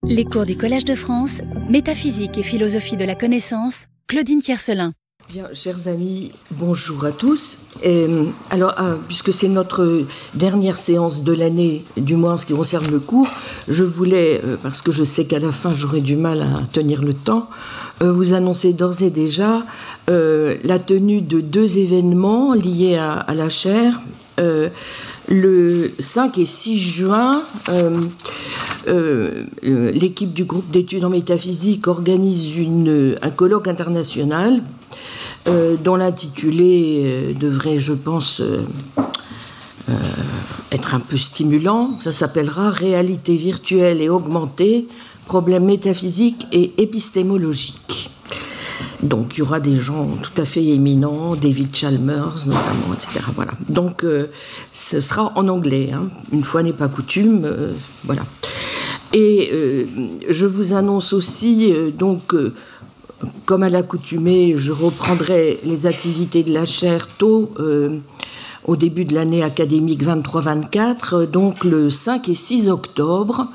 Les cours du Collège de France, Métaphysique et philosophie de la connaissance, Claudine Tiercelin. Bien, chers amis, bonjour à tous. Puisque c'est notre dernière séance de l'année, du moins en ce qui concerne le cours, je voulais, parce que je sais qu'à la fin j'aurai du mal à tenir le temps, vous annoncer d'ores et déjà la tenue de deux événements liés à la chaire. Le 5 et 6 juin, l'équipe du groupe d'études en métaphysique organise un colloque international dont l'intitulé devrait, je pense, être un peu stimulant. Ça s'appellera « Réalité virtuelle et augmentée, problèmes métaphysiques et épistémologiques ». Donc, il y aura des gens tout à fait éminents, David Chalmers notamment, etc. Voilà. Donc, ce sera en anglais, hein. Une fois n'est pas coutume, voilà. Et je vous annonce aussi, comme à l'accoutumée, je reprendrai les activités de la chaire tôt, au début de l'année académique 23-24, donc le 5 et 6 octobre.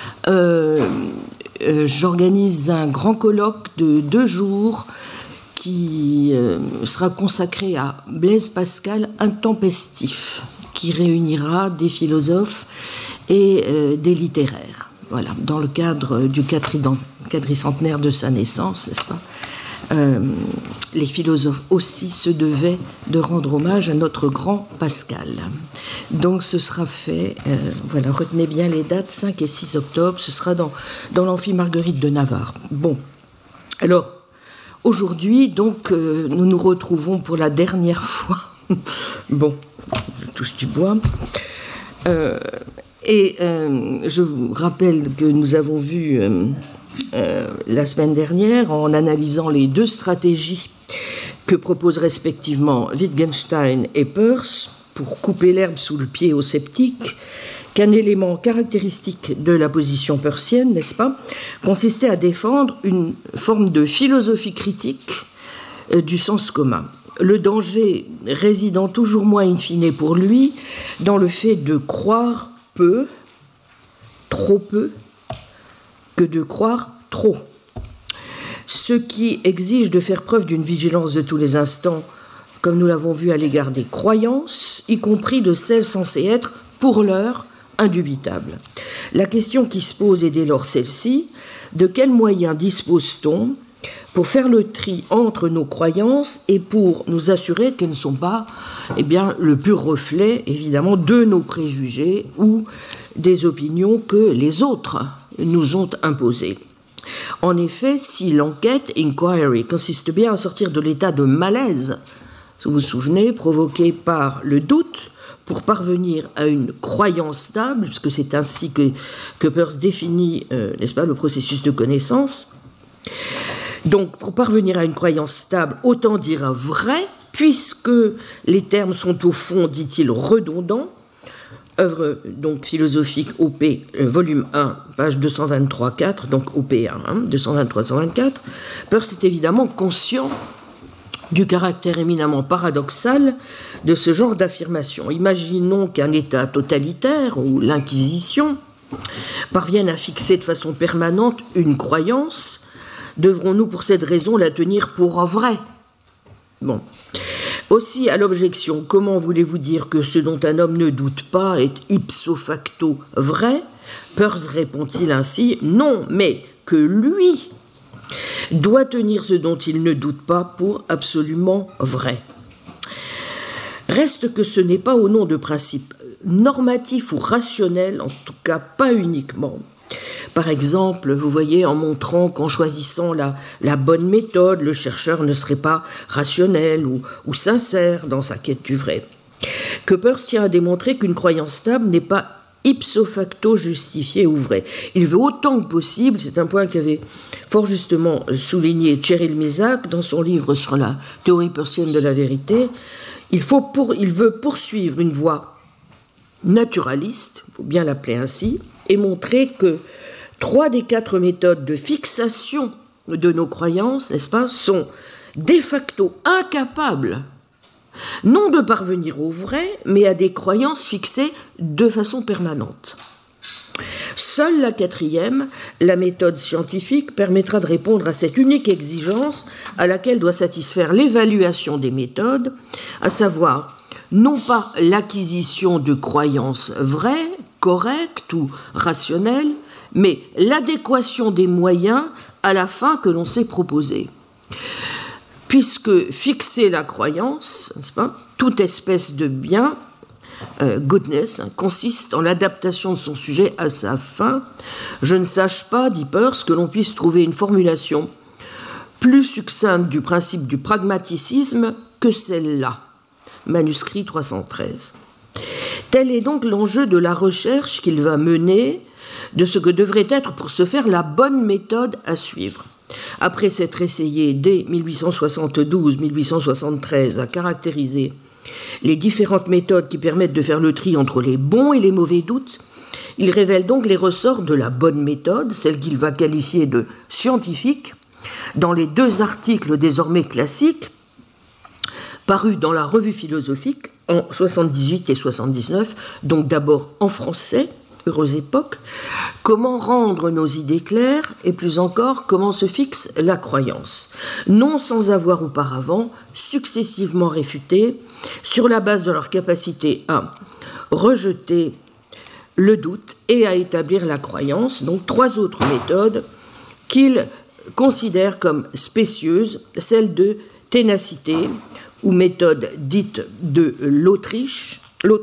J'organise un grand colloque de 2 jours qui sera consacré à Blaise Pascal intempestif, qui réunira des philosophes et des littéraires. Voilà, dans le cadre du quadricentenaire de sa naissance, n'est-ce pas ? Les philosophes aussi se devaient de rendre hommage à notre grand Pascal. Donc ce sera fait, voilà, retenez bien les dates, 5 et 6 octobre, ce sera dans l'amphi Marguerite de Navarre. Bon, alors, aujourd'hui, donc, nous nous retrouvons pour la dernière fois. Bon, je touche du bois. Je vous rappelle que nous avons vu la semaine dernière, en analysant les deux stratégies que proposent respectivement Wittgenstein et Peirce pour couper l'herbe sous le pied aux sceptiques, qu'un élément caractéristique de la position peircienne, n'est-ce pas, consistait à défendre une forme de philosophie critique du sens commun. Le danger résidant toujours moins in fine pour lui dans le fait de croire peu, trop peu, que de croire trop. Ce qui exige de faire preuve d'une vigilance de tous les instants, comme nous l'avons vu à l'égard des croyances, y compris de celles censées être, pour l'heure, indubitables. La question qui se pose est dès lors celle-ci: de quels moyens dispose-t-on pour faire le tri entre nos croyances et pour nous assurer qu'elles ne sont pas, le pur reflet, évidemment, de nos préjugés ou des opinions que les autres nous ont imposées. En effet, si l'enquête, inquiry, consiste bien à sortir de l'état de malaise, vous vous souvenez, provoqué par le doute, pour parvenir à une croyance stable, puisque c'est ainsi que Peirce définit, n'est-ce pas, le processus de connaissance. Donc, pour parvenir à une croyance stable, autant dire vrai, puisque les termes sont au fond, dit-il, redondants. Œuvre donc philosophique OP, volume 1, page 223-4, donc OP1, 223-124. Peirce est évidemment conscient du caractère éminemment paradoxal de ce genre d'affirmation. Imaginons qu'un État totalitaire, ou l'Inquisition, parvienne à fixer de façon permanente une croyance. Devrons-nous pour cette raison la tenir pour vraie ? Bon. Aussi, à l'objection, comment voulez-vous dire que ce dont un homme ne doute pas est ipso facto vrai ? Peirce répond-il ainsi: non, mais que lui doit tenir ce dont il ne doute pas pour absolument vrai. Reste que ce n'est pas au nom de principes normatifs ou rationnels, en tout cas pas uniquement. Par exemple, vous voyez, en montrant qu'en choisissant la bonne méthode, le chercheur ne serait pas rationnel ou sincère dans sa quête du vrai. Que Peirce tient à démontrer qu'une croyance stable n'est pas ipso facto justifiée ou vraie. Il veut autant que possible, c'est un point qu'avait fort justement souligné Cyril Misak dans son livre sur la théorie peircienne de la vérité, il veut poursuivre une voie naturaliste, il faut bien l'appeler ainsi, et montrer que 3 des 4 méthodes de fixation de nos croyances, n'est-ce pas, sont de facto incapables, non de parvenir au vrai, mais à des croyances fixées de façon permanente. Seule la quatrième, la méthode scientifique, permettra de répondre à cette unique exigence à laquelle doit satisfaire l'évaluation des méthodes, à savoir non pas l'acquisition de croyances vraies, correctes ou rationnelles, mais l'adéquation des moyens à la fin que l'on s'est proposée. Puisque fixer la croyance, n'est-ce pas, toute espèce de bien, goodness, consiste en l'adaptation de son sujet à sa fin, je ne sache pas, dit Peirce, que l'on puisse trouver une formulation plus succincte du principe du pragmatisme que celle-là. Manuscrit 313. Tel est donc l'enjeu de la recherche qu'il va mener, de ce que devrait être pour ce faire la bonne méthode à suivre. Après s'être essayé dès 1872-1873 à caractériser les différentes méthodes qui permettent de faire le tri entre les bons et les mauvais doutes, il révèle donc les ressorts de la bonne méthode, celle qu'il va qualifier de scientifique, dans les 2 articles désormais classiques parus dans la Revue philosophique en 78 et 79, donc d'abord en français, heureuse époque, comment rendre nos idées claires et plus encore comment se fixe la croyance, non sans avoir auparavant successivement réfuté sur la base de leur capacité à rejeter le doute et à établir la croyance, donc 3 autres méthodes qu'il considère comme spécieuses, celle de ténacité ou méthode dite de l'autruche,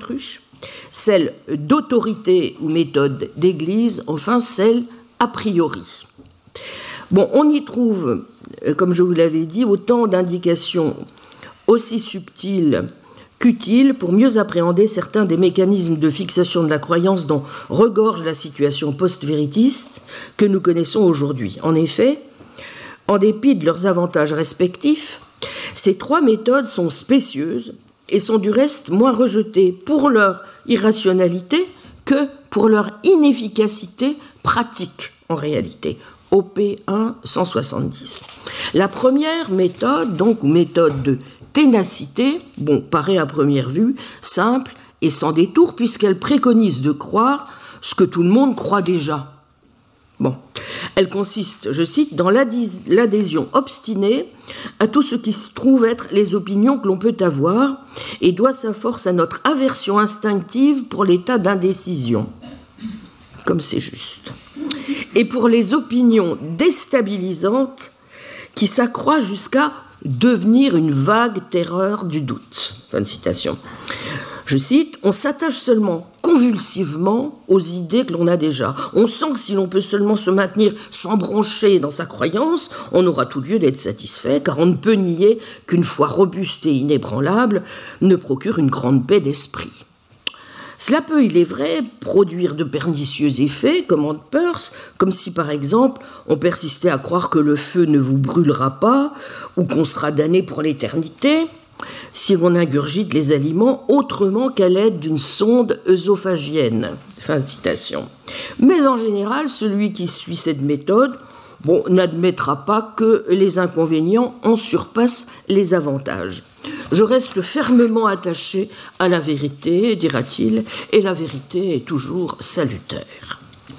celle d'autorité ou méthode d'église, enfin celle a priori. Bon, on y trouve, comme je vous l'avais dit, autant d'indications aussi subtiles qu'utiles pour mieux appréhender certains des mécanismes de fixation de la croyance dont regorge la situation post-véritiste que nous connaissons aujourd'hui. En effet, en dépit de leurs avantages respectifs, ces 3 méthodes sont spécieuses et sont du reste moins rejetées pour leur irrationalité que pour leur inefficacité pratique en réalité. OP 1 170. La première méthode, donc méthode de ténacité, paraît à première vue simple et sans détour puisqu'elle préconise de croire ce que tout le monde croit déjà. Elle consiste, je cite, dans l'adhésion obstinée à tout ce qui se trouve être les opinions que l'on peut avoir et doit sa force à notre aversion instinctive pour l'état d'indécision. Comme c'est juste. Et pour les opinions déstabilisantes qui s'accroissent jusqu'à devenir une vague terreur du doute. Fin de citation. Je cite, « On s'attache seulement convulsivement aux idées que l'on a déjà. On sent que si l'on peut seulement se maintenir sans broncher dans sa croyance, on aura tout lieu d'être satisfait, car on ne peut nier qu'une foi robuste et inébranlable ne procure une grande paix d'esprit. » Cela peut, il est vrai, produire de pernicieux effets, commente Peirce, comme si, par exemple, on persistait à croire que le feu ne vous brûlera pas ou qu'on sera damné pour l'éternité, si l'on ingurgite les aliments autrement qu'à l'aide d'une sonde œsophagienne. Fin de citation. Mais en général, celui qui suit cette méthode n'admettra pas que les inconvénients en surpassent les avantages. Je reste fermement attaché à la vérité, dira-t-il, et la vérité est toujours salutaire.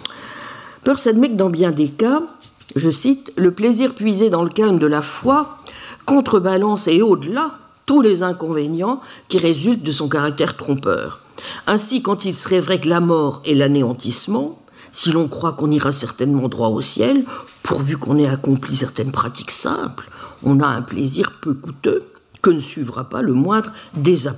Peirce admet que dans bien des cas, je cite, « le plaisir puisé dans le calme de la foi contrebalance et au-delà tous les inconvénients qui résultent de son caractère trompeur. Ainsi, quand il serait vrai que la mort est l'anéantissement, si l'on croit qu'on ira certainement droit au ciel, pourvu qu'on ait accompli certaines pratiques simples, on a un plaisir peu coûteux que ne suivra pas le moindre désappointement. »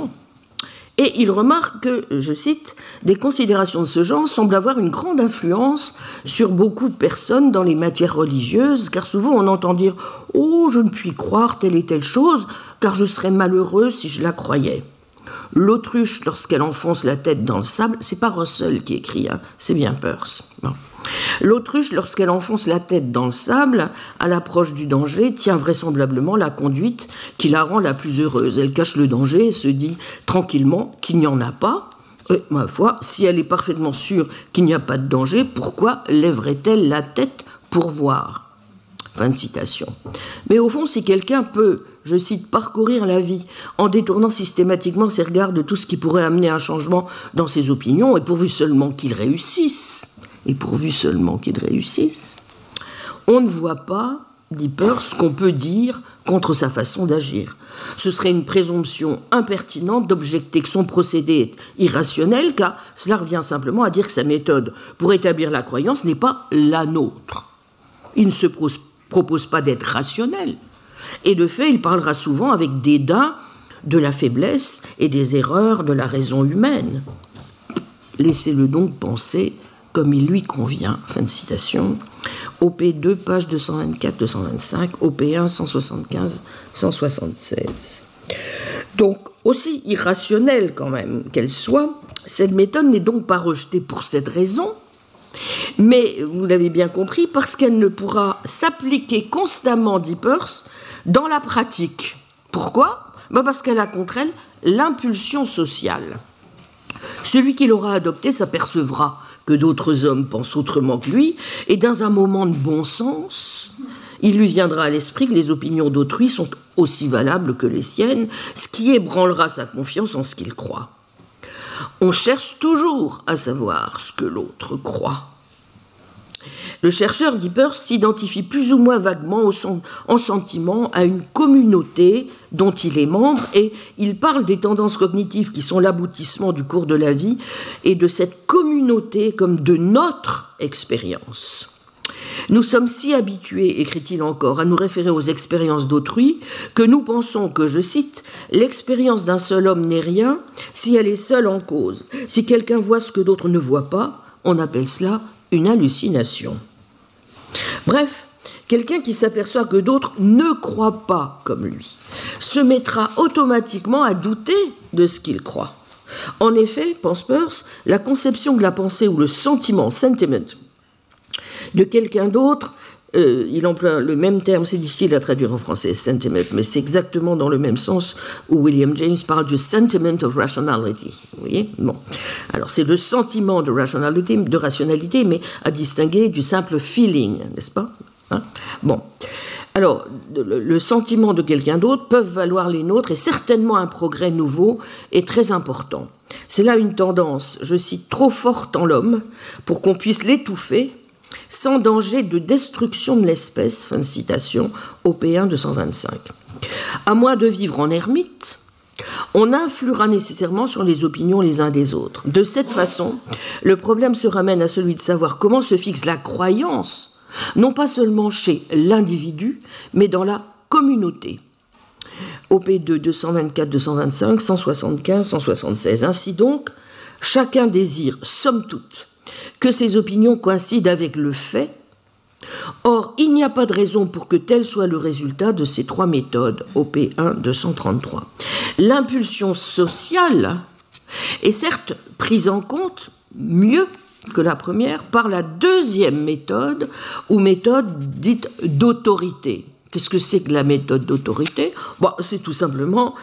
Et il remarque que, je cite, « des considérations de ce genre semblent avoir une grande influence sur beaucoup de personnes dans les matières religieuses, car souvent on entend dire « Oh, je ne puis croire telle et telle chose, car je serais malheureux si je la croyais. » L'autruche, lorsqu'elle enfonce la tête dans le sable, c'est pas Russell qui écrit, c'est bien Peirce. Bon. L'autruche, lorsqu'elle enfonce la tête dans le sable, à l'approche du danger, tient vraisemblablement la conduite qui la rend la plus heureuse. Elle cache le danger et se dit tranquillement qu'il n'y en a pas. Et, ma foi, si elle est parfaitement sûre qu'il n'y a pas de danger, pourquoi lèverait-elle la tête pour voir ? Fin de citation. Mais au fond, si quelqu'un peut, je cite, parcourir la vie en détournant systématiquement ses regards de tout ce qui pourrait amener un changement dans ses opinions, et pourvu seulement qu'il réussisse, et pourvu seulement qu'ils réussissent, on ne voit pas, dit Peirce, ce qu'on peut dire contre sa façon d'agir. Ce serait une présomption impertinente d'objecter que son procédé est irrationnel, car cela revient simplement à dire que sa méthode pour établir la croyance n'est pas la nôtre. Il ne se propose pas d'être rationnel. Et de fait, il parlera souvent avec dédain de la faiblesse et des erreurs de la raison humaine. Laissez-le donc penser comme il lui convient. Fin de citation. OP2, page 224-225, OP1, 175-176. Donc, aussi irrationnelle quand même qu'elle soit, cette méthode n'est donc pas rejetée pour cette raison, mais, vous l'avez bien compris, parce qu'elle ne pourra s'appliquer constamment, dit Peirce, dans la pratique. Pourquoi ? Parce qu'elle a contre elle l'impulsion sociale. Celui qui l'aura adoptée s'apercevra que d'autres hommes pensent autrement que lui, et dans un moment de bon sens, il lui viendra à l'esprit que les opinions d'autrui sont aussi valables que les siennes, ce qui ébranlera sa confiance en ce qu'il croit. On cherche toujours à savoir ce que l'autre croit. Le chercheur, dit Peirce, s'identifie plus ou moins vaguement en sentiment à une communauté dont il est membre, et il parle des tendances cognitives qui sont l'aboutissement du cours de la vie et de cette communauté comme de notre expérience. Nous sommes si habitués, écrit-il encore, à nous référer aux expériences d'autrui que nous pensons que, je cite, « l'expérience d'un seul homme n'est rien si elle est seule en cause. Si quelqu'un voit ce que d'autres ne voient pas, on appelle cela une hallucination. » Bref, quelqu'un qui s'aperçoit que d'autres ne croient pas comme lui se mettra automatiquement à douter de ce qu'il croit. En effet, pense Peirce, la conception de la pensée ou le sentiment, sentiment, de quelqu'un d'autre, il emploie le même terme, c'est difficile à traduire en français, sentiment, mais c'est exactement dans le même sens où William James parle du sentiment of rationality. Vous voyez ? Bon. Alors, c'est le sentiment de rationalité, mais à distinguer du simple feeling, n'est-ce pas ? Hein ? Bon. Alors, le sentiment de quelqu'un d'autre peuvent valoir les nôtres, et certainement un progrès nouveau est très important. C'est là une tendance, je cite, trop forte en l'homme pour qu'on puisse l'étouffer sans danger de destruction de l'espèce, fin de citation, OP1 225. À moins de vivre en ermite, on influera nécessairement sur les opinions les uns des autres. De cette façon, le problème se ramène à celui de savoir comment se fixe la croyance, non pas seulement chez l'individu, mais dans la communauté. OP2 224, 225, 175, 176. Ainsi donc, chacun désire, somme toute, que ses opinions coïncident avec le fait. Or, il n'y a pas de raison pour que tel soit le résultat de ces trois méthodes, OP1 233. L'impulsion sociale est certes prise en compte mieux que la première par la deuxième méthode, ou méthode dite d'autorité. Qu'est-ce que c'est que la méthode d'autorité ? C'est tout simplement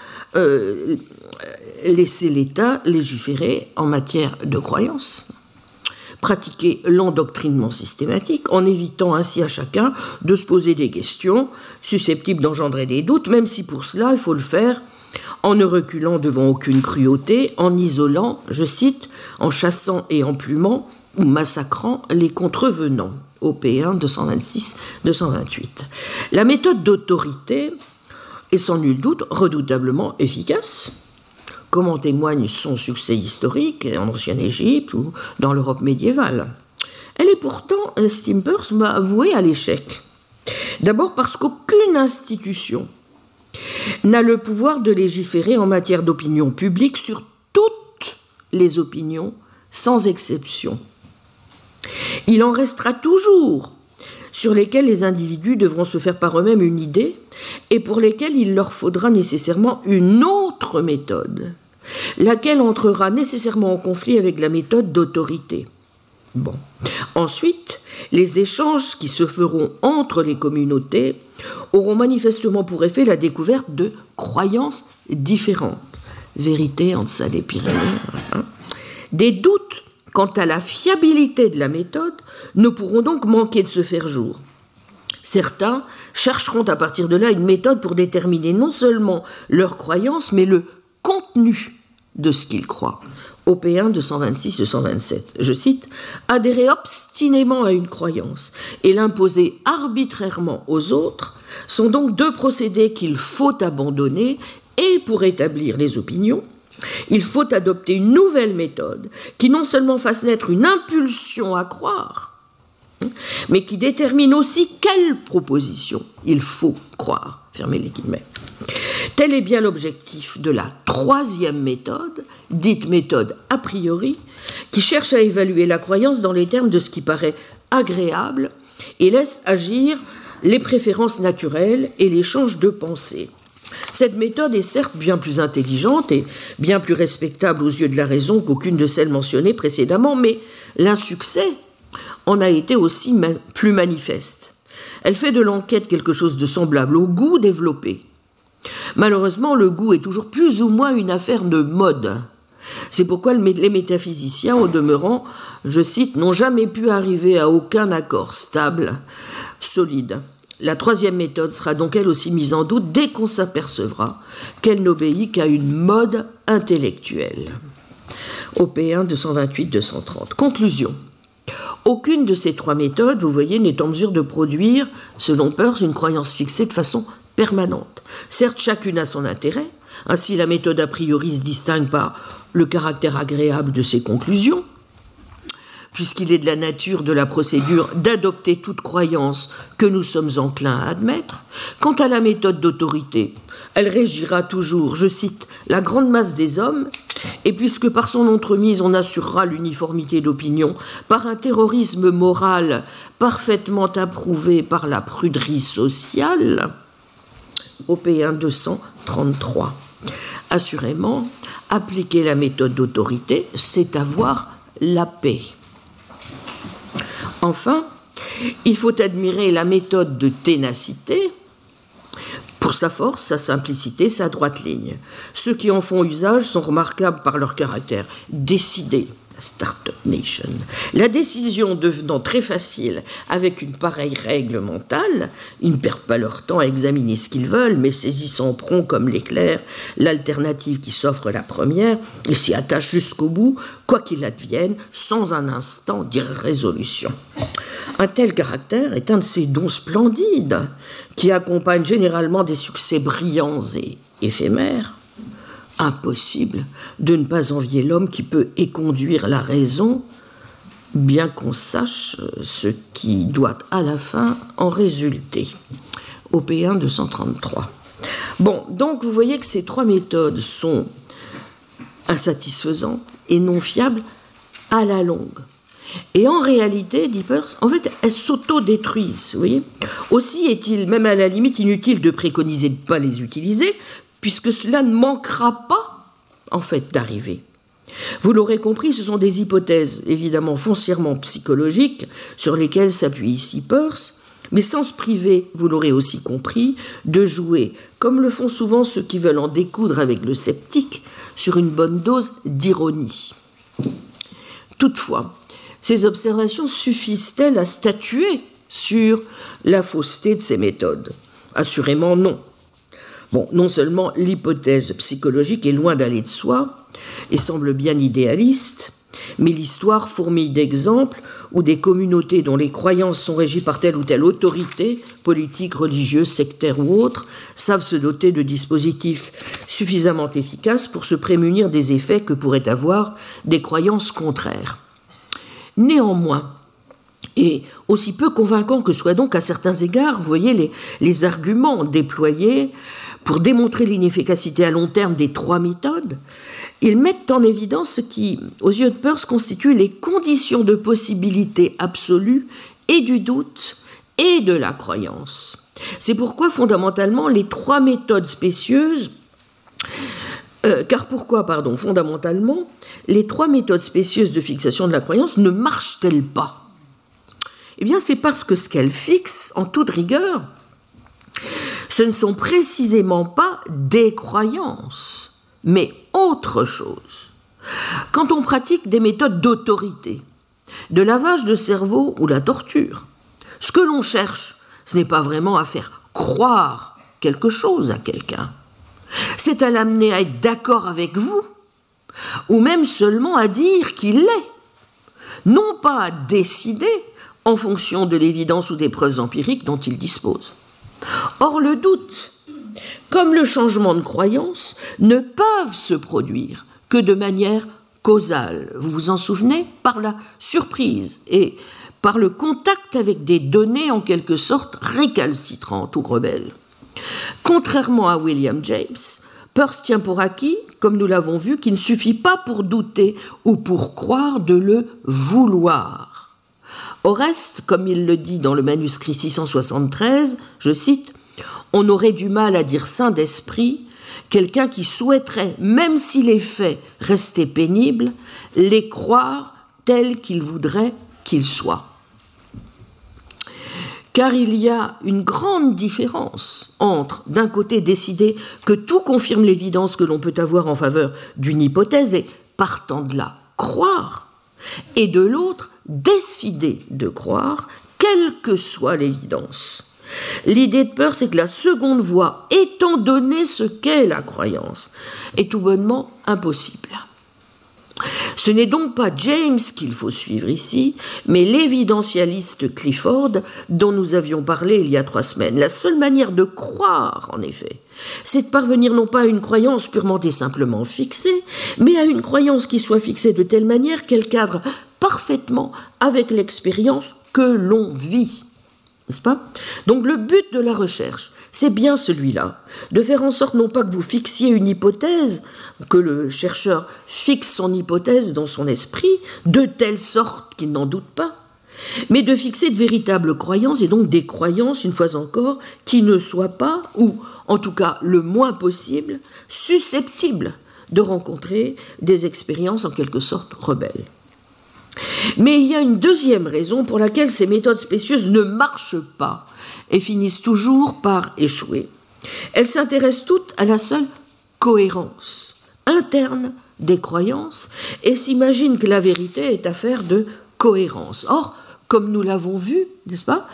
laisser l'État légiférer en matière de croyance. Pratiquer l'endoctrinement systématique en évitant ainsi à chacun de se poser des questions susceptibles d'engendrer des doutes, même si pour cela il faut le faire en ne reculant devant aucune cruauté, en isolant, je cite, en chassant et en plumant ou massacrant les contrevenants. OP1 226-228. La méthode d'autorité est sans nul doute redoutablement efficace, comme en témoigne son succès historique en ancienne Égypte ou dans l'Europe médiévale. Elle est pourtant, estime Peirce, vouée à l'échec. D'abord parce qu'aucune institution n'a le pouvoir de légiférer en matière d'opinion publique sur toutes les opinions, sans exception. Il en restera toujours sur lesquels les individus devront se faire par eux-mêmes une idée et pour lesquels il leur faudra nécessairement une autre méthode, laquelle entrera nécessairement en conflit avec la méthode d'autorité. Bon. Ensuite, les échanges qui se feront entre les communautés auront manifestement pour effet la découverte de croyances différentes. Vérité en deçà des Pyrénées. Des doutes quant à la fiabilité de la méthode ne pourront donc manquer de se faire jour. Certains chercheront à partir de là une méthode pour déterminer non seulement leurs croyances, mais le contenu de ce qu'il croit. OP1 226-227, je cite, « Adhérer obstinément à une croyance et l'imposer arbitrairement aux autres sont donc deux procédés qu'il faut abandonner et pour établir les opinions, il faut adopter une nouvelle méthode qui non seulement fasse naître une impulsion à croire, mais qui détermine aussi quelle proposition il faut croire. » Fermez les guillemets. Tel est bien l'objectif de la troisième méthode, dite méthode a priori, qui cherche à évaluer la croyance dans les termes de ce qui paraît agréable et laisse agir les préférences naturelles et l'échange de pensées. Cette méthode est certes bien plus intelligente et bien plus respectable aux yeux de la raison qu'aucune de celles mentionnées précédemment, mais l'insuccès en a été aussi plus manifeste. Elle fait de l'enquête quelque chose de semblable au goût développé. Malheureusement, le goût est toujours plus ou moins une affaire de mode. C'est pourquoi les métaphysiciens, au demeurant, je cite, n'ont jamais pu arriver à aucun accord stable, solide. La troisième méthode sera donc elle aussi mise en doute dès qu'on s'apercevra qu'elle n'obéit qu'à une mode intellectuelle. OP1 228-230. Conclusion. Aucune de ces trois méthodes, vous voyez, n'est en mesure de produire, selon Peirce, une croyance fixée de façon permanente. Certes, chacune a son intérêt. Ainsi, la méthode a priori se distingue par le caractère agréable de ses conclusions, puisqu'il est de la nature de la procédure d'adopter toute croyance que nous sommes enclins à admettre. Quant à la méthode d'autorité, elle régira toujours, je cite, la grande masse des hommes, et puisque par son entremise on assurera l'uniformité d'opinion par un terrorisme moral parfaitement approuvé par la pruderie sociale, OP1 233. Assurément, appliquer la méthode d'autorité, c'est avoir la paix. Enfin, il faut admirer la méthode de ténacité pour sa force, sa simplicité, sa droite ligne. Ceux qui en font usage sont remarquables par leur caractère décidé, la Start-up Nation. La décision devenant très facile avec une pareille règle mentale, ils ne perdent pas leur temps à examiner ce qu'ils veulent, mais saisissant prompt comme l'éclair l'alternative qui s'offre la première, ils s'y attachent jusqu'au bout, quoi qu'il advienne, sans un instant d'irrésolution. Un tel caractère est un de ces dons splendides qui accompagnent généralement des succès brillants et éphémères. Impossible de ne pas envier l'homme qui peut éconduire la raison, bien qu'on sache ce qui doit à la fin en résulter. OP1 233. Bon, donc vous voyez que ces trois méthodes sont insatisfaisantes et non fiables à la longue. Et en réalité, dit Peirce, en fait, elles s'auto-détruisent, vous voyez. Aussi est-il, même à la limite, inutile de préconiser de ne pas les utiliser, puisque cela ne manquera pas, en fait, d'arriver. Vous l'aurez compris, ce sont des hypothèses, évidemment, foncièrement psychologiques, sur lesquelles s'appuie ici Peirce, mais sans se priver, vous l'aurez aussi compris, de jouer, comme le font souvent ceux qui veulent en découdre avec le sceptique, sur une bonne dose d'ironie. Toutefois, ces observations suffisent-elles à statuer sur la fausseté de ces méthodes ? Assurément non. Bon, non seulement l'hypothèse psychologique est loin d'aller de soi et semble bien idéaliste, mais l'histoire fourmille d'exemples où des communautés dont les croyances sont régies par telle ou telle autorité, politique, religieuse, sectaire ou autre, savent se doter de dispositifs suffisamment efficaces pour se prémunir des effets que pourraient avoir des croyances contraires. Néanmoins, et aussi peu convaincant que soient donc à certains égards, vous voyez, les arguments déployés pour démontrer l'inefficacité à long terme des trois méthodes, ils mettent en évidence ce qui, aux yeux de Peirce, constitue les conditions de possibilité absolue et du doute et de la croyance. C'est pourquoi, fondamentalement, les trois méthodes spécieuses fondamentalement, les trois méthodes spécieuses de fixation de la croyance ne marchent-elles pas ? Eh bien, c'est parce que ce qu'elles fixent, en toute rigueur, ce ne sont précisément pas des croyances, mais autre chose. Quand on pratique des méthodes d'autorité, de lavage de cerveau ou la torture, ce que l'on cherche, ce n'est pas vraiment à faire croire quelque chose à quelqu'un. C'est à l'amener à être d'accord avec vous ou même seulement à dire qu'il l'est, non pas à décider en fonction de l'évidence ou des preuves empiriques dont il dispose. Or, le doute, comme le changement de croyance, ne peuvent se produire que de manière causale. Vous vous en souvenez? Par la surprise et par le contact avec des données en quelque sorte récalcitrantes ou rebelles. Contrairement à William James, Peirce tient pour acquis, comme nous l'avons vu, qu'il ne suffit pas pour douter ou pour croire de le vouloir. Au reste, comme il le dit dans le manuscrit 673, je cite, « On aurait du mal à dire saint d'esprit quelqu'un qui souhaiterait, même si les faits restaient pénibles, les croire tels qu'il voudrait qu'ils soient. » Car il y a une grande différence entre, d'un côté, décider que tout confirme l'évidence que l'on peut avoir en faveur d'une hypothèse et, partant de là, croire, et de l'autre, décider de croire, quelle que soit l'évidence. L'idée de Peirce, c'est que la seconde voie, étant donné ce qu'est la croyance, est tout bonnement impossible. Ce n'est donc pas James qu'il faut suivre ici, mais l'évidentialiste Clifford dont nous avions parlé il y a 3 semaines. La seule manière de croire, en effet, c'est de parvenir non pas à une croyance purement et simplement fixée, mais à une croyance qui soit fixée de telle manière qu'elle cadre parfaitement avec l'expérience que l'on vit. N'est-ce pas? Donc le but de la recherche, c'est bien celui-là, de faire en sorte non pas que vous fixiez une hypothèse, que le chercheur fixe son hypothèse dans son esprit, de telle sorte qu'il n'en doute pas, mais de fixer de véritables croyances, et donc des croyances, une fois encore, qui ne soient pas, ou en tout cas le moins possible, susceptibles de rencontrer des expériences en quelque sorte rebelles. Mais il y a une deuxième raison pour laquelle ces méthodes spécieuses ne marchent pas et finissent toujours par échouer. Elles s'intéressent toutes à la seule cohérence interne des croyances et s'imaginent que la vérité est affaire de cohérence. Or, comme nous l'avons vu, n'est-ce pas,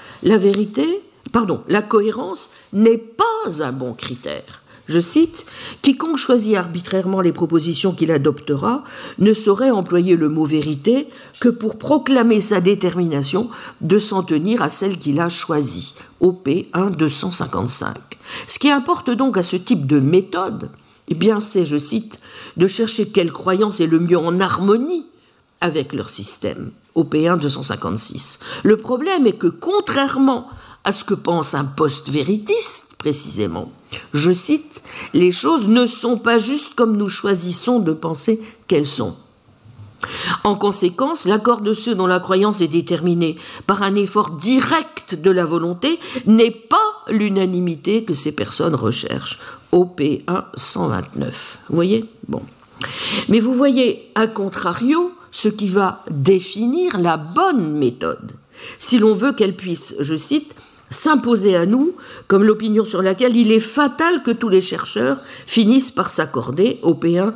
la cohérence n'est pas un bon critère. Je cite, « Quiconque choisit arbitrairement les propositions qu'il adoptera ne saurait employer le mot vérité que pour proclamer sa détermination de s'en tenir à celle qu'il a choisie. » OP 1 255. Ce qui importe donc à ce type de méthode, eh bien c'est, je cite, de chercher quelle croyance est le mieux en harmonie avec leur système. OP 1 256. Le problème est que contrairement à ce que pense un post-véritiste, précisément, je cite, « Les choses ne sont pas justes comme nous choisissons de penser qu'elles sont. » En conséquence, l'accord de ceux dont la croyance est déterminée par un effort direct de la volonté n'est pas l'unanimité que ces personnes recherchent. OP 1 129. Vous voyez ? Bon. Mais vous voyez, à contrario, ce qui va définir la bonne méthode, si l'on veut qu'elle puisse, je cite, s'imposer à nous comme l'opinion sur laquelle il est fatal que tous les chercheurs finissent par s'accorder, au P1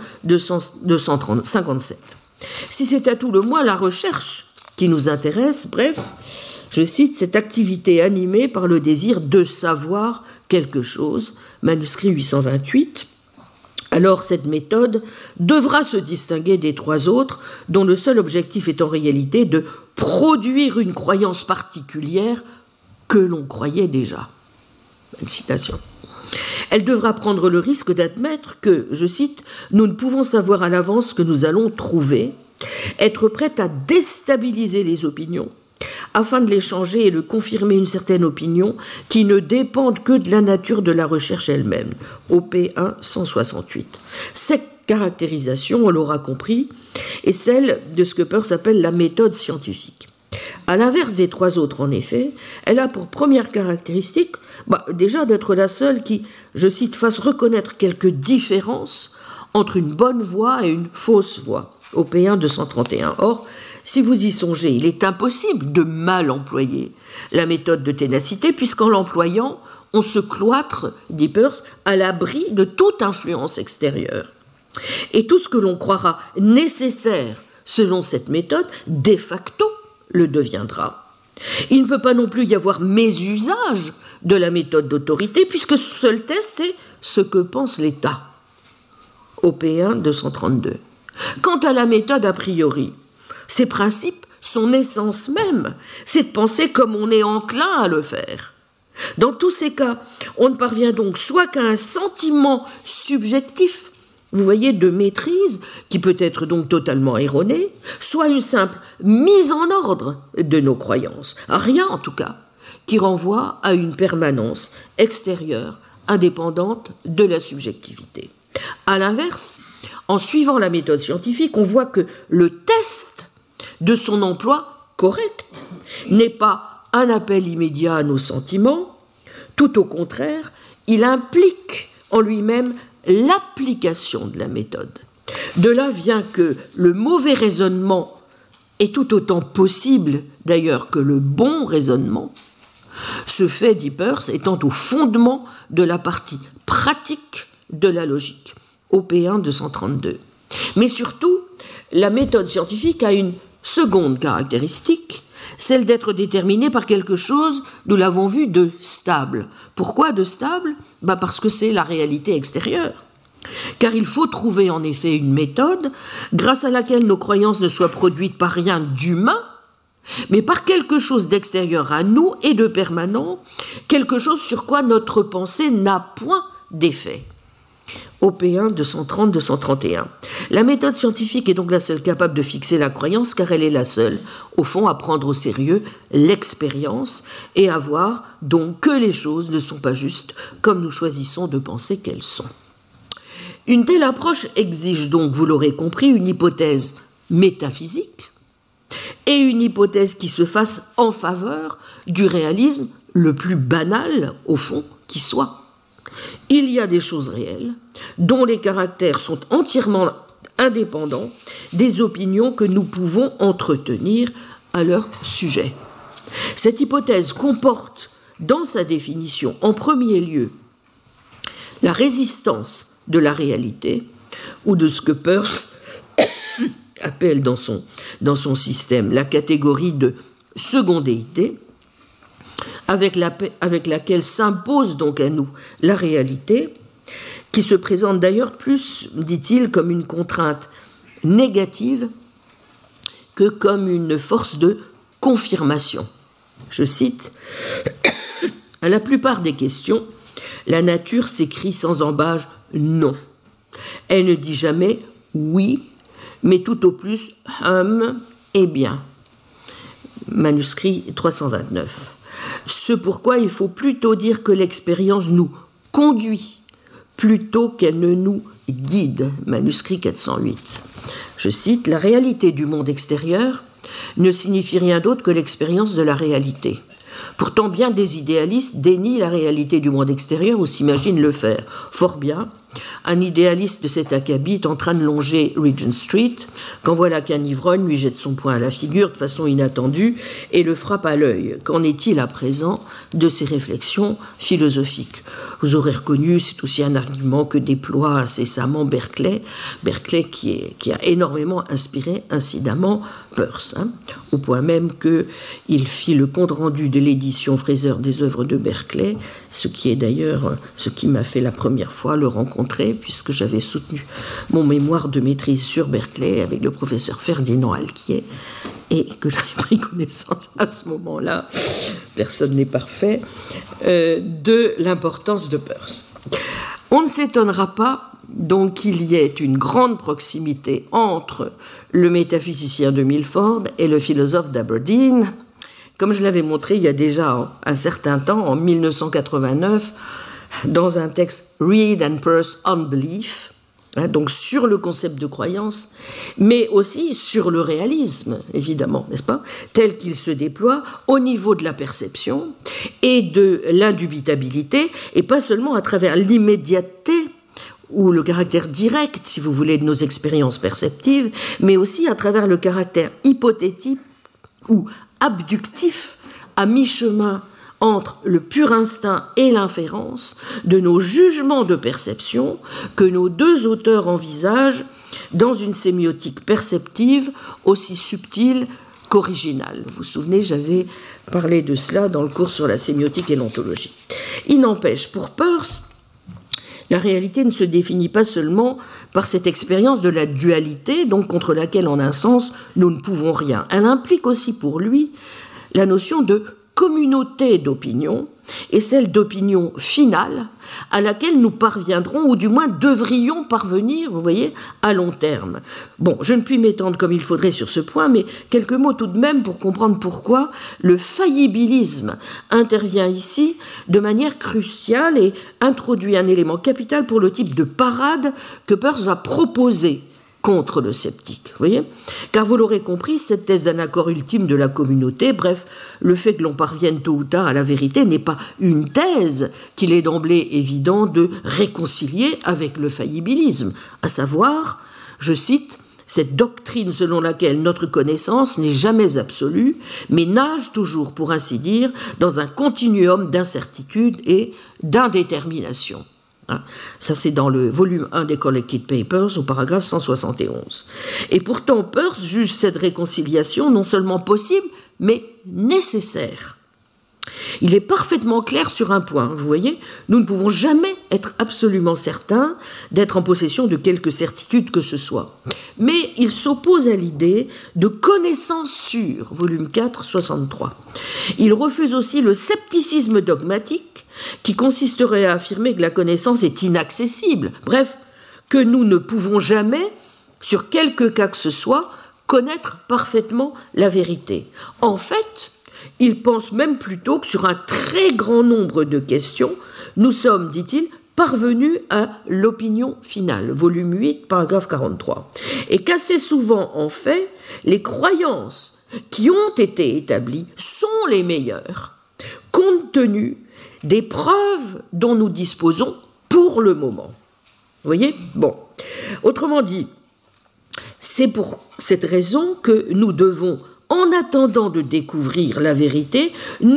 257. Si c'est à tout le moins la recherche qui nous intéresse, bref, je cite, cette activité animée par le désir de savoir quelque chose, manuscrit 828, alors cette méthode devra se distinguer des 3 autres, dont le seul objectif est en réalité de produire une croyance particulière que l'on croyait déjà. Une citation. Elle devra prendre le risque d'admettre que, je cite, « nous ne pouvons savoir à l'avance ce que nous allons trouver, être prête à déstabiliser les opinions, afin de les changer et de confirmer une certaine opinion qui ne dépendent que de la nature de la recherche elle-même. » OP 1 168. Cette caractérisation, on l'aura compris, est celle de ce que Peirce appelle la méthode scientifique. À l'inverse des 3 autres, en effet, elle a pour première caractéristique déjà d'être la seule qui, je cite, fasse reconnaître quelques différences entre une bonne voie et une fausse voie. OP 1 231. Or, si vous y songez, il est impossible de mal employer la méthode de ténacité, puisqu'en l'employant, on se cloître, dit Peirce, à l'abri de toute influence extérieure. Et tout ce que l'on croira nécessaire selon cette méthode, de facto, le deviendra. Il ne peut pas non plus y avoir mésusage de la méthode d'autorité, puisque seul test, c'est ce que pense l'État. OP 1 232. Quant à la méthode a priori, ses principes, son essence même, c'est de penser comme on est enclin à le faire. Dans tous ces cas, on ne parvient donc soit qu'à un sentiment subjectif, vous voyez, de maîtrise, qui peut être donc totalement erroné, soit une simple mise en ordre de nos croyances, rien en tout cas, qui renvoie à une permanence extérieure, indépendante de la subjectivité. À l'inverse, en suivant la méthode scientifique, on voit que le test de son emploi correct n'est pas un appel immédiat à nos sentiments, tout au contraire, il implique en lui-même l'application de la méthode. De là vient que le mauvais raisonnement est tout autant possible d'ailleurs que le bon raisonnement. Ce fait, dit Peirce, étant au fondement de la partie pratique de la logique, OP1 232. Mais surtout, la méthode scientifique a une seconde caractéristique, celle d'être déterminée par quelque chose, nous l'avons vu, de stable. Pourquoi de stable ? Parce que c'est la réalité extérieure. Car il faut trouver en effet une méthode grâce à laquelle nos croyances ne soient produites par rien d'humain, mais par quelque chose d'extérieur à nous et de permanent, quelque chose sur quoi notre pensée n'a point d'effet. OP1 230-231. La méthode scientifique est donc la seule capable de fixer la croyance, car elle est la seule, au fond, à prendre au sérieux l'expérience et à voir donc que les choses ne sont pas justes comme nous choisissons de penser qu'elles sont. Une telle approche exige donc, vous l'aurez compris, une hypothèse métaphysique et une hypothèse qui se fasse en faveur du réalisme le plus banal, au fond, qui soit. Il y a des choses réelles dont les caractères sont entièrement indépendants des opinions que nous pouvons entretenir à leur sujet. Cette hypothèse comporte dans sa définition, en premier lieu, la résistance de la réalité, ou de ce que Peirce appelle dans son système la catégorie de secondéité, avec laquelle s'impose donc à nous la réalité, qui se présente d'ailleurs plus, dit-il, comme une contrainte négative que comme une force de confirmation. Je cite, « À la plupart des questions, la nature s'écrit sans embâge « non ». Elle ne dit jamais « oui », mais tout au plus « et bien ». Manuscrit 329. Ce pourquoi il faut plutôt dire que l'expérience nous conduit plutôt qu'elle ne nous guide. Manuscrit 408. Je cite, « La réalité du monde extérieur ne signifie rien d'autre que l'expérience de la réalité. Pourtant, bien des idéalistes dénient la réalité du monde extérieur ou s'imaginent le faire. Fort bien, un idéaliste de cet acabit est en train de longer Regent Street, quand voilà qu'un ivrogne lui jette son poing à la figure de façon inattendue et le frappe à l'œil. Qu'en est-il à présent de ces réflexions philosophiques ? Vous aurez reconnu, c'est aussi un argument que déploie incessamment Berkeley qui a énormément inspiré incidemment Peirce, au point même qu'il fit le compte-rendu de l'édition Fraser des œuvres de Berkeley, ce qui est d'ailleurs ce qui m'a fait la première fois le rencontrer, puisque j'avais soutenu mon mémoire de maîtrise sur Berkeley avec le professeur Ferdinand Alquier, et que j'avais pris connaissance à ce moment-là, personne n'est parfait, de l'importance de Peirce. On ne s'étonnera pas donc qu'il y ait une grande proximité entre le métaphysicien de Milford et le philosophe d'Aberdeen. Comme je l'avais montré il y a déjà un certain temps, en 1989, dans un texte Reid and Peirce on Belief, donc sur le concept de croyance, mais aussi sur le réalisme, évidemment, n'est-ce pas, tel qu'il se déploie au niveau de la perception et de l'indubitabilité, et pas seulement à travers l'immédiateté ou le caractère direct, si vous voulez, de nos expériences perceptives, mais aussi à travers le caractère hypothétique ou abductif, à mi-chemin entre le pur instinct et l'inférence de nos jugements de perception que nos deux auteurs envisagent dans une sémiotique perceptive aussi subtile qu'originale. Vous vous souvenez, j'avais parlé de cela dans le cours sur la sémiotique et l'ontologie. Il n'empêche, pour Peirce, la réalité ne se définit pas seulement par cette expérience de la dualité, donc contre laquelle, en un sens, nous ne pouvons rien. Elle implique aussi pour lui la notion de communauté d'opinion, et celle d'opinion finale à laquelle nous parviendrons, ou du moins devrions parvenir, vous voyez, à long terme. Bon, je ne puis m'étendre comme il faudrait sur ce point, mais quelques mots tout de même pour comprendre pourquoi le faillibilisme intervient ici de manière cruciale et introduit un élément capital pour le type de parade que Peirce va proposer contre le sceptique, vous voyez ? Car vous l'aurez compris, cette thèse d'un accord ultime de la communauté, bref, le fait que l'on parvienne tôt ou tard à la vérité n'est pas une thèse qu'il est d'emblée évident de réconcilier avec le faillibilisme, à savoir, je cite, cette doctrine selon laquelle notre connaissance n'est jamais absolue, mais nage toujours, pour ainsi dire, dans un continuum d'incertitude et d'indétermination. Ça, c'est dans le volume 1 des Collected Papers, au paragraphe 171. Et pourtant, Peirce juge cette réconciliation non seulement possible, mais nécessaire. Il est parfaitement clair sur un point, vous voyez, nous ne pouvons jamais être absolument certains d'être en possession de quelque certitude que ce soit. Mais il s'oppose à l'idée de connaissance sûre, volume 4, 63. Il refuse aussi le scepticisme dogmatique qui consisterait à affirmer que la connaissance est inaccessible, bref, que nous ne pouvons jamais, sur quelque cas que ce soit, connaître parfaitement la vérité. En fait, il pense même plutôt que sur un très grand nombre de questions, nous sommes, dit-il, parvenus à l'opinion finale, volume 8, paragraphe 43. Et qu'assez souvent, en fait, les croyances qui ont été établies sont les meilleures, compte tenu des preuves dont nous disposons pour le moment. Vous voyez ? Bon. Autrement dit, c'est pour cette raison que nous devons, en attendant de découvrir la vérité,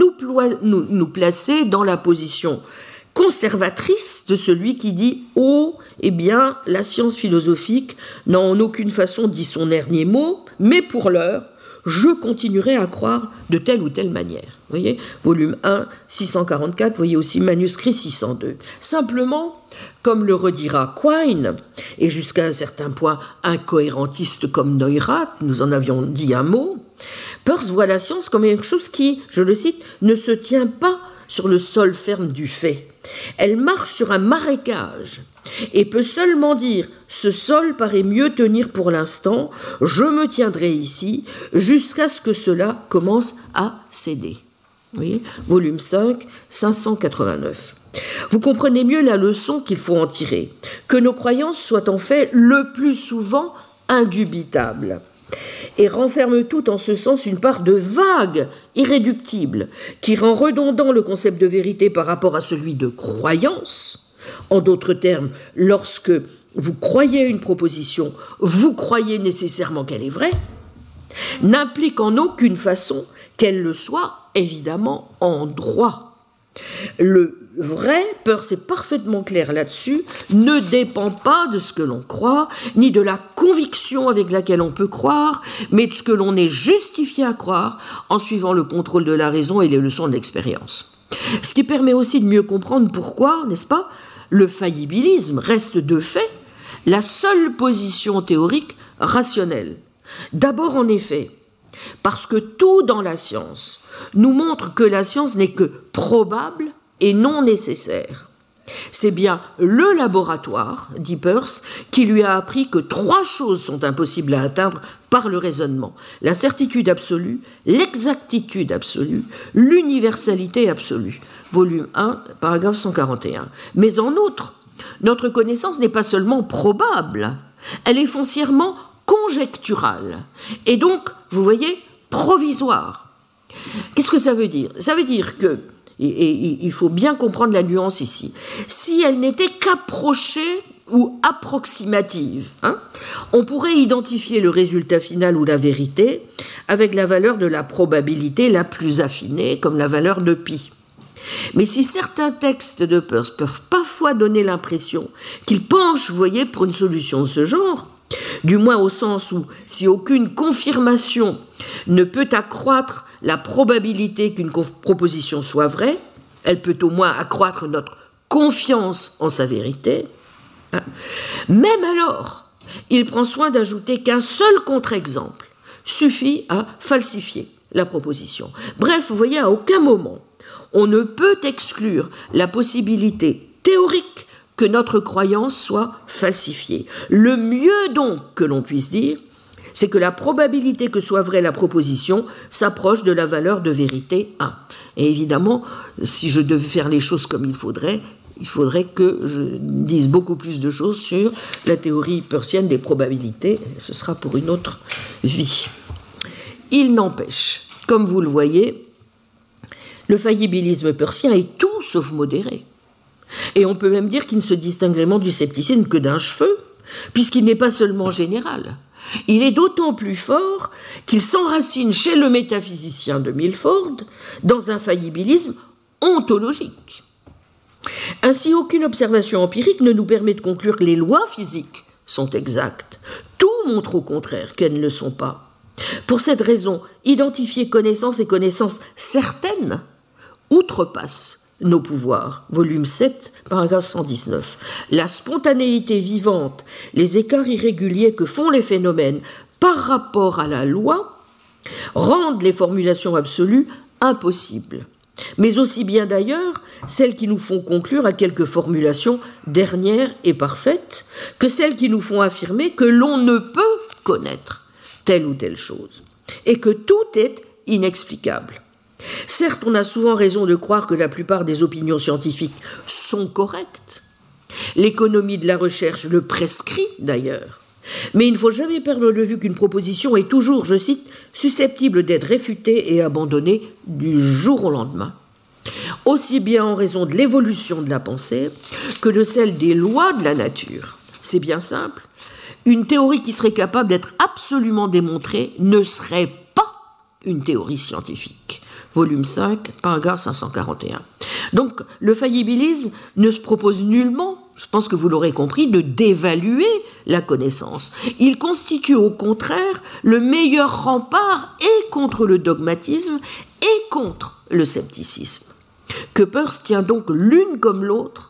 nous placer dans la position conservatrice de celui qui dit « Oh, eh bien, la science philosophique n'a en aucune façon dit son dernier mot, mais pour l'heure, je continuerai à croire de telle ou telle manière. » Vous voyez, volume 1, 644, vous voyez aussi manuscrit 602. Simplement, comme le redira Quine, et jusqu'à un certain point incohérentiste comme Neurath, nous en avions dit un mot, Peirce voit la science comme quelque chose qui, je le cite, ne se tient pas sur le sol ferme du fait. Elle marche sur un marécage et peut seulement dire « ce sol paraît mieux tenir pour l'instant, je me tiendrai ici jusqu'à ce que cela commence à céder ». Vous voyez, volume 5, 589. Vous comprenez mieux la leçon qu'il faut en tirer, que nos croyances soient en fait le plus souvent indubitables, et renferme tout en ce sens une part de vague irréductible qui rend redondant le concept de vérité par rapport à celui de croyance. En d'autres termes, lorsque vous croyez une proposition, vous croyez nécessairement qu'elle est vraie, n'implique en aucune façon qu'elle le soit, évidemment, en droit. Le vrai, Peirce est parfaitement clair là-dessus, ne dépend pas de ce que l'on croit, ni de la conviction avec laquelle on peut croire, mais de ce que l'on est justifié à croire en suivant le contrôle de la raison et les leçons de l'expérience. Ce qui permet aussi de mieux comprendre pourquoi, n'est-ce pas, le faillibilisme reste de fait la seule position théorique rationnelle. D'abord, en effet, parce que tout dans la science nous montre que la science n'est que probable et non nécessaire. C'est bien le laboratoire, dit Peirce, qui lui a appris que 3 choses sont impossibles à atteindre par le raisonnement: la certitude absolue, l'exactitude absolue, l'universalité absolue. Volume 1, paragraphe 141. Mais en outre, notre connaissance n'est pas seulement probable, elle est foncièrement conjecturale, et donc, vous voyez, provisoire. Qu'est-ce que ça veut dire ? Ça veut dire que, et il faut bien comprendre la nuance ici, si elle n'était qu'approchée ou approximative, on pourrait identifier le résultat final ou la vérité avec la valeur de la probabilité la plus affinée, comme la valeur de pi. Mais si certains textes de Peirce peuvent parfois donner l'impression qu'ils penchent, vous voyez, pour une solution de ce genre, du moins au sens où, si aucune confirmation ne peut accroître la probabilité qu'une proposition soit vraie, elle peut au moins accroître notre confiance en sa vérité, Même alors, il prend soin d'ajouter qu'un seul contre-exemple suffit à falsifier la proposition. Bref, vous voyez, à aucun moment, on ne peut exclure la possibilité théorique que notre croyance soit falsifiée. Le mieux donc que l'on puisse dire, c'est que la probabilité que soit vraie la proposition s'approche de la valeur de vérité 1. Et évidemment, si je devais faire les choses comme il faudrait que je dise beaucoup plus de choses sur la théorie peirsienne des probabilités. Ce sera pour une autre vie. Il n'empêche, comme vous le voyez, le faillibilisme peirsien est tout sauf modéré. Et on peut même dire qu'il ne se distingue vraiment du scepticisme que d'un cheveu, puisqu'il n'est pas seulement général. Il est d'autant plus fort qu'il s'enracine chez le métaphysicien de Milford dans un faillibilisme ontologique. Ainsi, aucune observation empirique ne nous permet de conclure que les lois physiques sont exactes. Tout montre au contraire qu'elles ne le sont pas. Pour cette raison, identifier connaissance et connaissance certaine outrepasse nos pouvoirs. Volume 7, paragraphe 119. La spontanéité vivante, les écarts irréguliers que font les phénomènes par rapport à la loi rendent les formulations absolues impossibles. Mais aussi bien d'ailleurs celles qui nous font conclure à quelques formulations dernières et parfaites que celles qui nous font affirmer que l'on ne peut connaître telle ou telle chose et que tout est inexplicable. Certes, on a souvent raison de croire que la plupart des opinions scientifiques sont correctes. L'économie de la recherche le prescrit d'ailleurs. Mais il ne faut jamais perdre de vue qu'une proposition est toujours, je cite, susceptible d'être réfutée et abandonnée du jour au lendemain. Aussi bien en raison de l'évolution de la pensée que de celle des lois de la nature. C'est bien simple. Une théorie qui serait capable d'être absolument démontrée ne serait pas une théorie scientifique. Volume 5, paragraphe 541. Donc, le faillibilisme ne se propose nullement, je pense que vous l'aurez compris, de dévaluer la connaissance. Il constitue au contraire le meilleur rempart et contre le dogmatisme et contre le scepticisme. Que Peirce tient donc l'une comme l'autre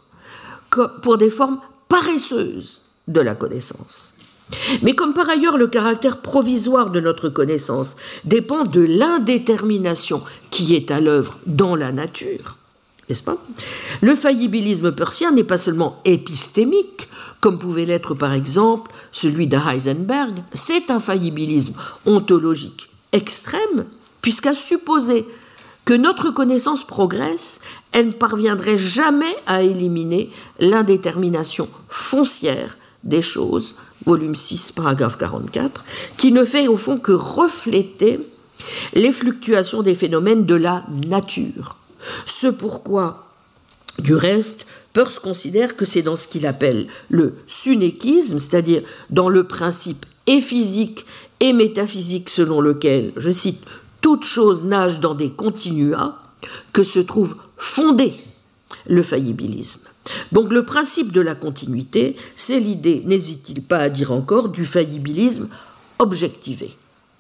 pour des formes paresseuses de la connaissance. Mais comme par ailleurs le caractère provisoire de notre connaissance dépend de l'indétermination qui est à l'œuvre dans la nature, n'est-ce pas ? Le faillibilisme peircien n'est pas seulement épistémique, comme pouvait l'être par exemple celui de Heisenberg, c'est un faillibilisme ontologique extrême, puisqu'à supposer que notre connaissance progresse, elle ne parviendrait jamais à éliminer l'indétermination foncière des choses, volume 6, paragraphe 44, qui ne fait au fond que refléter les fluctuations des phénomènes de la nature. Ce pourquoi, du reste, Peirce considère que c'est dans ce qu'il appelle le sunéchisme, c'est-à-dire dans le principe et physique et métaphysique selon lequel, je cite, toute chose nage dans des continua, que se trouve fondé le faillibilisme. Donc le principe de la continuité, c'est l'idée, n'hésite-t-il pas à dire encore, du faillibilisme objectivé.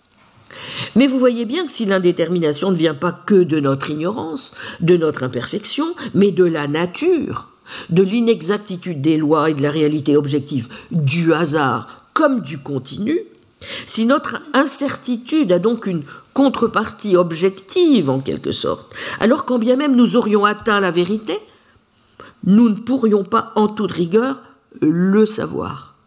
Mais vous voyez bien que si l'indétermination ne vient pas que de notre ignorance, de notre imperfection, mais de la nature, de l'inexactitude des lois et de la réalité objective, du hasard comme du continu, si notre incertitude a donc une contrepartie objective en quelque sorte, alors quand bien même nous aurions atteint la vérité, nous ne pourrions pas en toute rigueur le savoir.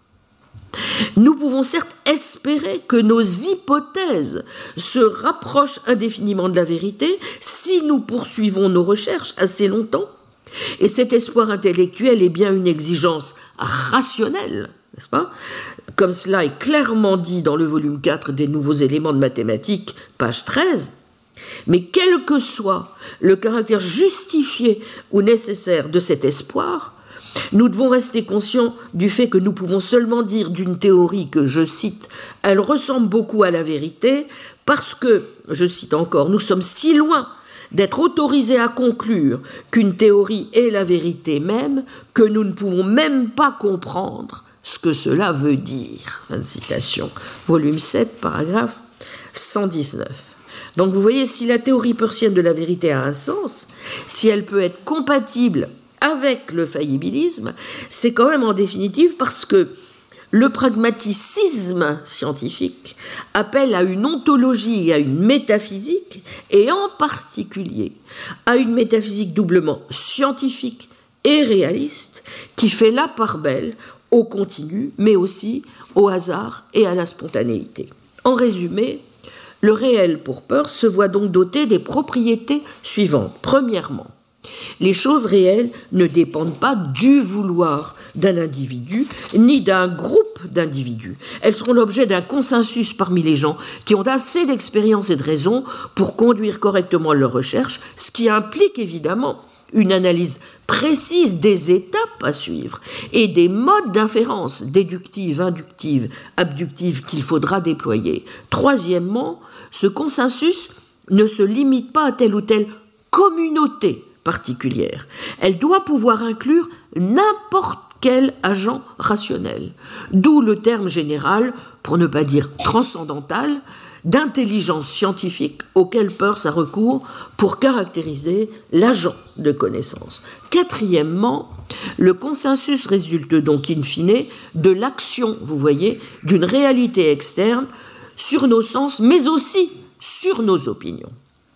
Nous pouvons certes espérer que nos hypothèses se rapprochent indéfiniment de la vérité si nous poursuivons nos recherches assez longtemps, et cet espoir intellectuel est bien une exigence rationnelle, n'est-ce pas ? Comme cela est clairement dit dans le volume 4 des Nouveaux éléments de mathématiques, page 13, mais quel que soit le caractère justifié ou nécessaire de cet espoir, nous devons rester conscients du fait que nous pouvons seulement dire d'une théorie que, je cite, « elle ressemble beaucoup à la vérité » parce que, je cite encore, nous sommes si loin d'être autorisés à conclure qu'une théorie est la vérité même que nous ne pouvons même pas comprendre ce que cela veut dire. Fin de citation. Volume 7, paragraphe 119. Donc vous voyez, si la théorie peircienne de la vérité a un sens, si elle peut être compatible avec le faillibilisme, c'est quand même en définitive parce que le pragmaticisme scientifique appelle à une ontologie et à une métaphysique, et en particulier à une métaphysique doublement scientifique et réaliste, qui fait la part belle au continu, mais aussi au hasard et à la spontanéité. En résumé, le réel pour Peirce se voit donc doté des propriétés suivantes. Premièrement, les choses réelles ne dépendent pas du vouloir d'un individu ni d'un groupe d'individus. Elles seront l'objet d'un consensus parmi les gens qui ont assez d'expérience et de raison pour conduire correctement leurs recherches, ce qui implique évidemment une analyse précise des étapes à suivre et des modes d'inférence déductive, inductive, abductive qu'il faudra déployer. Troisièmement, ce consensus ne se limite pas à telle ou telle communauté particulière. Elle doit pouvoir inclure n'importe quel agent rationnel, d'où le terme général, pour ne pas dire transcendantal, d'intelligence scientifique auquel Peirce a recours pour caractériser l'agent de connaissance. Quatrièmement, le consensus résulte donc in fine de l'action, vous voyez, d'une réalité externe sur nos sens, mais aussi sur nos opinions.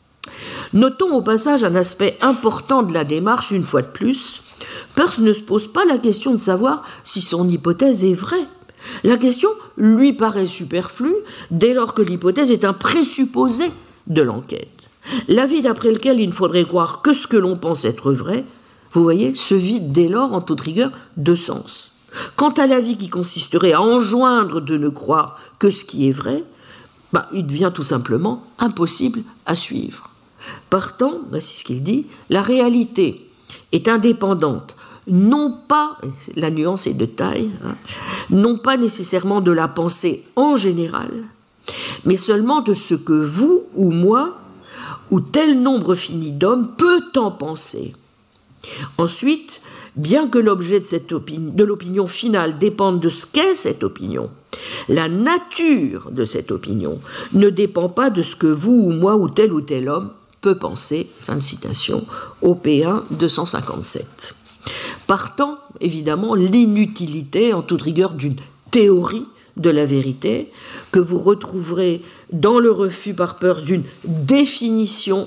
Notons au passage un aspect important de la démarche, une fois de plus. Peirce ne se pose pas la question de savoir si son hypothèse est vraie. La question lui paraît superflue dès lors que l'hypothèse est un présupposé de l'enquête. L'avis d'après lequel il ne faudrait croire que ce que l'on pense être vrai, vous voyez, se vide dès lors en toute rigueur de sens. Quant à l'avis qui consisterait à enjoindre de ne croire que ce qui est vrai, il devient tout simplement impossible à suivre. Partant, voici ce qu'il dit, la réalité est indépendante, non pas, la nuance est de taille, non pas nécessairement de la pensée en général, mais seulement de ce que vous ou moi, ou tel nombre fini d'hommes, peut en penser. Ensuite, bien que l'objet de l'opinion finale dépende de ce qu'est cette opinion, la nature de cette opinion ne dépend pas de ce que vous ou moi ou tel homme peut penser. Fin de citation, OP1 257. Partant, évidemment, l'inutilité, en toute rigueur, d'une théorie de la vérité, que vous retrouverez dans le refus par Peirce d'une définition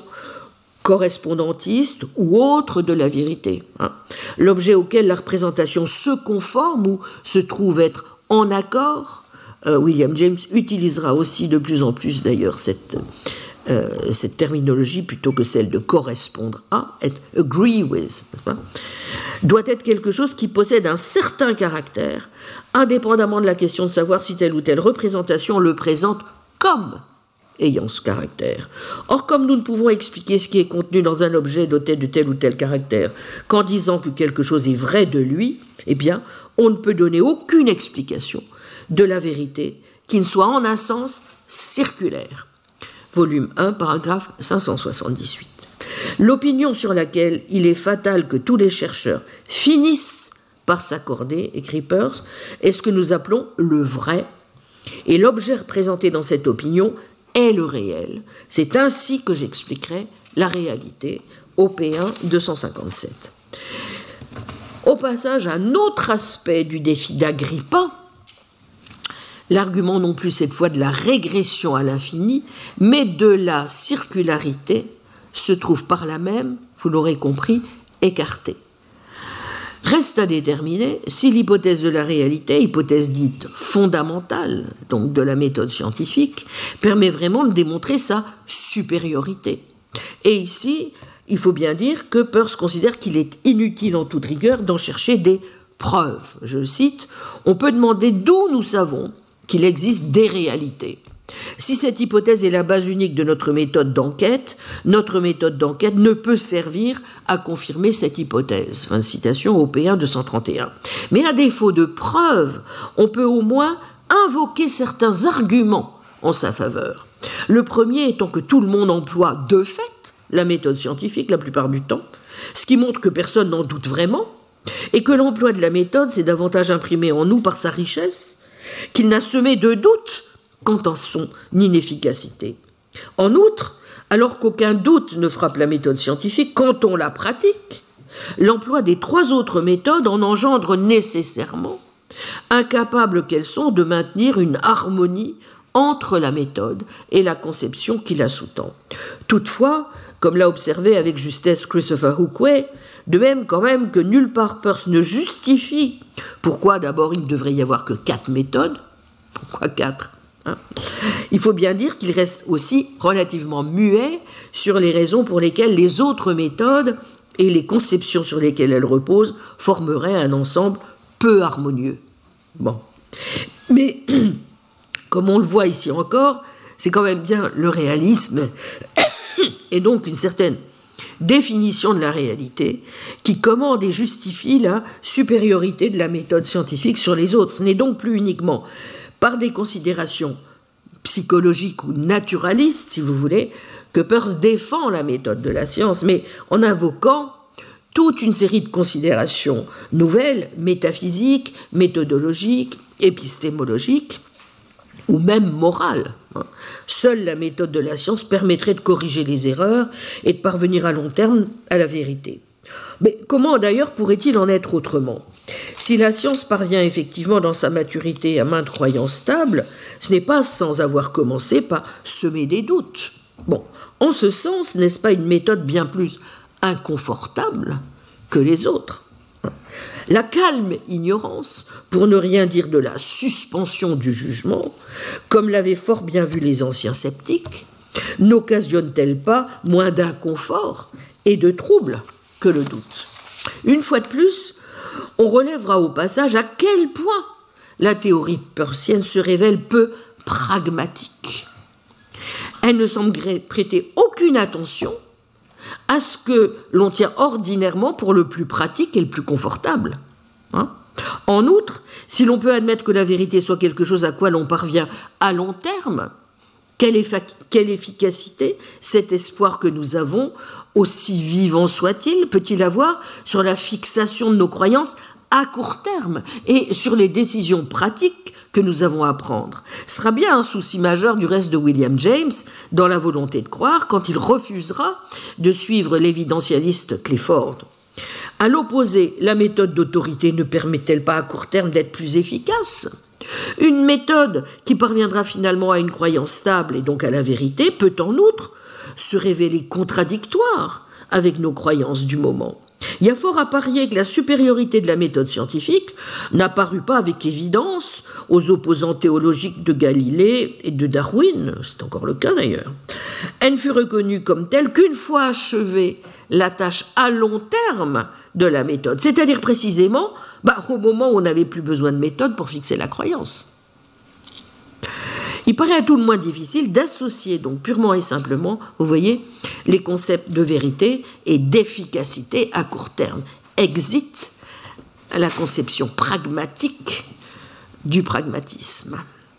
correspondantiste ou autre de la vérité, l'objet auquel la représentation se conforme ou se trouve être en accord. William James utilisera aussi de plus en plus d'ailleurs cette terminologie plutôt que celle de correspondre à, être agree with, doit être quelque chose qui possède un certain caractère, indépendamment de la question de savoir si telle ou telle représentation le présente comme ayant ce caractère. Or, comme nous ne pouvons expliquer ce qui est contenu dans un objet doté de tel ou tel caractère qu'en disant que quelque chose est vrai de lui, eh bien, on ne peut donner aucune explication de la vérité qui ne soit en un sens circulaire. Volume 1, paragraphe 578. L'opinion sur laquelle il est fatal que tous les chercheurs finissent par s'accorder, écrit Peirce, est ce que nous appelons le vrai, et l'objet représenté dans cette opinion est le réel. C'est ainsi que j'expliquerai la réalité, OP1 257. Au passage, un autre aspect du défi d'Agrippa, l'argument non plus cette fois de la régression à l'infini, mais de la circularité, se trouve par là même, vous l'aurez compris, écarté. Reste à déterminer si l'hypothèse de la réalité, hypothèse dite fondamentale, donc de la méthode scientifique, permet vraiment de démontrer sa supériorité. Et ici, il faut bien dire que Peirce considère qu'il est inutile en toute rigueur d'en chercher des preuves. Je cite, « On peut demander d'où nous savons qu'il existe des réalités. Si cette hypothèse est la base unique de notre méthode d'enquête ne peut servir à confirmer cette hypothèse. » Fin de citation, OP1 231. Mais à défaut de preuves, on peut au moins invoquer certains arguments en sa faveur. Le premier étant que tout le monde emploie de fait la méthode scientifique la plupart du temps, ce qui montre que personne n'en doute vraiment, et que l'emploi de la méthode s'est davantage imprimé en nous par sa richesse qu'il n'a semé de doute quant à son inefficacité. En outre, alors qu'aucun doute ne frappe la méthode scientifique, quand on la pratique, l'emploi des 3 autres méthodes en engendre nécessairement, incapables qu'elles sont de maintenir une harmonie entre la méthode et la conception qui la sous-tend. Toutefois, comme l'a observé avec justesse Christopher Hookway, de même quand même que nulle part Peirce ne justifie pourquoi d'abord il ne devrait y avoir que 4 méthodes, pourquoi 4 hein? Il faut bien dire qu'il reste aussi relativement muet sur les raisons pour lesquelles les autres méthodes et les conceptions sur lesquelles elles reposent formeraient un ensemble peu harmonieux. Bon. Mais, comme on le voit ici encore, c'est quand même bien le réalisme et donc une certaine définition de la réalité qui commande et justifie la supériorité de la méthode scientifique sur les autres. Ce n'est donc plus uniquement par des considérations psychologiques ou naturalistes, si vous voulez, que Peirce défend la méthode de la science, mais en invoquant toute une série de considérations nouvelles, métaphysiques, méthodologiques, épistémologiques, ou même morales. Seule la méthode de la science permettrait de corriger les erreurs et de parvenir à long terme à la vérité. Mais comment d'ailleurs pourrait-il en être autrement ? Si la science parvient effectivement dans sa maturité à maintes croyances stables, ce n'est pas sans avoir commencé par semer des doutes. Bon, en ce sens, n'est-ce pas une méthode bien plus inconfortable que les autres ? La calme ignorance, pour ne rien dire de la suspension du jugement, comme l'avaient fort bien vu les anciens sceptiques, n'occasionne-t-elle pas moins d'inconfort et de trouble que le doute ? Une fois de plus, on relèvera au passage à quel point la théorie peircienne se révèle peu pragmatique. Elle ne semble prêter aucune attention à ce que l'on tient ordinairement pour le plus pratique et le plus confortable. En outre, si l'on peut admettre que la vérité soit quelque chose à quoi l'on parvient à long terme, quelle efficacité cet espoir que nous avons, aussi vivant soit-il, peut-il avoir sur la fixation de nos croyances à court terme et sur les décisions pratiques que nous avons à prendre. Ce sera bien un souci majeur du reste de William James dans La volonté de croire quand il refusera de suivre l'évidentialiste Clifford. À l'opposé, la méthode d'autorité ne permet-elle pas à court terme d'être plus efficace ? Une méthode qui parviendra finalement à une croyance stable et donc à la vérité peut en outre se révéler contradictoire avec nos croyances du moment. Il y a fort à parier que la supériorité de la méthode scientifique n'apparut pas avec évidence aux opposants théologiques de Galilée et de Darwin, c'est encore le cas d'ailleurs. Elle ne fut reconnue comme telle qu'une fois achevée la tâche à long terme de la méthode, c'est-à-dire précisément au moment où on n'avait plus besoin de méthode pour fixer la croyance. Il paraît à tout le moins difficile d'associer donc purement et simplement, vous voyez, les concepts de vérité et d'efficacité à court terme. Exit à la conception pragmatique du pragmatisme.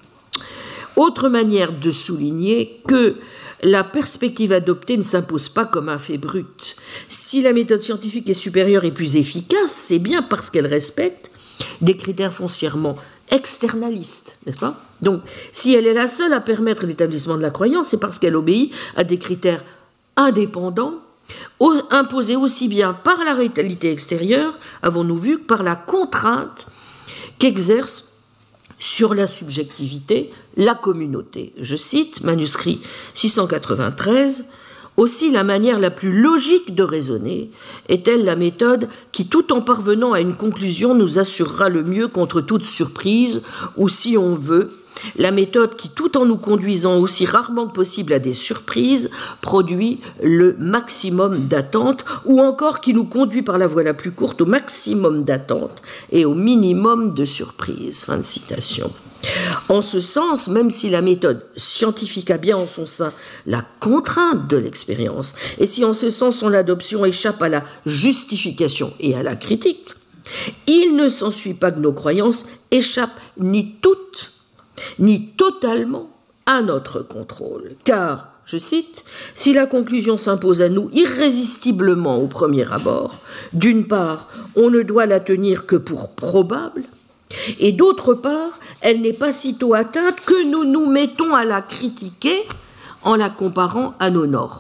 Autre manière de souligner que la perspective adoptée ne s'impose pas comme un fait brut. Si la méthode scientifique est supérieure et plus efficace, c'est bien parce qu'elle respecte des critères foncièrement externaliste, n'est-ce pas ? Donc, si elle est la seule à permettre l'établissement de la croyance, c'est parce qu'elle obéit à des critères indépendants, imposés aussi bien par la réalité extérieure, avons-nous vu, que par la contrainte qu'exerce sur la subjectivité la communauté. Je cite, manuscrit 693, « Aussi, la manière la plus logique de raisonner est-elle la méthode qui, tout en parvenant à une conclusion, nous assurera le mieux contre toute surprise, ou si on veut, la méthode qui, tout en nous conduisant aussi rarement que possible à des surprises, produit le maximum d'attente, ou encore qui nous conduit par la voie la plus courte au maximum d'attente et au minimum de surprise. » Fin de citation. En ce sens, même si la méthode scientifique a bien en son sein la contrainte de l'expérience, et si en ce sens son adoption échappe à la justification et à la critique, il ne s'ensuit pas que nos croyances échappent ni toutes, ni totalement à notre contrôle. Car, je cite, « Si la conclusion s'impose à nous irrésistiblement au premier abord, d'une part, on ne doit la tenir que pour probable, et d'autre part, elle n'est pas sitôt atteinte que nous nous mettons à la critiquer en la comparant à nos normes. »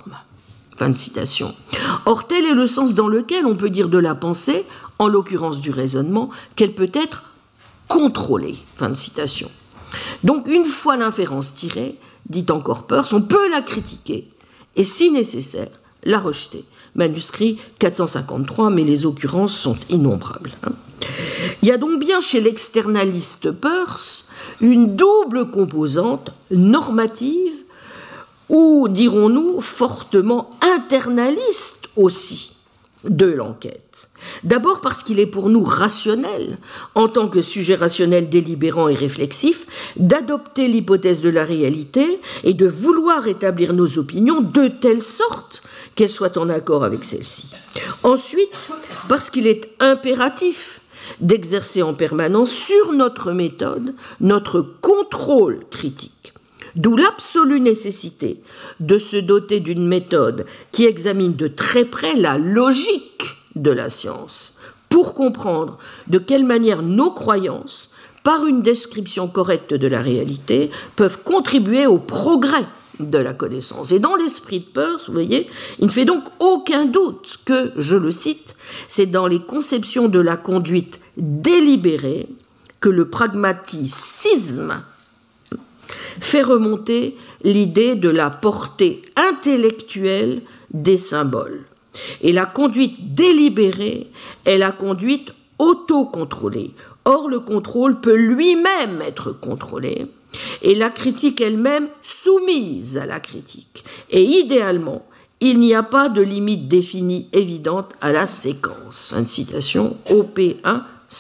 Fin de citation. Or, tel est le sens dans lequel on peut dire de la pensée, en l'occurrence du raisonnement, qu'elle peut être contrôlée. Fin de citation. Donc, une fois l'inférence tirée, dit encore Peirce, on peut la critiquer et, si nécessaire, la rejeter. Manuscrit 453, mais les occurrences sont innombrables. Il y a donc bien chez l'externaliste Peirce une double composante normative ou, dirons-nous, fortement internaliste aussi de l'enquête. D'abord parce qu'il est pour nous rationnel, en tant que sujet rationnel délibérant et réflexif, d'adopter l'hypothèse de la réalité et de vouloir établir nos opinions de telle sorte qu'elles soient en accord avec celle-ci. Ensuite, parce qu'il est impératif d'exercer en permanence sur notre méthode notre contrôle critique. D'où l'absolue nécessité de se doter d'une méthode qui examine de très près la logique de la science pour comprendre de quelle manière nos croyances, par une description correcte de la réalité, peuvent contribuer au progrès de la connaissance. Et dans l'esprit de Peirce, vous voyez, il ne fait donc aucun doute que, je le cite, c'est dans les conceptions de la conduite délibérée que le pragmatisme fait remonter l'idée de la portée intellectuelle des symboles. Et la conduite délibérée est la conduite autocontrôlée. Or, le contrôle peut lui-même être contrôlé, et la critique elle-même soumise à la critique. Et idéalement, il n'y a pas de limite définie évidente à la séquence. Une citation, OP2,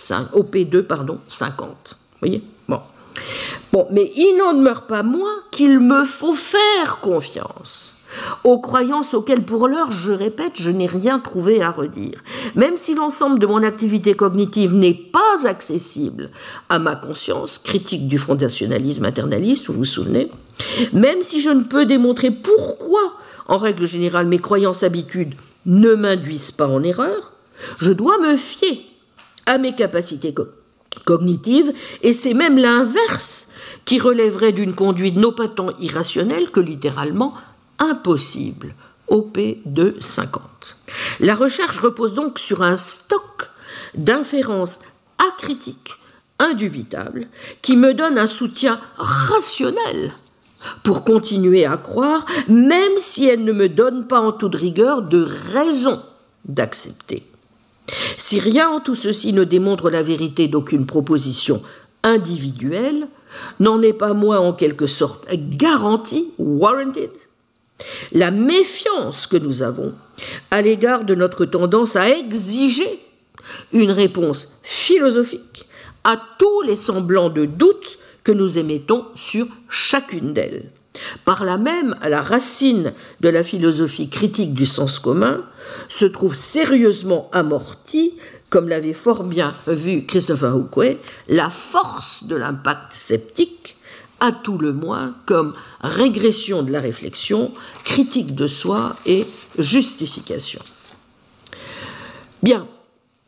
50. Vous voyez ? Bon, mais il n'en demeure pas moins qu'il me faut faire confiance aux croyances auxquelles, pour l'heure, je répète, je n'ai rien trouvé à redire. Même si l'ensemble de mon activité cognitive n'est pas accessible à ma conscience, critique du fondationalisme internaliste, vous vous souvenez, même si je ne peux démontrer pourquoi, en règle générale, mes croyances habitudes ne m'induisent pas en erreur, je dois me fier à mes capacités cognitives, et c'est même l'inverse qui relèverait d'une conduite non pas tant irrationnelle que littéralement impossible. OP2, 50. La recherche repose donc sur un stock d'inférences acritiques, indubitables, qui me donne un soutien rationnel pour continuer à croire, même si elle ne me donne pas en toute rigueur de raison d'accepter. Si rien en tout ceci ne démontre la vérité d'aucune proposition individuelle, n'en est pas moins en quelque sorte garantie, warranted, la méfiance que nous avons à l'égard de notre tendance à exiger une réponse philosophique à tous les semblants de doute que nous émettons sur chacune d'elles. Par là même, à la racine de la philosophie critique du sens commun se trouve sérieusement amortie, comme l'avait fort bien vu Christopher Hookway, la force de l'impact sceptique, à tout le moins comme régression de la réflexion, critique de soi et justification. Bien.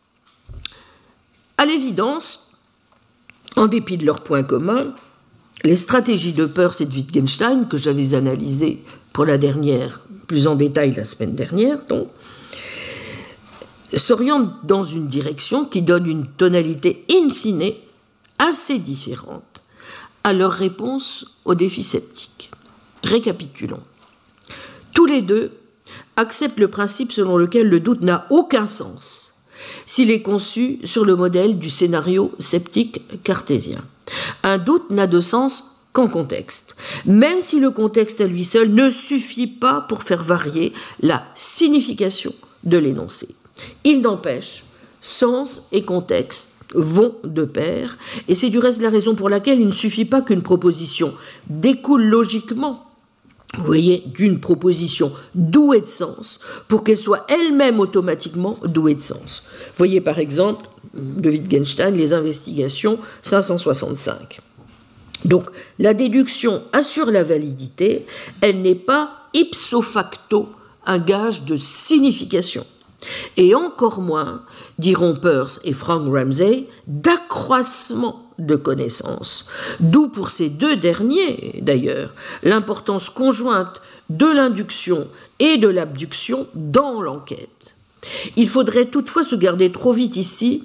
À l'évidence, en dépit de leurs points communs, les stratégies de Peirce et de Wittgenstein, que j'avais analysées pour la dernière, plus en détail la semaine dernière, donc, s'orientent dans une direction qui donne une tonalité in fine assez différente à leur réponse aux défis sceptiques. Récapitulons. Tous les deux acceptent le principe selon lequel le doute n'a aucun sens s'il est conçu sur le modèle du scénario sceptique cartésien. Un doute n'a de sens qu'en contexte, même si le contexte à lui seul ne suffit pas pour faire varier la signification de l'énoncé. Il n'empêche, sens et contexte vont de pair, et c'est du reste la raison pour laquelle il ne suffit pas qu'une proposition découle logiquement, vous voyez, d'une proposition douée de sens, pour qu'elle soit elle-même automatiquement douée de sens. Voyez par exemple, de Wittgenstein, les investigations 565. Donc, la déduction assure la validité, elle n'est pas ipso facto un gage de signification. Et encore moins, diront Peirce et Frank Ramsey, d'accroissement de connaissance. D'où pour ces deux derniers, d'ailleurs, l'importance conjointe de l'induction et de l'abduction dans l'enquête. Il faudrait toutefois se garder trop vite ici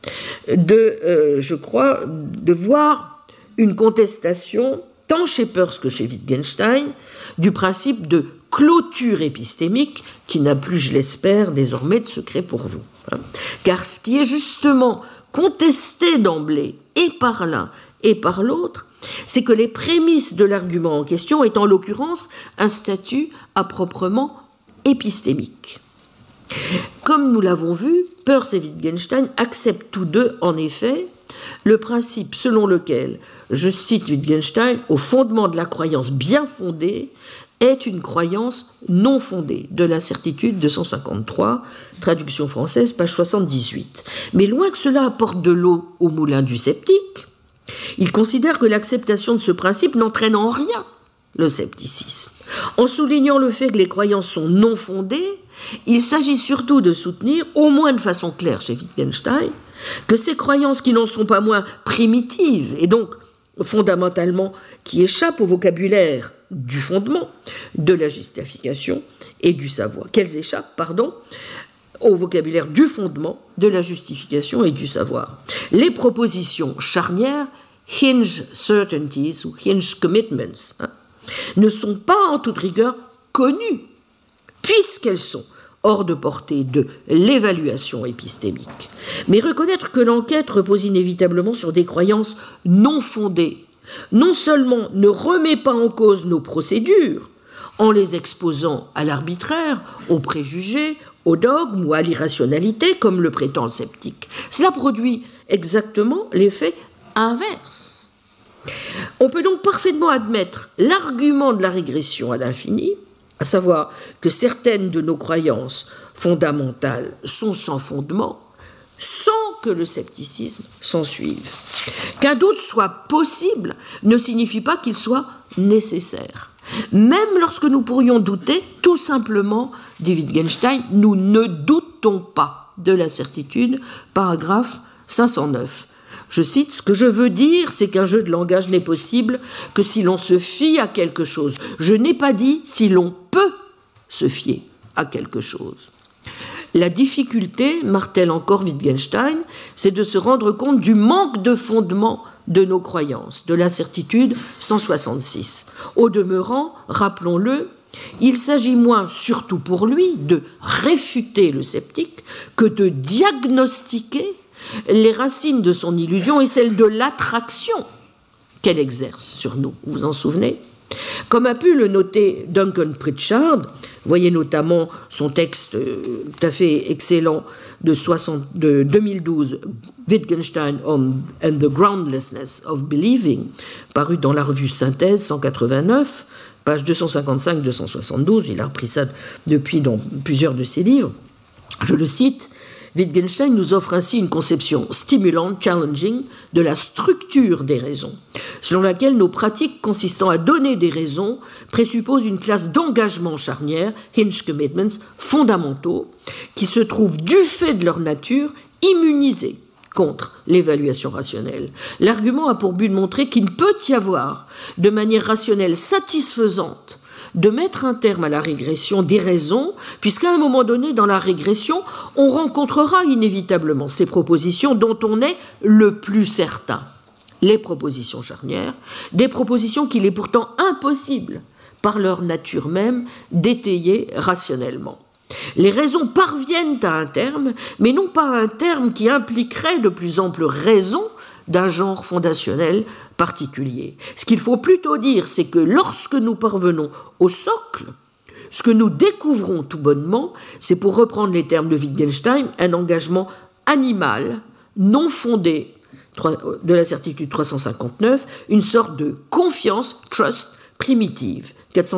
de voir une contestation, tant chez Peirce que chez Wittgenstein, du principe de clôture épistémique qui n'a plus, je l'espère, désormais de secret pour vous. Car ce qui est justement contesté d'emblée, et par l'un et par l'autre, c'est que les prémices de l'argument en question est en l'occurrence un statut à proprement épistémique. Comme nous l'avons vu, Peirce et Wittgenstein acceptent tous deux, en effet, le principe selon lequel, je cite Wittgenstein, au fondement de la croyance bien fondée est une croyance non fondée, de l'incertitude 253, traduction française, page 78. Mais loin que cela apporte de l'eau au moulin du sceptique, il considère que l'acceptation de ce principe n'entraîne en rien le scepticisme. En soulignant le fait que les croyances sont non fondées, il s'agit surtout de soutenir, au moins de façon claire chez Wittgenstein, que ces croyances qui n'en sont pas moins primitives et donc fondamentalement qui échappent au vocabulaire du fondement, de la justification et du savoir, qu'elles échappent, au vocabulaire du fondement, de la justification et du savoir. Les propositions charnières, hinge certainties ou hinge commitments, ne sont pas en toute rigueur connues, puisqu'elles sont hors de portée de l'évaluation épistémique. Mais reconnaître que l'enquête repose inévitablement sur des croyances non fondées, non seulement ne remet pas en cause nos procédures, en les exposant à l'arbitraire, aux préjugés, au dogme ou à l'irrationalité, comme le prétend le sceptique. Cela produit exactement l'effet inverse. On peut donc parfaitement admettre l'argument de la régression à l'infini, à savoir que certaines de nos croyances fondamentales sont sans fondement, sans que le scepticisme s'en suive. Qu'un doute soit possible ne signifie pas qu'il soit nécessaire. Même lorsque nous pourrions douter, tout simplement, dit Wittgenstein, nous ne doutons pas de la certitude, paragraphe 509. Je cite, « Ce que je veux dire, c'est qu'un jeu de langage n'est possible que si l'on se fie à quelque chose. Je n'ai pas dit si l'on peut se fier à quelque chose. » La difficulté, martèle encore Wittgenstein, c'est de se rendre compte du manque de fondement de nos croyances, de l'incertitude 166. Au demeurant, rappelons-le, il s'agit moins, surtout pour lui, de réfuter le sceptique que de diagnostiquer les racines de son illusion et celles de l'attraction qu'elle exerce sur nous. Vous vous en souvenez ? Comme a pu le noter Duncan Pritchard, voyez notamment son texte tout à fait excellent de 2012, Wittgenstein and the Groundlessness of Believing, paru dans la revue Synthèse 189, page 255-272, il a repris ça depuis dans plusieurs de ses livres. Je le cite, Wittgenstein nous offre ainsi une conception stimulante, challenging, de la structure des raisons, selon laquelle nos pratiques consistant à donner des raisons présupposent une classe d'engagement charnière, hinge commitments, fondamentaux, qui se trouvent du fait de leur nature immunisés contre l'évaluation rationnelle. L'argument a pour but de montrer qu'il ne peut y avoir de manière rationnelle satisfaisante de mettre un terme à la régression des raisons, puisqu'à un moment donné, dans la régression, on rencontrera inévitablement ces propositions dont on est le plus certain. Les propositions charnières, des propositions qu'il est pourtant impossible, par leur nature même, d'étayer rationnellement. Les raisons parviennent à un terme, mais non pas à un terme qui impliquerait de plus amples raisons d'un genre fondationnel particulier. Ce qu'il faut plutôt dire, c'est que lorsque nous parvenons au socle, ce que nous découvrons tout bonnement, c'est, pour reprendre les termes de Wittgenstein, un engagement animal, non fondé, de la certitude 359, une sorte de confiance, trust, primitive,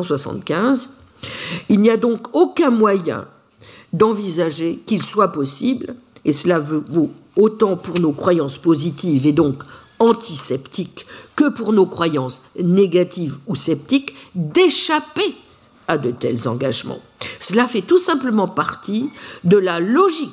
475. Il n'y a donc aucun moyen d'envisager qu'il soit possible, et cela vaut autant pour nos croyances positives et donc antisceptiques que pour nos croyances négatives ou sceptiques, d'échapper à de tels engagements. Cela fait tout simplement partie de la logique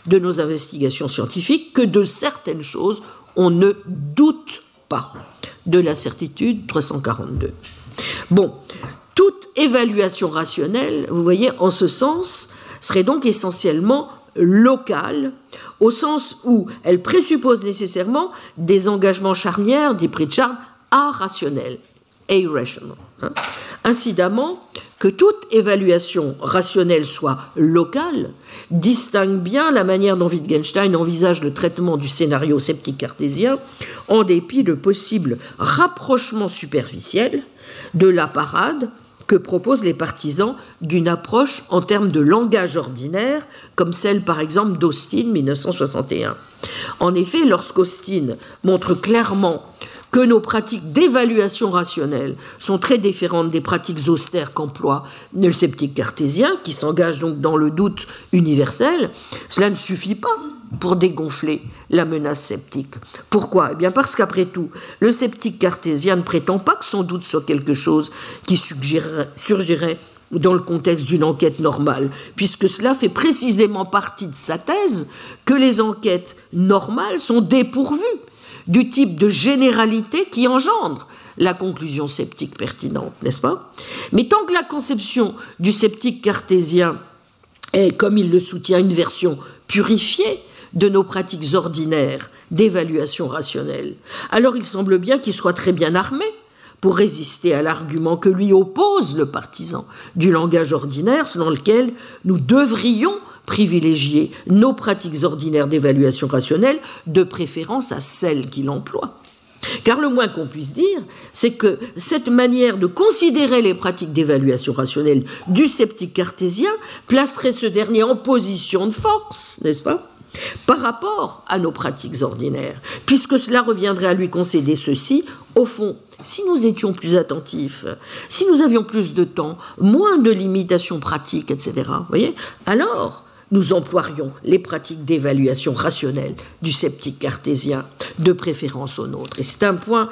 de nos investigations scientifiques que de certaines choses, on ne doute pas de la certitude 342. Bon, toute évaluation rationnelle, vous voyez, en ce sens, serait donc essentiellement locale, au sens où elle présuppose nécessairement des engagements charnières, dit Pritchard, arrationnels, irrational. Incidemment, que toute évaluation rationnelle soit locale distingue bien la manière dont Wittgenstein envisage le traitement du scénario sceptique cartésien, en dépit de possibles rapprochements superficiels de la parade que proposent les partisans d'une approche en termes de langage ordinaire, comme celle par exemple d'Austin, 1961. En effet, lorsqu'Austin montre clairement que nos pratiques d'évaluation rationnelle sont très différentes des pratiques austères qu'emploie le sceptique cartésien, qui s'engage donc dans le doute universel, cela ne suffit pas pour dégonfler la menace sceptique. Pourquoi ? Eh bien parce qu'après tout, le sceptique cartésien ne prétend pas que son doute soit quelque chose qui surgirait dans le contexte d'une enquête normale, puisque cela fait précisément partie de sa thèse que les enquêtes normales sont dépourvues du type de généralité qui engendre la conclusion sceptique pertinente, n'est-ce pas ? Mais tant que la conception du sceptique cartésien est, comme il le soutient, une version purifiée de nos pratiques ordinaires d'évaluation rationnelle, alors il semble bien qu'il soit très bien armé pour résister à l'argument que lui oppose le partisan du langage ordinaire, selon lequel nous devrions privilégier nos pratiques ordinaires d'évaluation rationnelle, de préférence à celles qu'il emploie. Car le moins qu'on puisse dire, c'est que cette manière de considérer les pratiques d'évaluation rationnelle du sceptique cartésien placerait ce dernier en position de force, n'est-ce pas ? Par rapport à nos pratiques ordinaires, puisque cela reviendrait à lui concéder ceci, au fond, si nous étions plus attentifs, si nous avions plus de temps, moins de limitations pratiques, etc., vous voyez, alors nous emploierions les pratiques d'évaluation rationnelle du sceptique cartésien, de préférence aux nôtres. Et c'est un point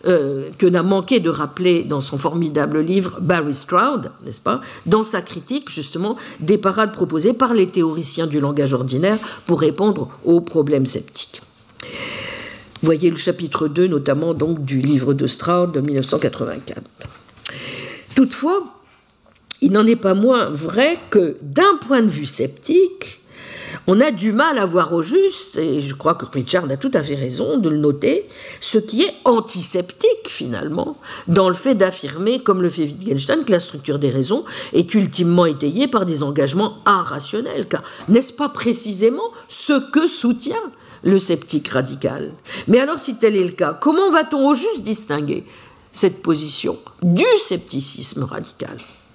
que n'a manqué de rappeler dans son formidable livre Barry Stroud, n'est-ce pas, dans sa critique justement des parades proposées par les théoriciens du langage ordinaire pour répondre aux problèmes sceptiques. Voyez le chapitre 2 notamment donc du livre de Stroud de 1984. Toutefois, il n'en est pas moins vrai que d'un point de vue sceptique, on a du mal à voir au juste, et je crois que Pritchard a tout à fait raison de le noter, ce qui est antisceptique finalement, dans le fait d'affirmer, comme le fait Wittgenstein, que la structure des raisons est ultimement étayée par des engagements irrationnels, car n'est-ce pas précisément ce que soutient le sceptique radical ? Mais alors si tel est le cas, comment va-t-on au juste distinguer cette position du scepticisme radical ?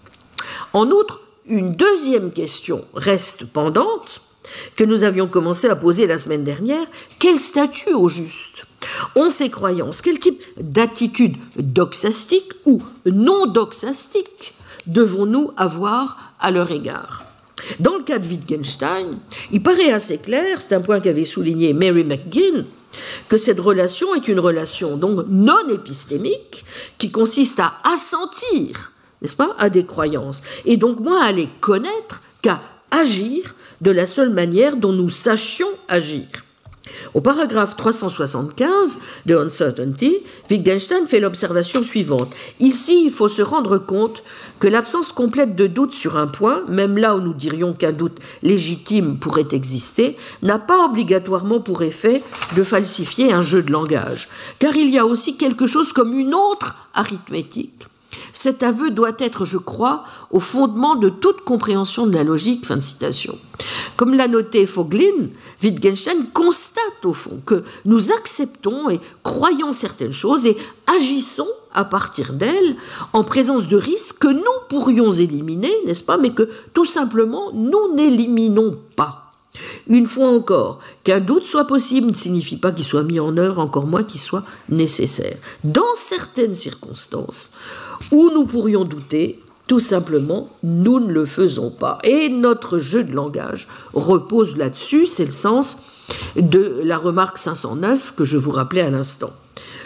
En outre, une deuxième question reste pendante, que nous avions commencé à poser la semaine dernière. Quel statut au juste ont ces croyances ? Quel type d'attitude doxastique ou non doxastique devons-nous avoir à leur égard ? Dans le cas de Wittgenstein, il paraît assez clair, c'est un point qu'avait souligné Mary McGinn, que cette relation est une relation donc non épistémique qui consiste à assentir, n'est-ce pas, à des croyances, et donc moins à les connaître qu'à agir de la seule manière dont nous sachions agir. Au paragraphe 375 de Uncertainty, Wittgenstein fait l'observation suivante. Ici, il faut se rendre compte que l'absence complète de doute sur un point, même là où nous dirions qu'un doute légitime pourrait exister, n'a pas obligatoirement pour effet de falsifier un jeu de langage, car il y a aussi quelque chose comme une autre arithmétique. Cet aveu doit être, je crois, au fondement de toute compréhension de la logique. Fin de citation. Comme l'a noté Voegelin, Wittgenstein constate au fond que nous acceptons et croyons certaines choses et agissons à partir d'elles en présence de risques que nous pourrions éliminer, n'est-ce pas, mais que tout simplement nous n'éliminons pas. Une fois encore, qu'un doute soit possible ne signifie pas qu'il soit mis en œuvre, encore moins qu'il soit nécessaire. Dans certaines circonstances où nous pourrions douter, tout simplement, nous ne le faisons pas. Et notre jeu de langage repose là-dessus, c'est le sens de la remarque 509 que je vous rappelais à l'instant.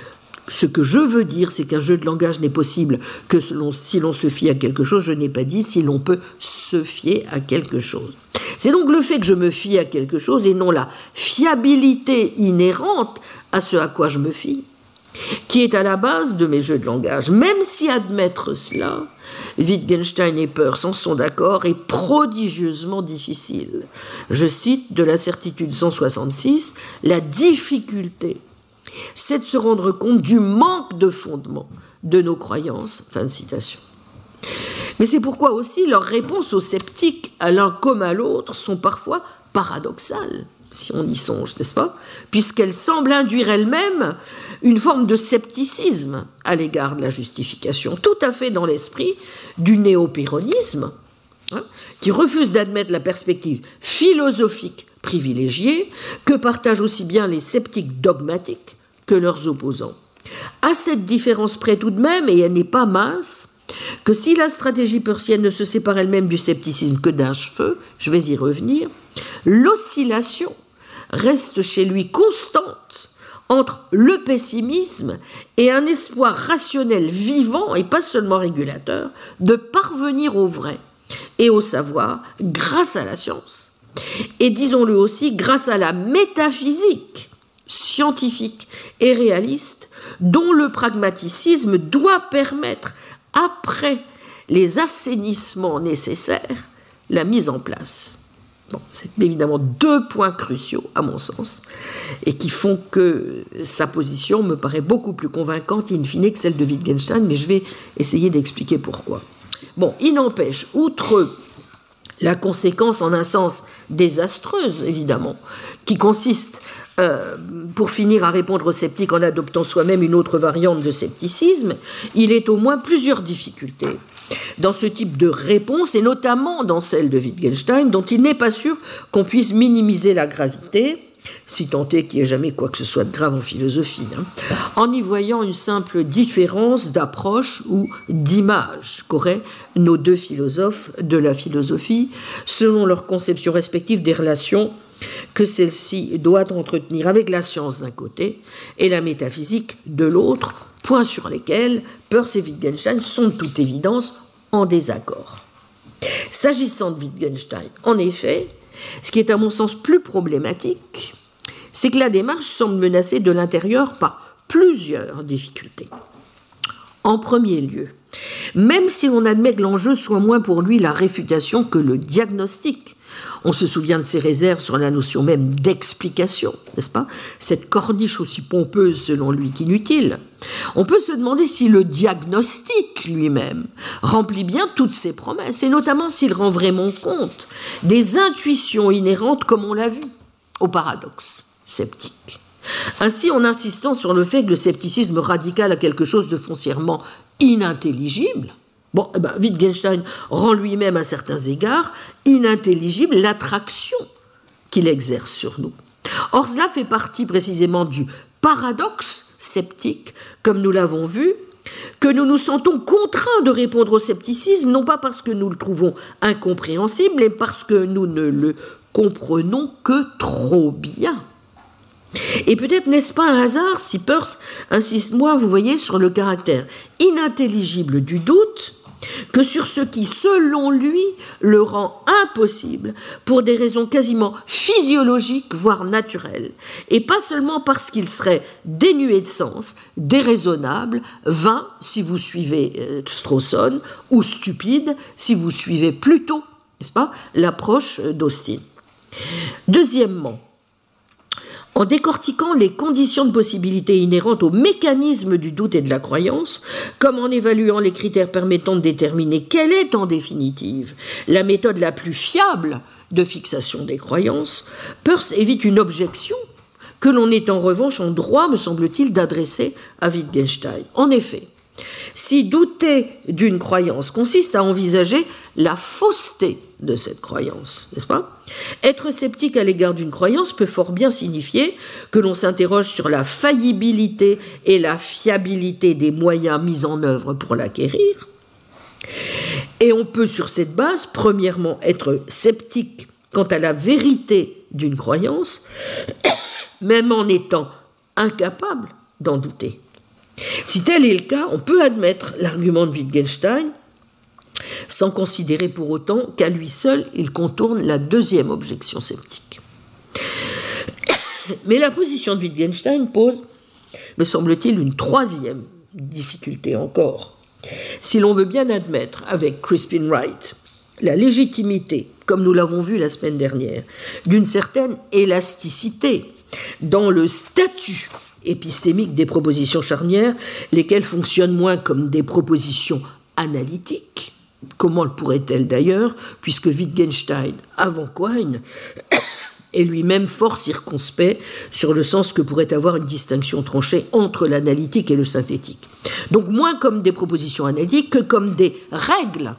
Ce que je veux dire, c'est qu'un jeu de langage n'est possible que si l'on se fie à quelque chose. Je n'ai pas dit si l'on peut se fier à quelque chose. C'est donc le fait que je me fie à quelque chose et non la fiabilité inhérente à ce à quoi je me fie qui est à la base de mes jeux de langage. Même si admettre cela, Wittgenstein et Peirce en sont d'accord, est prodigieusement difficile. Je cite de la certitude 166, la difficulté, c'est de se rendre compte du manque de fondement de nos croyances. Fin de citation. Mais c'est pourquoi aussi leurs réponses aux sceptiques, à l'un comme à l'autre, sont parfois paradoxales, si on y songe, n'est-ce pas? Puisqu'elles semblent induire elles-mêmes une forme de scepticisme à l'égard de la justification, tout à fait dans l'esprit du néo-pyrrhonisme, qui refuse d'admettre la perspective philosophique privilégiée que partagent aussi bien les sceptiques dogmatiques que leurs opposants. À cette différence près tout de même, et elle n'est pas mince, que si la stratégie peircienne ne se sépare elle-même du scepticisme que d'un cheveu, je vais y revenir, l'oscillation reste chez lui constante entre le pessimisme et un espoir rationnel vivant et pas seulement régulateur de parvenir au vrai et au savoir grâce à la science et disons-le aussi grâce à la métaphysique scientifique et réaliste dont le pragmatisme doit permettre après les assainissements nécessaires la mise en place. Bon, c'est évidemment deux points cruciaux, à mon sens, et qui font que sa position me paraît beaucoup plus convaincante, in fine, que celle de Wittgenstein, mais je vais essayer d'expliquer pourquoi. Bon, il n'empêche, outre la conséquence en un sens désastreuse, évidemment, qui consiste, pour finir, à répondre aux sceptiques en adoptant soi-même une autre variante de scepticisme, il est au moins plusieurs difficultés dans ce type de réponse, et notamment dans celle de Wittgenstein, dont il n'est pas sûr qu'on puisse minimiser la gravité, si tant est qu'il n'y ait jamais quoi que ce soit de grave en philosophie, en y voyant une simple différence d'approche ou d'image qu'auraient nos deux philosophes de la philosophie, selon leur conception respective des relations que celle-ci doit entretenir avec la science d'un côté et la métaphysique de l'autre, points sur lesquels Peirce et Wittgenstein sont de toute évidence en désaccord. S'agissant de Wittgenstein, en effet, ce qui est à mon sens plus problématique, c'est que la démarche semble menacée de l'intérieur par plusieurs difficultés. En premier lieu, même si l'on admet que l'enjeu soit moins pour lui la réfutation que le diagnostic, on se souvient de ses réserves sur la notion même d'explication, n'est-ce pas? Cette corniche aussi pompeuse selon lui qu'inutile. On peut se demander si le diagnostic lui-même remplit bien toutes ses promesses, et notamment s'il rend vraiment compte des intuitions inhérentes, comme on l'a vu, au paradoxe sceptique. Ainsi, en insistant sur le fait que le scepticisme radical a quelque chose de foncièrement inintelligible, Wittgenstein rend lui-même à certains égards inintelligible l'attraction qu'il exerce sur nous. Or, cela fait partie précisément du paradoxe sceptique, comme nous l'avons vu, que nous nous sentons contraints de répondre au scepticisme, non pas parce que nous le trouvons incompréhensible, mais parce que nous ne le comprenons que trop bien. Et peut-être n'est-ce pas un hasard si Peirce insiste moins, vous voyez, sur le caractère inintelligible du doute que sur ce qui, selon lui, le rend impossible pour des raisons quasiment physiologiques, voire naturelles, et pas seulement parce qu'il serait dénué de sens, déraisonnable, vain si vous suivez Strawson, ou stupide si vous suivez plutôt, n'est-ce pas, l'approche d'Austin. Deuxièmement, en décortiquant les conditions de possibilité inhérentes au mécanisme du doute et de la croyance, comme en évaluant les critères permettant de déterminer quelle est en définitive la méthode la plus fiable de fixation des croyances, Peirce évite une objection que l'on est en revanche en droit, me semble-t-il, d'adresser à Wittgenstein. En effet, si douter d'une croyance consiste à envisager la fausseté de cette croyance, n'est-ce pas? Être sceptique à l'égard d'une croyance peut fort bien signifier que l'on s'interroge sur la faillibilité et la fiabilité des moyens mis en œuvre pour l'acquérir. Et on peut, sur cette base, premièrement être sceptique quant à la vérité d'une croyance, même en étant incapable d'en douter. Si tel est le cas, on peut admettre l'argument de Wittgenstein, sans considérer pour autant qu'à lui seul, il contourne la deuxième objection sceptique. Mais la position de Wittgenstein pose, me semble-t-il, une troisième difficulté encore. Si l'on veut bien admettre, avec Crispin Wright, la légitimité, comme nous l'avons vu la semaine dernière, d'une certaine élasticité dans le statut épistémique des propositions charnières, lesquelles fonctionnent moins comme des propositions analytiques. Comment le pourrait-elle d'ailleurs, puisque Wittgenstein, avant Quine, est lui-même fort circonspect sur le sens que pourrait avoir une distinction tranchée entre l'analytique et le synthétique. Donc moins comme des propositions analytiques que comme des règles,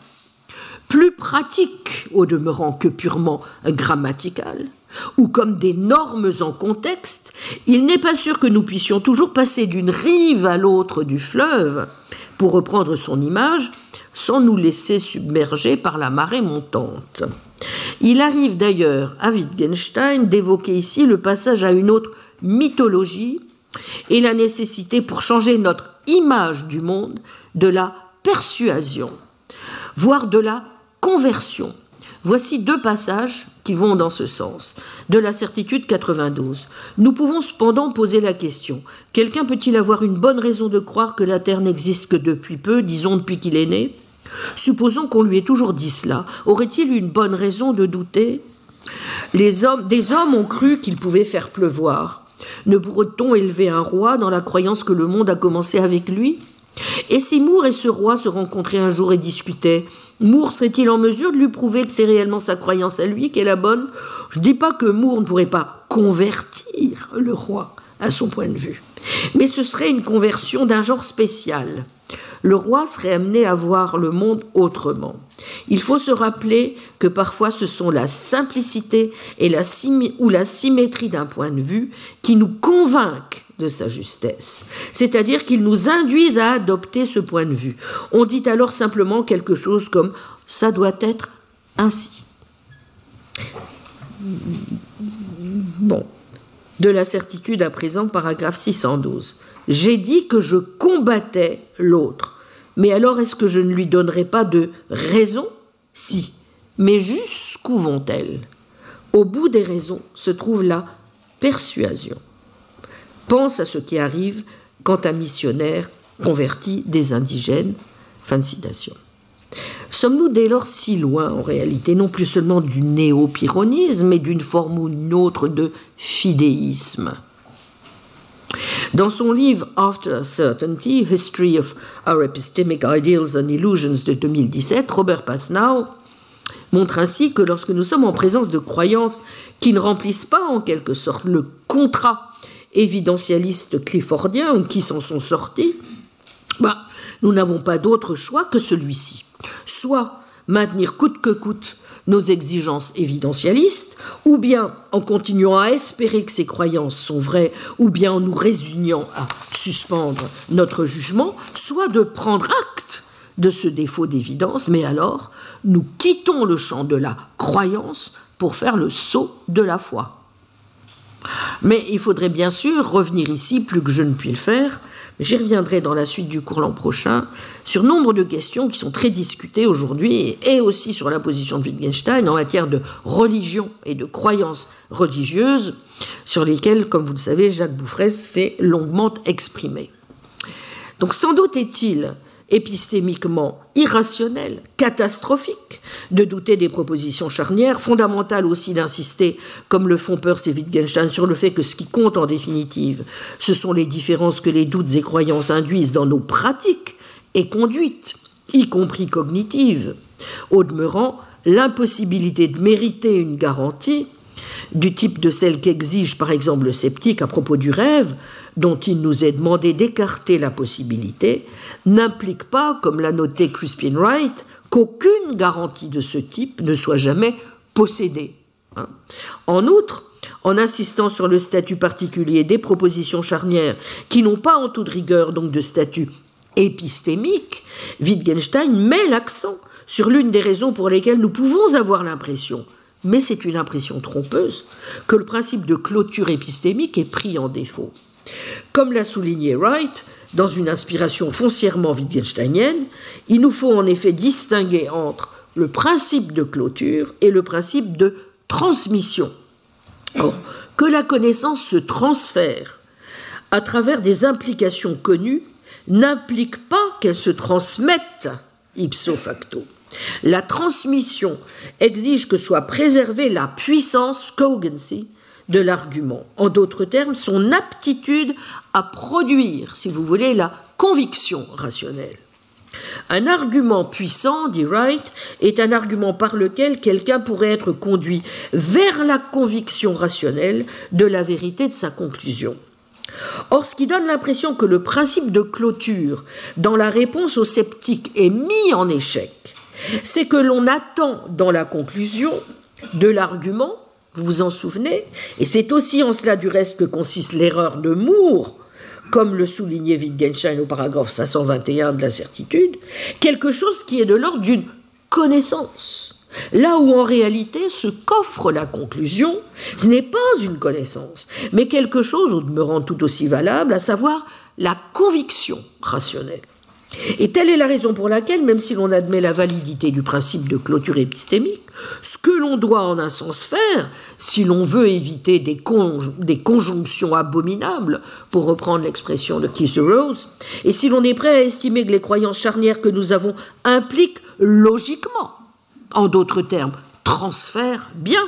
plus pratiques au demeurant que purement grammaticales, ou comme des normes en contexte, il n'est pas sûr que nous puissions toujours passer d'une rive à l'autre du fleuve, pour reprendre son image, sans nous laisser submerger par la marée montante. Il arrive d'ailleurs à Wittgenstein d'évoquer ici le passage à une autre mythologie et la nécessité pour changer notre image du monde de la persuasion, voire de la conversion. Voici deux passages qui vont dans ce sens. De la certitude 92. Nous pouvons cependant poser la question. Quelqu'un peut-il avoir une bonne raison de croire que la Terre n'existe que depuis peu, disons depuis qu'il est né ? Supposons qu'on lui ait toujours dit cela. Aurait-il une bonne raison de douter ? Des hommes ont cru qu'il pouvait faire pleuvoir. Ne pourrait-on élever un roi dans la croyance que le monde a commencé avec lui ? Et si Moore et ce roi se rencontraient un jour et discutaient, Moore serait-il en mesure de lui prouver que c'est réellement sa croyance à lui qui est la bonne ? Je ne dis pas que Moore ne pourrait pas convertir le roi à son point de vue, mais ce serait une conversion d'un genre spécial. Le roi serait amené à voir le monde autrement. Il faut se rappeler que parfois ce sont la simplicité et ou la symétrie d'un point de vue qui nous convainquent de sa justesse, c'est-à-dire qu'ils nous induisent à adopter ce point de vue. On dit alors simplement quelque chose comme « ça doit être ainsi ». Bon, de la certitude à présent, paragraphe 612. J'ai dit que je combattais l'autre, mais alors est-ce que je ne lui donnerai pas de raison ? Si, mais jusqu'où vont-elles ? Au bout des raisons se trouve la persuasion. Pense à ce qui arrive quand un missionnaire convertit des indigènes. Fin de citation. Sommes-nous dès lors si loin, en réalité, non plus seulement du néo-pyrrhonisme, mais d'une forme ou une autre de fidéisme ? Dans son livre After Certainty, History of Our Epistemic Ideals and Illusions de 2017, Robert Pasnow montre ainsi que lorsque nous sommes en présence de croyances qui ne remplissent pas en quelque sorte le contrat évidentialistes cliffordiens ou qui s'en sont sortis, nous n'avons pas d'autre choix que celui-ci. Soit maintenir coûte que coûte nos exigences évidentialistes, ou bien en continuant à espérer que ces croyances sont vraies, ou bien en nous résignant à suspendre notre jugement, soit de prendre acte de ce défaut d'évidence, mais alors nous quittons le champ de la croyance pour faire le saut de la foi. Mais il faudrait bien sûr revenir ici, plus que je ne puis le faire, j'y reviendrai dans la suite du cours l'an prochain, sur nombre de questions qui sont très discutées aujourd'hui, et aussi sur la position de Wittgenstein en matière de religion et de croyances religieuses, sur lesquelles, comme vous le savez, Jacques Bouffresse s'est longuement exprimé. Donc sans doute est-il épistémiquement irrationnel, catastrophique, de douter des propositions charnières, fondamental aussi d'insister, comme le font Peirce et Wittgenstein, sur le fait que ce qui compte en définitive, ce sont les différences que les doutes et croyances induisent dans nos pratiques et conduites, y compris cognitives. Au demeurant, l'impossibilité de mériter une garantie, du type de celle qu'exige par exemple le sceptique à propos du rêve, dont il nous est demandé d'écarter la possibilité, n'implique pas, comme l'a noté Crispin Wright, qu'aucune garantie de ce type ne soit jamais possédée. En outre, en insistant sur le statut particulier des propositions charnières qui n'ont pas en toute rigueur donc de statut épistémique, Wittgenstein met l'accent sur l'une des raisons pour lesquelles nous pouvons avoir l'impression, mais c'est une impression trompeuse, que le principe de clôture épistémique est pris en défaut. Comme l'a souligné Wright, dans une inspiration foncièrement wittgensteinienne, il nous faut en effet distinguer entre le principe de clôture et le principe de transmission. Or, que la connaissance se transfère à travers des implications connues n'implique pas qu'elle se transmette ipso facto. La transmission exige que soit préservée la puissance, cogency, de l'argument. En d'autres termes, son aptitude à produire, si vous voulez, la conviction rationnelle. Un argument puissant, dit Wright, est un argument par lequel quelqu'un pourrait être conduit vers la conviction rationnelle de la vérité de sa conclusion. Or, ce qui donne l'impression que le principe de clôture dans la réponse aux sceptiques est mis en échec, c'est que l'on attend dans la conclusion de l'argument, vous vous en souvenez, et c'est aussi en cela du reste que consiste l'erreur de Moore, comme le soulignait Wittgenstein au paragraphe 521 de la certitude, quelque chose qui est de l'ordre d'une connaissance. Là où en réalité ce qu'offre la conclusion, ce n'est pas une connaissance, mais quelque chose au demeurant tout aussi valable, à savoir la conviction rationnelle. Et telle est la raison pour laquelle, même si l'on admet la validité du principe de clôture épistémique, ce que l'on doit en un sens faire, si l'on veut éviter des conjonctions abominables, pour reprendre l'expression de Keith Rose, et si l'on est prêt à estimer que les croyances charnières que nous avons impliquent logiquement, en d'autres termes, transfèrent bien,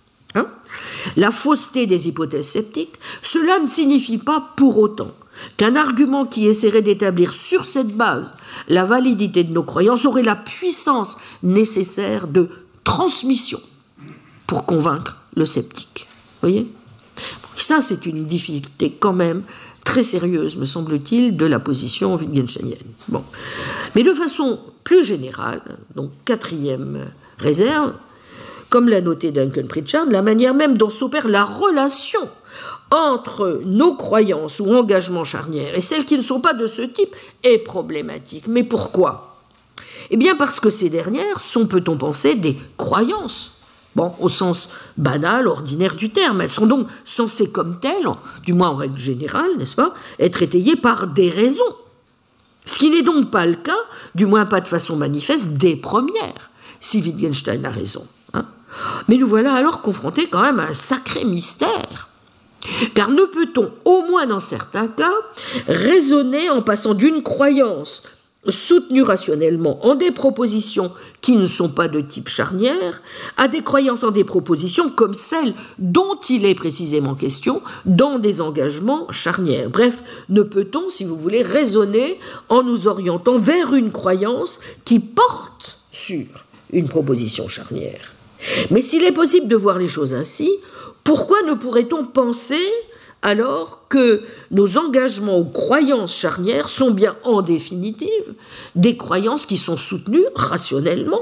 la fausseté des hypothèses sceptiques, cela ne signifie pas pour autant qu'un argument qui essaierait d'établir sur cette base la validité de nos croyances aurait la puissance nécessaire de transmission pour convaincre le sceptique. Vous voyez ? Ça, c'est une difficulté quand même très sérieuse, me semble-t-il, de la position wittgensteinienne. Bon. Mais de façon plus générale, donc quatrième réserve, comme l'a noté Duncan Pritchard, la manière même dont s'opère la relation entre nos croyances ou engagements charnières et celles qui ne sont pas de ce type est problématique. Mais pourquoi ? Eh bien parce que ces dernières sont, peut-on penser, des croyances. Bon, au sens banal, ordinaire du terme. Elles sont donc censées comme telles, du moins en règle générale, n'est-ce pas, être étayées par des raisons. Ce qui n'est donc pas le cas, du moins pas de façon manifeste, des premières, si Wittgenstein a raison. Mais nous voilà alors confrontés quand même à un sacré mystère. Car ne peut-on, au moins dans certains cas, raisonner en passant d'une croyance soutenue rationnellement en des propositions qui ne sont pas de type charnière, à des croyances en des propositions comme celles dont il est précisément question dans des engagements charnières. Bref, ne peut-on, si vous voulez, raisonner en nous orientant vers une croyance qui porte sur une proposition charnière. Mais s'il est possible de voir les choses ainsi, pourquoi ne pourrait-on penser alors que nos engagements ou croyances charnières sont bien en définitive des croyances qui sont soutenues rationnellement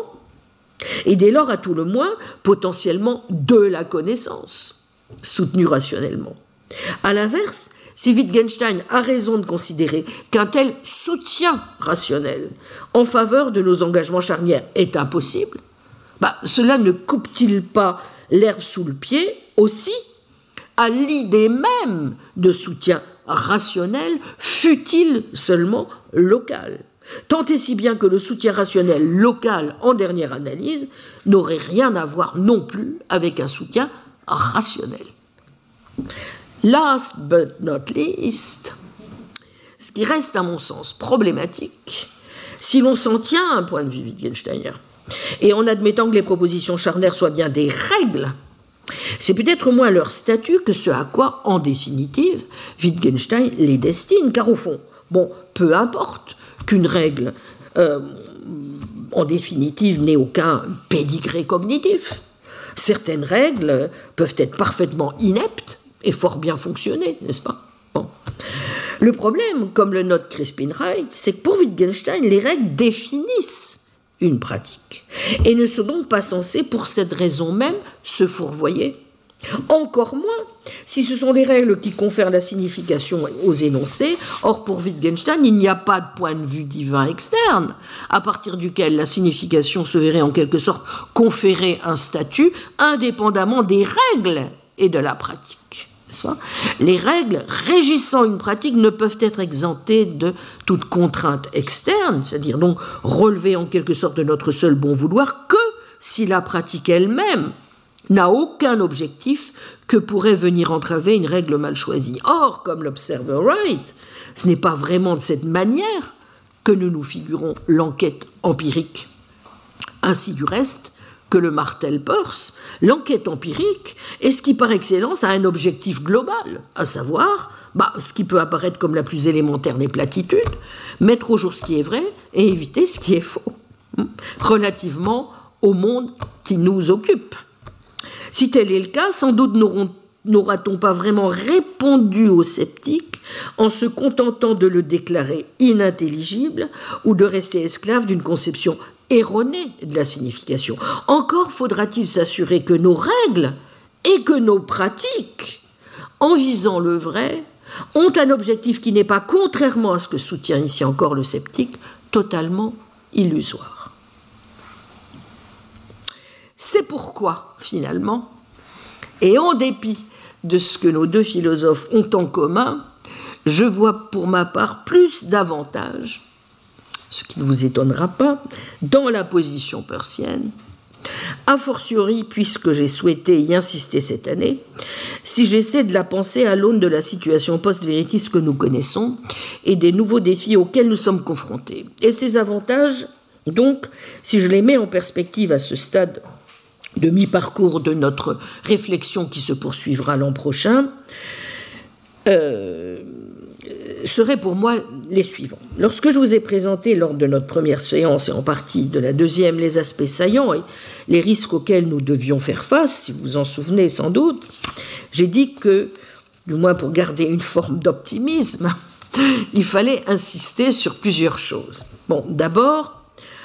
et dès lors à tout le moins potentiellement de la connaissance soutenue rationnellement. A l'inverse, si Wittgenstein a raison de considérer qu'un tel soutien rationnel en faveur de nos engagements charnières est impossible, cela ne coupe-t-il pas l'herbe sous le pied aussi à l'idée même de soutien rationnel, fût-il seulement local. Tant et si bien que le soutien rationnel local, en dernière analyse, n'aurait rien à voir non plus avec un soutien rationnel. Last but not least, ce qui reste à mon sens problématique, si l'on s'en tient à un point de vue wittgensteinien, et en admettant que les propositions charnières soient bien des règles, c'est peut-être moins leur statut que ce à quoi, en définitive, Wittgenstein les destine, car au fond, peu importe qu'une règle, en définitive, n'ait aucun pédigré cognitif. Certaines règles peuvent être parfaitement ineptes et fort bien fonctionner, n'est-ce pas ? Le problème, comme le note Crispin Wright, c'est que pour Wittgenstein, les règles définissent une pratique, et ne sont donc pas censés, pour cette raison même, se fourvoyer. Encore moins si ce sont les règles qui confèrent la signification aux énoncés. Or, pour Wittgenstein, il n'y a pas de point de vue divin externe, à partir duquel la signification se verrait en quelque sorte conférer un statut indépendamment des règles et de la pratique. n'est-ce pas ? Les règles régissant une pratique ne peuvent être exemptées de toute contrainte externe, c'est-à-dire donc relevées en quelque sorte de notre seul bon vouloir, que si la pratique elle-même n'a aucun objectif que pourrait venir entraver une règle mal choisie. Or, comme l'observe Wright, ce n'est pas vraiment de cette manière que nous nous figurons l'enquête empirique. Ainsi du reste que le martèle Peirce, l'enquête empirique est ce qui par excellence a un objectif global, à savoir ce qui peut apparaître comme la plus élémentaire des platitudes, mettre au jour ce qui est vrai et éviter ce qui est faux, relativement au monde qui nous occupe. Si tel est le cas, sans doute n'aura-t-on pas vraiment répondu aux sceptiques en se contentant de le déclarer inintelligible ou de rester esclave d'une conception erronée de la signification. Encore faudra-t-il s'assurer que nos règles et que nos pratiques, en visant le vrai, ont un objectif qui n'est pas, contrairement à ce que soutient ici encore le sceptique, totalement illusoire. C'est pourquoi, finalement, et en dépit de ce que nos deux philosophes ont en commun, je vois pour ma part plus d'avantages, ce qui ne vous étonnera pas, dans la position peircienne, a fortiori, puisque j'ai souhaité y insister cette année, si j'essaie de la penser à l'aune de la situation post-véritiste que nous connaissons et des nouveaux défis auxquels nous sommes confrontés. Et ces avantages, donc, si je les mets en perspective à ce stade de mi-parcours de notre réflexion qui se poursuivra l'an prochain, seraient pour moi les suivants. Lorsque je vous ai présenté lors de notre première séance et en partie de la deuxième les aspects saillants et les risques auxquels nous devions faire face, si vous vous en souvenez sans doute, j'ai dit que, du moins pour garder une forme d'optimisme, il fallait insister sur plusieurs choses. D'abord,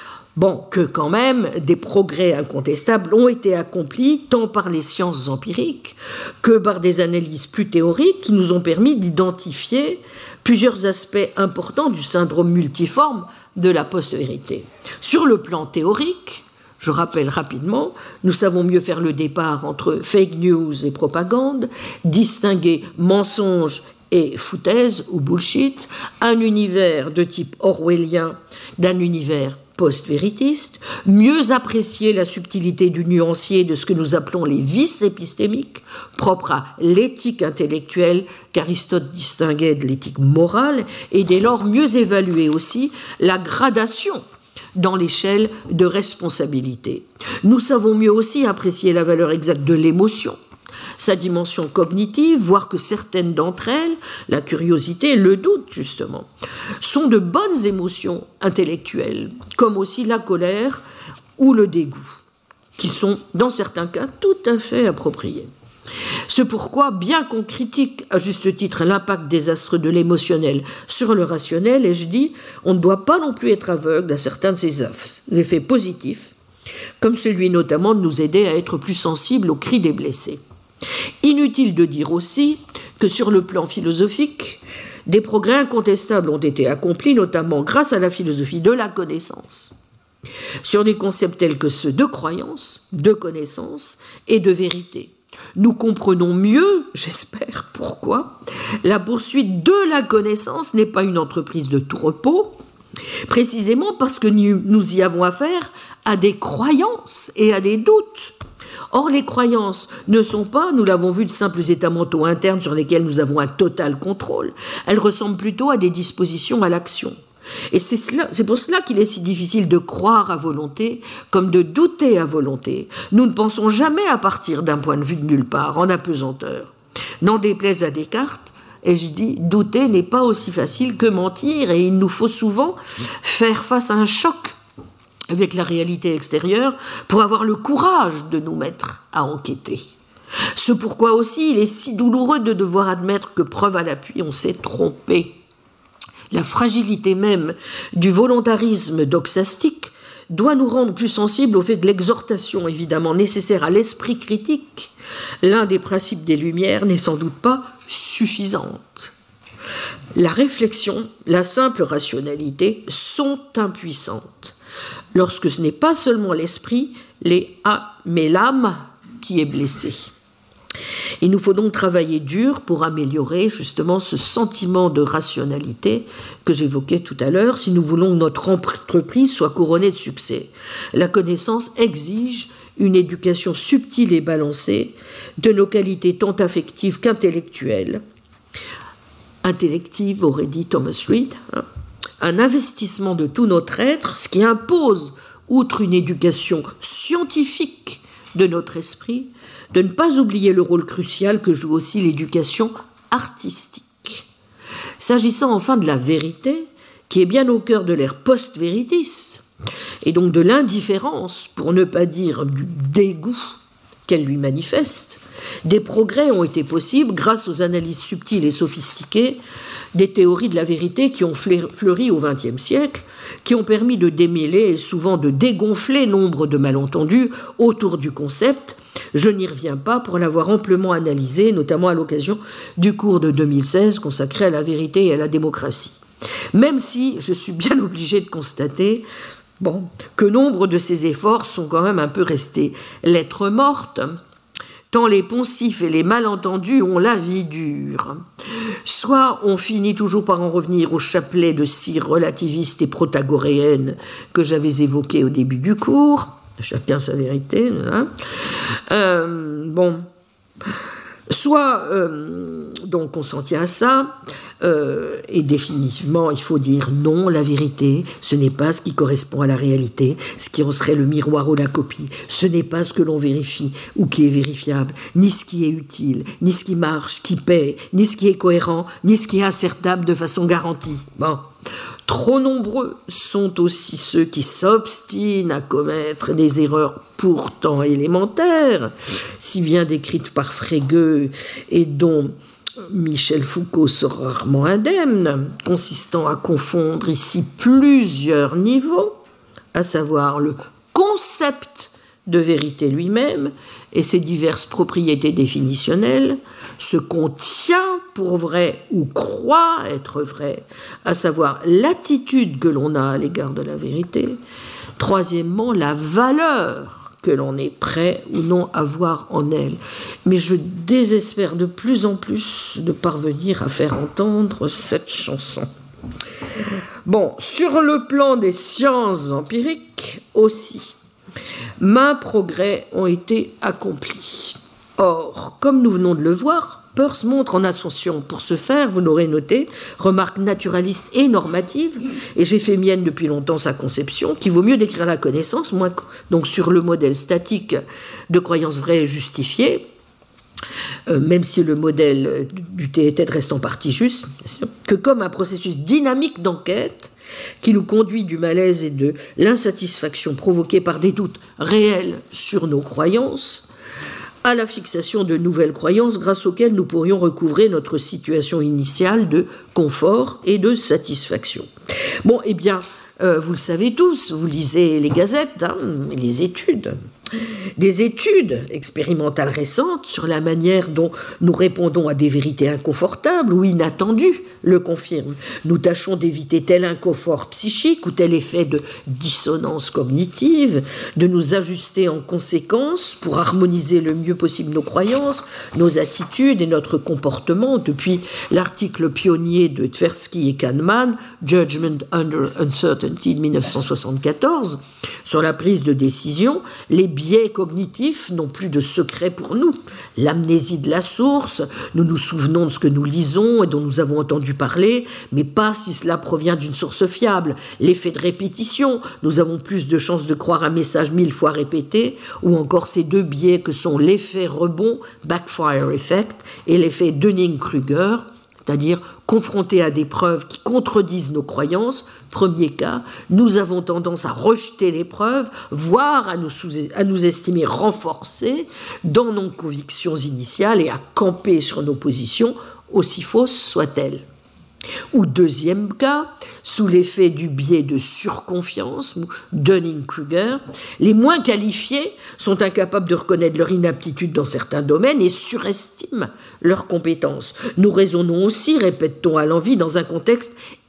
que quand même des progrès incontestables ont été accomplis tant par les sciences empiriques que par des analyses plus théoriques qui nous ont permis d'identifier plusieurs aspects importants du syndrome multiforme de la post-vérité. Sur le plan théorique, je rappelle rapidement, nous savons mieux faire le départ entre fake news et propagande, distinguer mensonge et foutaise ou bullshit, un univers de type orwellien d'un univers post-véritiste, mieux apprécier la subtilité du nuancier de ce que nous appelons les vices épistémiques, propres à l'éthique intellectuelle qu'Aristote distinguait de l'éthique morale, et dès lors mieux évaluer aussi la gradation dans l'échelle de responsabilité. Nous savons mieux aussi apprécier la valeur exacte de l'émotion, sa dimension cognitive, voire que certaines d'entre elles, la curiosité, le doute justement, sont de bonnes émotions intellectuelles, comme aussi la colère ou le dégoût, qui sont dans certains cas tout à fait appropriés. C'est pourquoi, bien qu'on critique à juste titre l'impact désastreux de l'émotionnel sur le rationnel, et je dis, on ne doit pas non plus être aveugle à certains de ces effets positifs, comme celui notamment de nous aider à être plus sensibles aux cris des blessés. Inutile de dire aussi que sur le plan philosophique, des progrès incontestables ont été accomplis, notamment grâce à la philosophie de la connaissance, sur des concepts tels que ceux de croyance, de connaissance et de vérité. Nous comprenons mieux, j'espère, pourquoi la poursuite de la connaissance n'est pas une entreprise de tout repos, précisément parce que nous y avons affaire à des croyances et à des doutes. Or, les croyances ne sont pas, nous l'avons vu, de simples états mentaux internes sur lesquels nous avons un total contrôle. Elles ressemblent plutôt à des dispositions à l'action. Et c'est pour cela qu'il est si difficile de croire à volonté comme de douter à volonté. Nous ne pensons jamais à partir d'un point de vue de nulle part, en apesanteur. N'en déplaise à Descartes, et je dis, douter n'est pas aussi facile que mentir, et il nous faut souvent faire face à un choc avec la réalité extérieure pour avoir le courage de nous mettre à enquêter. C'est pourquoi aussi il est si douloureux de devoir admettre que, preuve à l'appui, on s'est trompé. La fragilité même du volontarisme doxastique doit nous rendre plus sensibles au fait que l'exhortation, évidemment nécessaire à l'esprit critique, l'un des principes des Lumières, n'est sans doute pas suffisante. La réflexion, la simple rationalité sont impuissantes lorsque ce n'est pas seulement l'esprit, mais l'âme qui est blessée. Il nous faut donc travailler dur pour améliorer justement ce sentiment de rationalité que j'évoquais tout à l'heure, si nous voulons que notre entreprise soit couronnée de succès. La connaissance exige une éducation subtile et balancée de nos qualités tant affectives qu'intellectuelles. Intellective, aurait dit Thomas Reid, un investissement de tout notre être, ce qui impose, outre une éducation scientifique de notre esprit, de ne pas oublier le rôle crucial que joue aussi l'éducation artistique. S'agissant enfin de la vérité, qui est bien au cœur de l'ère post-véritiste, et donc de l'indifférence, pour ne pas dire du dégoût qu'elle lui manifeste, des progrès ont été possibles grâce aux analyses subtiles et sophistiquées des théories de la vérité qui ont fleuri au XXe siècle, qui ont permis de démêler et souvent de dégonfler nombre de malentendus autour du concept. Je n'y reviens pas pour l'avoir amplement analysé, notamment à l'occasion du cours de 2016 consacré à la vérité et à la démocratie. Même si je suis bien obligée de constater que nombre de ces efforts sont quand même un peu restés lettres mortes, tant les poncifs et les malentendus ont la vie dure. Soit on finit toujours par en revenir au chapelet de cire relativiste et protagoréenne que j'avais évoqué au début du cours, chacun sa vérité, soit donc on s'en tient à ça, et définitivement il faut dire non, la vérité ce n'est pas ce qui correspond à la réalité, ce qui en serait le miroir ou la copie, ce n'est pas ce que l'on vérifie ou qui est vérifiable, ni ce qui est utile, ni ce qui marche, qui paie, ni ce qui est cohérent, ni ce qui est incertable de façon garantie. Trop nombreux sont aussi ceux qui s'obstinent à commettre des erreurs pourtant élémentaires, si bien décrites par Frege et dont Michel Foucault sort rarement indemne, consistant à confondre ici plusieurs niveaux, à savoir le concept de vérité lui-même et ses diverses propriétés définitionnelles, ce qu'on tient pour vrai ou croit être vrai, à savoir l'attitude que l'on a à l'égard de la vérité. Troisièmement, la valeur que l'on est prêt ou non à voir en elle. Mais je désespère de plus en plus de parvenir à faire entendre cette chanson. Sur le plan des sciences empiriques aussi, maints progrès ont été accomplis. Or, comme nous venons de le voir, Peirce montre en ascension pour ce faire, vous l'aurez noté, remarque naturaliste et normative, et j'ai fait mienne depuis longtemps sa conception, qu'il vaut mieux décrire la connaissance, donc sur le modèle statique de croyances vraies et justifiées, même si le modèle du TET reste en partie juste, que comme un processus dynamique d'enquête qui nous conduit du malaise et de l'insatisfaction provoquée par des doutes réels sur nos croyances, à la fixation de nouvelles croyances grâce auxquelles nous pourrions recouvrer notre situation initiale de confort et de satisfaction. Vous le savez tous, vous lisez les gazettes, les études. Des études expérimentales récentes sur la manière dont nous répondons à des vérités inconfortables ou inattendues le confirment. Nous tâchons d'éviter tel inconfort psychique ou tel effet de dissonance cognitive, de nous ajuster en conséquence pour harmoniser le mieux possible nos croyances, nos attitudes et notre comportement. Depuis l'article pionnier de Tversky et Kahneman, Judgment Under Uncertainty de 1974, sur la prise de décision, les biais cognitifs n'ont plus de secret pour nous. L'amnésie de la source, nous nous souvenons de ce que nous lisons et dont nous avons entendu parler, mais pas si cela provient d'une source fiable. L'effet de répétition, nous avons plus de chances de croire un message 1000 fois répété, ou encore ces deux biais que sont l'effet rebond, backfire effect, et l'effet Dunning-Kruger, c'est-à-dire confrontés à des preuves qui contredisent nos croyances. Premier cas, nous avons tendance à rejeter les preuves, voire à nous estimer renforcés dans nos convictions initiales et à camper sur nos positions, aussi fausses soient-elles. Ou deuxième cas, sous l'effet du biais de surconfiance, ou Dunning-Kruger, les moins qualifiés sont incapables de reconnaître leur inaptitude dans certains domaines et surestiment leurs compétences. Nous raisonnons aussi, répète-t-on à l'envi, dans un contexte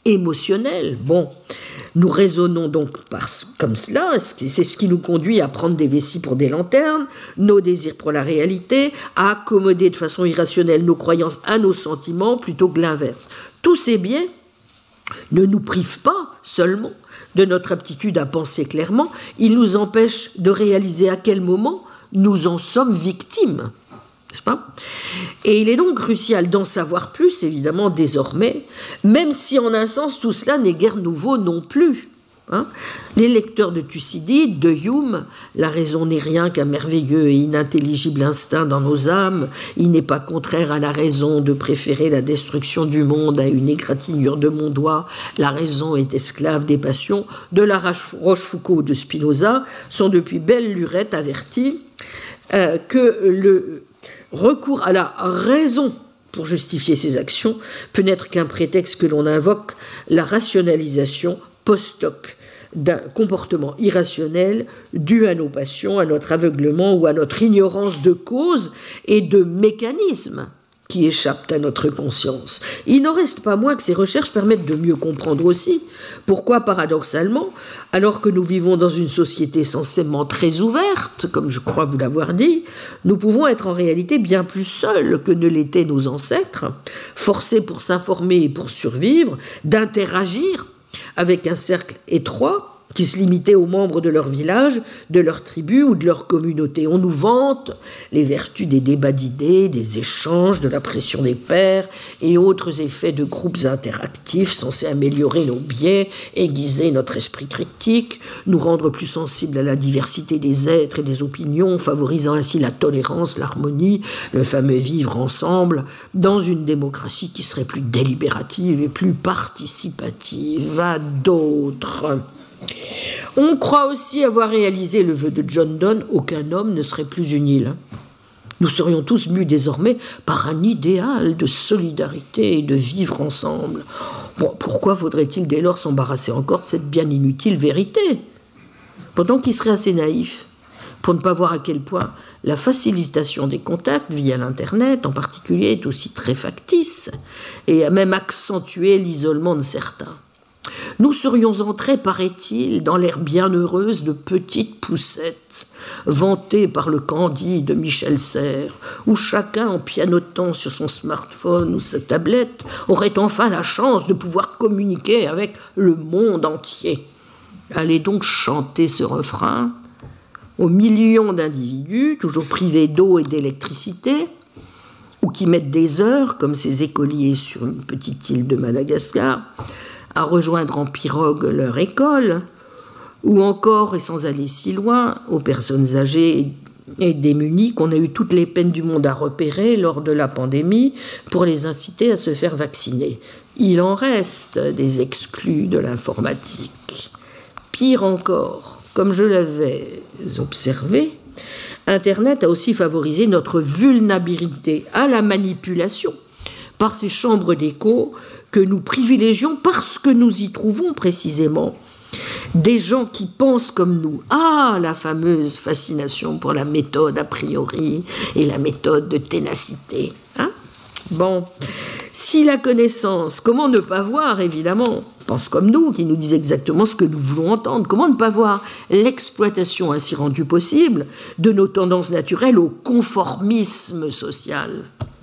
émotionnelle. Bon, nous raisonnons donc comme cela, c'est ce qui nous conduit à prendre des vessies pour des lanternes, nos désirs pour la réalité, à accommoder de façon irrationnelle nos croyances à nos sentiments plutôt que l'inverse. Tous ces biais ne nous privent pas seulement de notre aptitude à penser clairement, ils nous empêchent de réaliser à quel moment nous en sommes victimes. N'est-ce pas ? Et il est donc crucial d'en savoir plus, évidemment, désormais, même si en un sens tout cela n'est guère nouveau non plus. Les lecteurs de Thucydide, de Hume, la raison n'est rien qu'un merveilleux et inintelligible instinct dans nos âmes, il n'est pas contraire à la raison de préférer la destruction du monde à une égratignure de mon doigt, la raison est esclave des passions, de la Rochefoucauld de Spinoza, sont depuis belle lurette avertis que le recours à la raison pour justifier ses actions peut n'être qu'un prétexte que l'on invoque la rationalisation post-hoc d'un comportement irrationnel dû à nos passions, à notre aveuglement ou à notre ignorance de causes et de mécanismes qui échappent à notre conscience. Il n'en reste pas moins que ces recherches permettent de mieux comprendre aussi pourquoi, paradoxalement, alors que nous vivons dans une société censément très ouverte, comme je crois vous l'avoir dit, nous pouvons être en réalité bien plus seuls que ne l'étaient nos ancêtres, forcés pour s'informer et pour survivre, d'interagir avec un cercle étroit qui se limitait aux membres de leur village, de leur tribu ou de leur communauté. On nous vante les vertus des débats d'idées, des échanges, de la pression des pairs et autres effets de groupes interactifs censés améliorer nos biais, aiguiser notre esprit critique, nous rendre plus sensibles à la diversité des êtres et des opinions, favorisant ainsi la tolérance, l'harmonie, le fameux vivre ensemble, dans une démocratie qui serait plus délibérative et plus participative à d'autres. On croit aussi avoir réalisé le vœu de John Donne, aucun homme ne serait plus une île. Nous serions tous mus désormais par un idéal de solidarité et de vivre ensemble. Bon, pourquoi faudrait-il dès lors s'embarrasser encore de cette bien inutile vérité ? Pourtant, qui serait assez naïf pour ne pas voir à quel point la facilitation des contacts via l'Internet, en particulier, est aussi très factice et a même accentué l'isolement de certains. Nous serions entrés, paraît-il, dans l'ère bienheureuse de petites poussettes, vantées par le Candide de Michel Serres, où chacun, en pianotant sur son smartphone ou sa tablette, aurait enfin la chance de pouvoir communiquer avec le monde entier. Allez donc chanter ce refrain aux millions d'individus, toujours privés d'eau et d'électricité, ou qui mettent des heures, comme ces écoliers sur une petite île de Madagascar, à rejoindre en pirogue leur école, ou encore, et sans aller si loin, aux personnes âgées et démunies qu'on a eu toutes les peines du monde à repérer lors de la pandémie pour les inciter à se faire vacciner. Il en reste des exclus de l'informatique. Pire encore, comme je l'avais observé, Internet a aussi favorisé notre vulnérabilité à la manipulation par ces chambres d'écho que nous privilégions parce que nous y trouvons précisément des gens qui pensent comme nous. Ah, la fameuse fascination pour la méthode a priori et la méthode de ténacité. Bon, si la connaissance, comment ne pas voir, évidemment, pense comme nous, qui nous disent exactement ce que nous voulons entendre, comment ne pas voir l'exploitation ainsi rendue possible de nos tendances naturelles au conformisme social.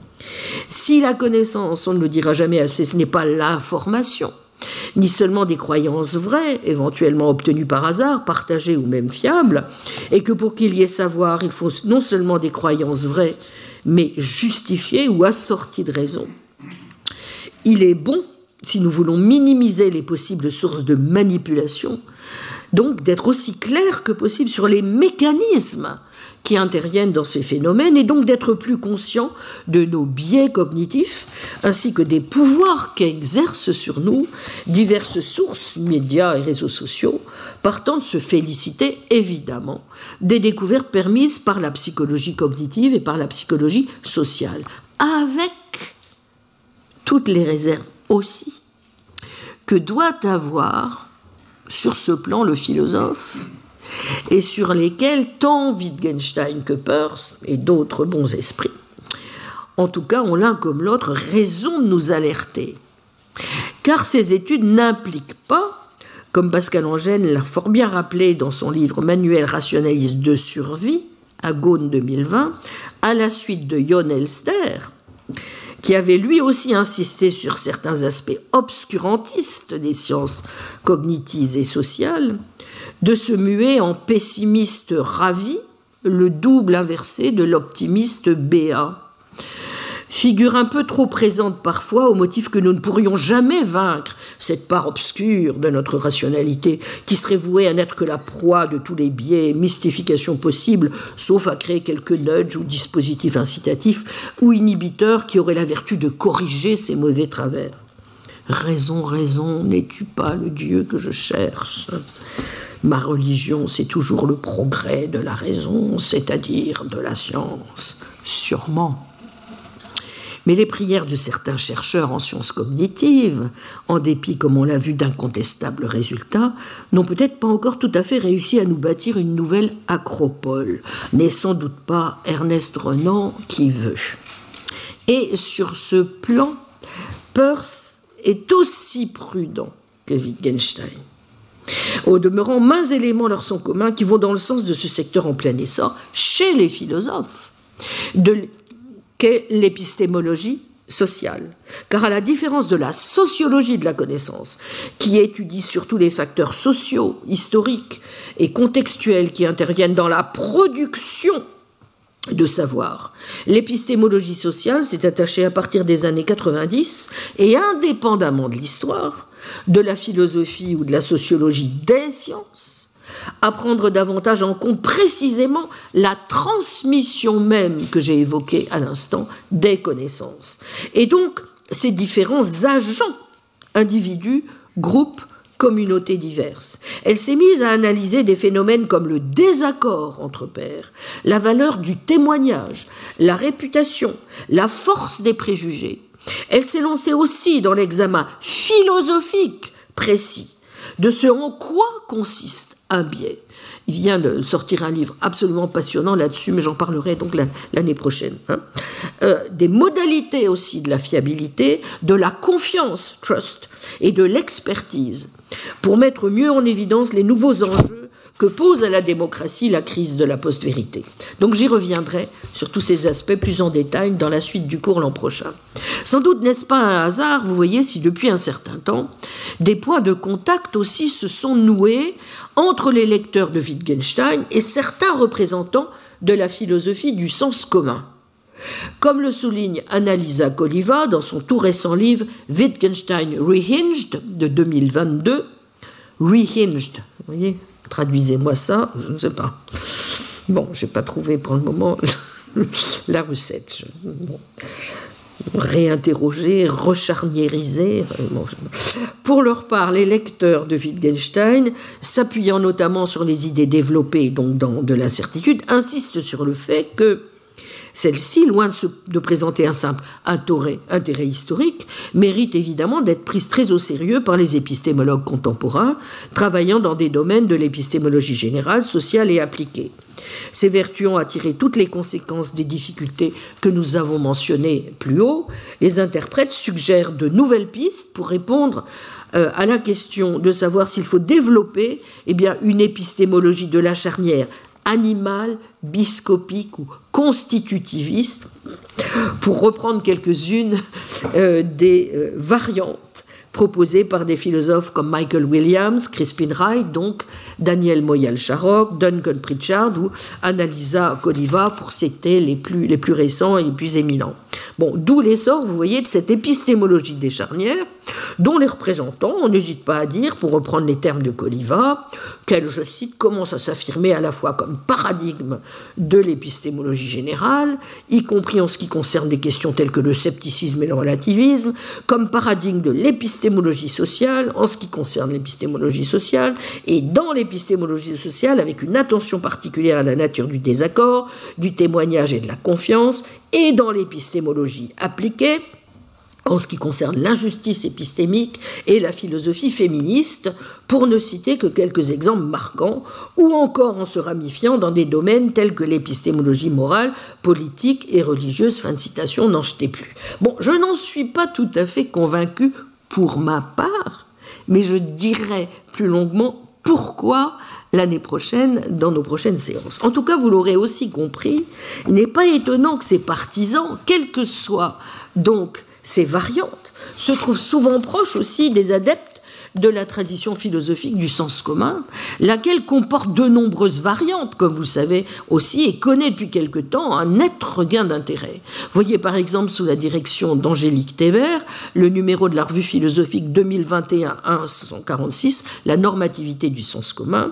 Si la connaissance, on ne le dira jamais assez, ce n'est pas l'information, ni seulement des croyances vraies, éventuellement obtenues par hasard, partagées ou même fiables, et que pour qu'il y ait savoir, il faut non seulement des croyances vraies, mais justifiées ou assorties de raison. Il est bon, si nous voulons minimiser les possibles sources de manipulation, donc d'être aussi clair que possible sur les mécanismes qui interviennent dans ces phénomènes et donc d'être plus conscient de nos biais cognitifs ainsi que des pouvoirs qu'exercent sur nous diverses sources, médias et réseaux sociaux, partant de se féliciter évidemment des découvertes permises par la psychologie cognitive et par la psychologie sociale, avec toutes les réserves aussi que doit avoir sur ce plan le philosophe et sur lesquels tant Wittgenstein que Peirce et d'autres bons esprits, en tout cas ont l'un comme l'autre raison de nous alerter. car ces études n'impliquent pas, comme Pascal Angène l'a fort bien rappelé dans son livre Manuel rationaliste de survie, à Gaunes 2020, à la suite de Jon Elster, qui avait lui aussi insisté sur certains aspects obscurantistes des sciences cognitives et sociales, de se muer en pessimiste ravi, le double inversé de l'optimiste béat. Figure un peu trop présente parfois au motif que nous ne pourrions jamais vaincre cette part obscure de notre rationalité qui serait vouée à n'être que la proie de tous les biais et mystifications possibles, sauf à créer quelques nudges ou dispositifs incitatifs ou inhibiteurs qui auraient la vertu de corriger ces mauvais travers. Raison, raison, n'es-tu pas le Dieu que je cherche ? Ma religion, c'est toujours le progrès de la raison, c'est-à-dire de la science. Sûrement. Mais les prières de certains chercheurs en sciences cognitives, en dépit, comme on l'a vu, d'incontestables résultats, n'ont peut-être pas encore tout à fait réussi à nous bâtir une nouvelle acropole. N'est sans doute pas Ernest Renan qui veut. Et sur ce plan, Peirce est aussi prudent que Wittgenstein. Au demeurant, maints éléments leur sont communs qui vont dans le sens de ce secteur en plein essor chez les philosophes, qu'est l'épistémologie sociale. Car à la différence de la sociologie de la connaissance, qui étudie surtout les facteurs sociaux, historiques et contextuels qui interviennent dans la production de savoir, l'épistémologie sociale s'est attachée à partir des années 90 et indépendamment de l'histoire, de la philosophie ou de la sociologie des sciences, à prendre davantage en compte précisément la transmission même que j'ai évoquée à l'instant des connaissances. Et donc, ces différents agents, individus, groupes, communautés diverses. Elle s'est mise à analyser des phénomènes comme le désaccord entre pairs, la valeur du témoignage, la réputation, la force des préjugés. Elle s'est lancée aussi dans l'examen philosophique précis de ce en quoi consiste un biais. Il vient de sortir un livre absolument passionnant là-dessus, mais j'en parlerai donc l'année prochaine. Des modalités aussi de la fiabilité, de la confiance, trust, et de l'expertise, pour mettre mieux en évidence les nouveaux enjeux que pose à la démocratie la crise de la post-vérité. Donc j'y reviendrai sur tous ces aspects plus en détail dans la suite du cours l'an prochain. Sans doute n'est-ce pas un hasard, vous voyez, si depuis un certain temps, des points de contact aussi se sont noués entre les lecteurs de Wittgenstein et certains représentants de la philosophie du sens commun. Comme le souligne Annalisa Koliva dans son tout récent livre Wittgenstein Rehinged de 2022, Rehinged, vous voyez, traduisez-moi ça, je ne sais pas. Bon, je n'ai pas trouvé pour le moment la recette. Bon. Réinterroger, recharniériser. Pour leur part, les lecteurs de Wittgenstein, s'appuyant notamment sur les idées développées donc dans de l'incertitude, insistent sur le fait que celle-ci, loin de présenter un simple intérêt historique, mérite évidemment d'être prise très au sérieux par les épistémologues contemporains, travaillant dans des domaines de l'épistémologie générale, sociale et appliquée. Ces vertus ont attiré toutes les conséquences des difficultés que nous avons mentionnées plus haut. Les interprètes suggèrent de nouvelles pistes pour répondre à la question de savoir s'il faut développer une épistémologie de la charnière animale, biscopique ou constitutiviste, pour reprendre quelques-unes des variantes proposées par des philosophes comme Michael Williams, Crispin Wright, donc Daniel Moyal-Sharrock, Duncan Pritchard ou Annalisa Koliva, pour citer les plus récents et les plus éminents. Bon, d'où l'essor, vous voyez, de cette épistémologie des charnières, dont les représentants, on n'hésite pas à dire, pour reprendre les termes de Koliva, qu'elle, je cite, commence à s'affirmer à la fois comme paradigme de l'épistémologie générale, y compris en ce qui concerne des questions telles que le scepticisme et le relativisme, comme paradigme de l'épistémologie sociale, en ce qui concerne l'épistémologie sociale, et dans l'épistémologie sociale, avec une attention particulière à la nature du désaccord, du témoignage et de la confiance, et dans l'épistémologie appliquée, en ce qui concerne l'injustice épistémique et la philosophie féministe, pour ne citer que quelques exemples marquants, ou encore en se ramifiant dans des domaines tels que l'épistémologie morale, politique et religieuse, fin de citation, n'en jetez plus. Bon, je n'en suis pas tout à fait convaincu pour ma part, mais je dirai plus longuement pourquoi l'année prochaine, dans nos prochaines séances. En tout cas, vous l'aurez aussi compris, il n'est pas étonnant que ces partisans, quelles que soient donc ces variantes, se trouvent souvent proches aussi des adeptes de la tradition philosophique du sens commun, laquelle comporte de nombreuses variantes, comme vous le savez aussi, et connaît depuis quelque temps un net regain d'intérêt. Voyez par exemple, sous la direction d'Angélique Thévert, le numéro de la revue philosophique 2021-146, La normativité du sens commun,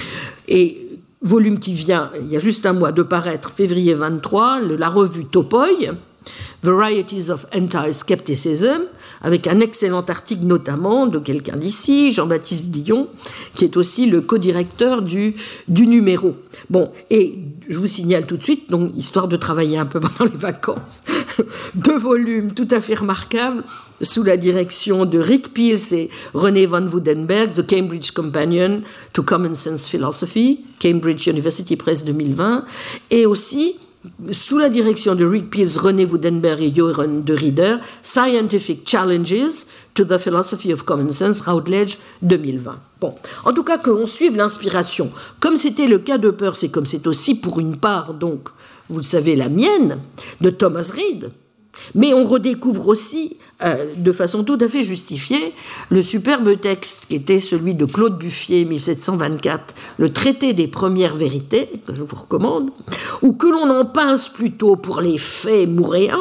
et volume qui vient, il y a juste un mois, de paraître, février 23, la revue Topoi, Varieties of Anti-Skepticism, avec un excellent article notamment de quelqu'un d'ici, Jean-Baptiste Guillon, qui est aussi le co-directeur du numéro. Bon, et je vous signale tout de suite, donc, histoire de travailler un peu pendant les vacances, 2 volumes tout à fait remarquables, sous la direction de Rick Peels et René van Woudenberg, The Cambridge Companion to Common Sense Philosophy, Cambridge University Press 2020, et aussi sous la direction de Rick Peels, René Woudenberg et Joran de Rieder, Scientific Challenges to the Philosophy of Common Sense, Routledge 2020. Bon, en tout cas, qu'on suive l'inspiration. Comme c'était le cas de Peirce et comme c'est aussi pour une part, donc, vous le savez, la mienne, de Thomas Reid, mais on redécouvre aussi, de façon tout à fait justifiée, le superbe texte qui était celui de Claude Buffier, 1724, le traité des premières vérités, que je vous recommande, ou que l'on en pince plutôt pour les faits mouréens.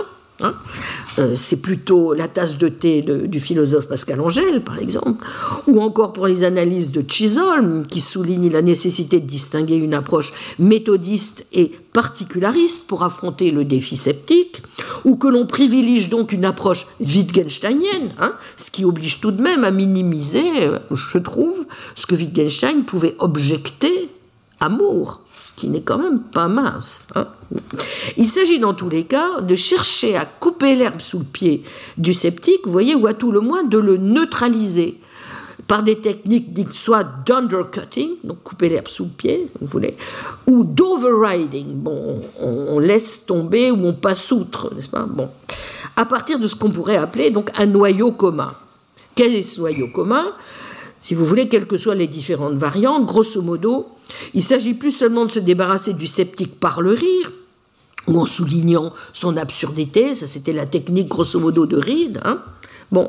C'est plutôt la tasse de thé du philosophe Pascal Angèle, par exemple, ou encore pour les analyses de Chisholm, qui souligne la nécessité de distinguer une approche méthodiste et particulariste pour affronter le défi sceptique, ou que l'on privilégie donc une approche wittgensteinienne, ce qui oblige tout de même à minimiser, je trouve, ce que Wittgenstein pouvait objecter à Moore, qui n'est quand même pas mince. Il s'agit dans tous les cas de chercher à couper l'herbe sous le pied du sceptique, vous voyez, ou à tout le moins de le neutraliser par des techniques dites soit d'undercutting, donc couper l'herbe sous le pied, si vous voulez, ou d'overriding, bon, on laisse tomber ou on passe outre, n'est-ce pas? Bon, à partir de ce qu'on pourrait appeler donc un noyau commun. Quel est ce noyau commun? Si vous voulez, quelles que soient les différentes variantes, grosso modo, il ne s'agit plus seulement de se débarrasser du sceptique par le rire, ou en soulignant son absurdité, ça c'était la technique grosso modo de Reid, bon,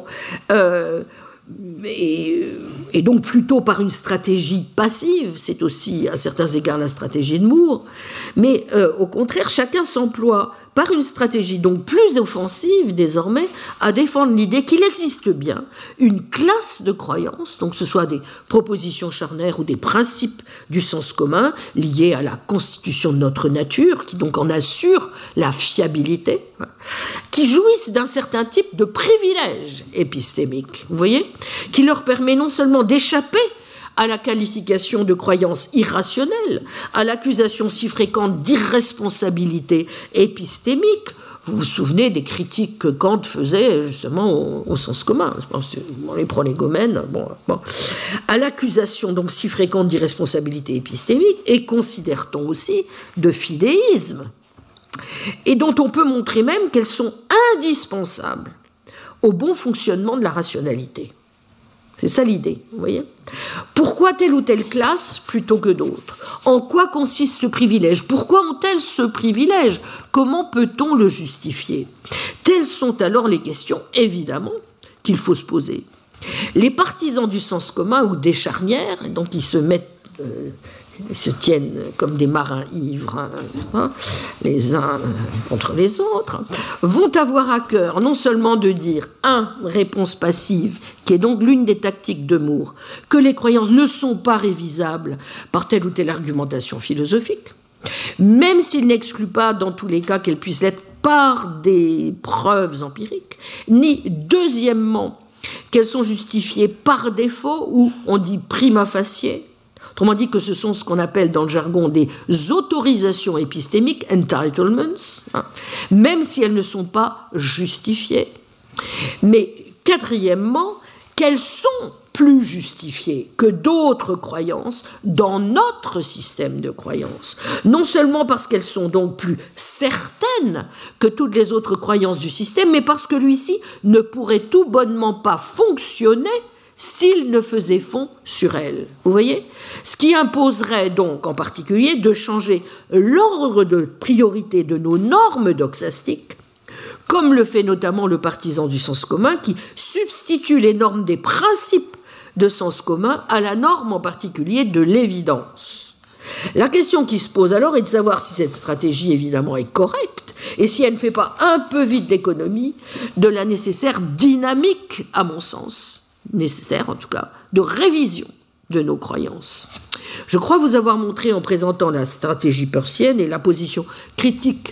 et donc plutôt par une stratégie passive, c'est aussi à certains égards la stratégie de Moore, mais au contraire, chacun s'emploie par une stratégie donc plus offensive désormais à défendre l'idée qu'il existe bien une classe de croyances, donc ce soit des propositions charnaires ou des principes du sens commun liés à la constitution de notre nature, qui donc en assure la fiabilité, qui jouissent d'un certain type de privilège épistémique, vous voyez, qui leur permet non seulement d'échapper à la qualification de croyance irrationnelle, à l'accusation si fréquente d'irresponsabilité épistémique. Vous vous souvenez des critiques que Kant faisait justement au sens commun, on les prolégomènes, bon, à l'accusation donc si fréquente d'irresponsabilité épistémique, et considère-t-on aussi de fidéisme, et dont on peut montrer même qu'elles sont indispensables au bon fonctionnement de la rationalité. C'est ça l'idée, vous voyez. Pourquoi telle ou telle classe plutôt que d'autres? En quoi consiste ce privilège? Pourquoi ont-elles ce privilège? Comment peut-on le justifier? Telles sont alors les questions, évidemment, qu'il faut se poser. Les partisans du sens commun ou des charnières, donc ils se tiennent comme des marins ivres, n'est-ce pas, les uns contre les autres, vont avoir à cœur non seulement de dire, réponse passive, qui est donc l'une des tactiques de Moore, que les croyances ne sont pas révisables par telle ou telle argumentation philosophique, même s'il n'exclut pas dans tous les cas qu'elles puissent l'être par des preuves empiriques, ni deuxièmement qu'elles sont justifiées par défaut ou on dit prima facie. Autrement dit que ce sont ce qu'on appelle dans le jargon des autorisations épistémiques, entitlements, même si elles ne sont pas justifiées. Mais quatrièmement, quelles sont plus justifiées que d'autres croyances dans notre système de croyances. Non seulement parce qu'elles sont donc plus certaines que toutes les autres croyances du système, mais parce que lui-ci ne pourrait tout bonnement pas fonctionner s'il ne faisait fond sur elles. Vous voyez ? Ce qui imposerait donc en particulier de changer l'ordre de priorité de nos normes doxastiques, comme le fait notamment le partisan du sens commun qui substitue les normes des principes de sens commun à la norme en particulier de l'évidence. La question qui se pose alors est de savoir si cette stratégie évidemment est correcte et si elle ne fait pas un peu vite l'économie de la nécessaire dynamique, à mon sens, nécessaire en tout cas, de révision de nos croyances. Je crois vous avoir montré en présentant la stratégie peircienne et la position critique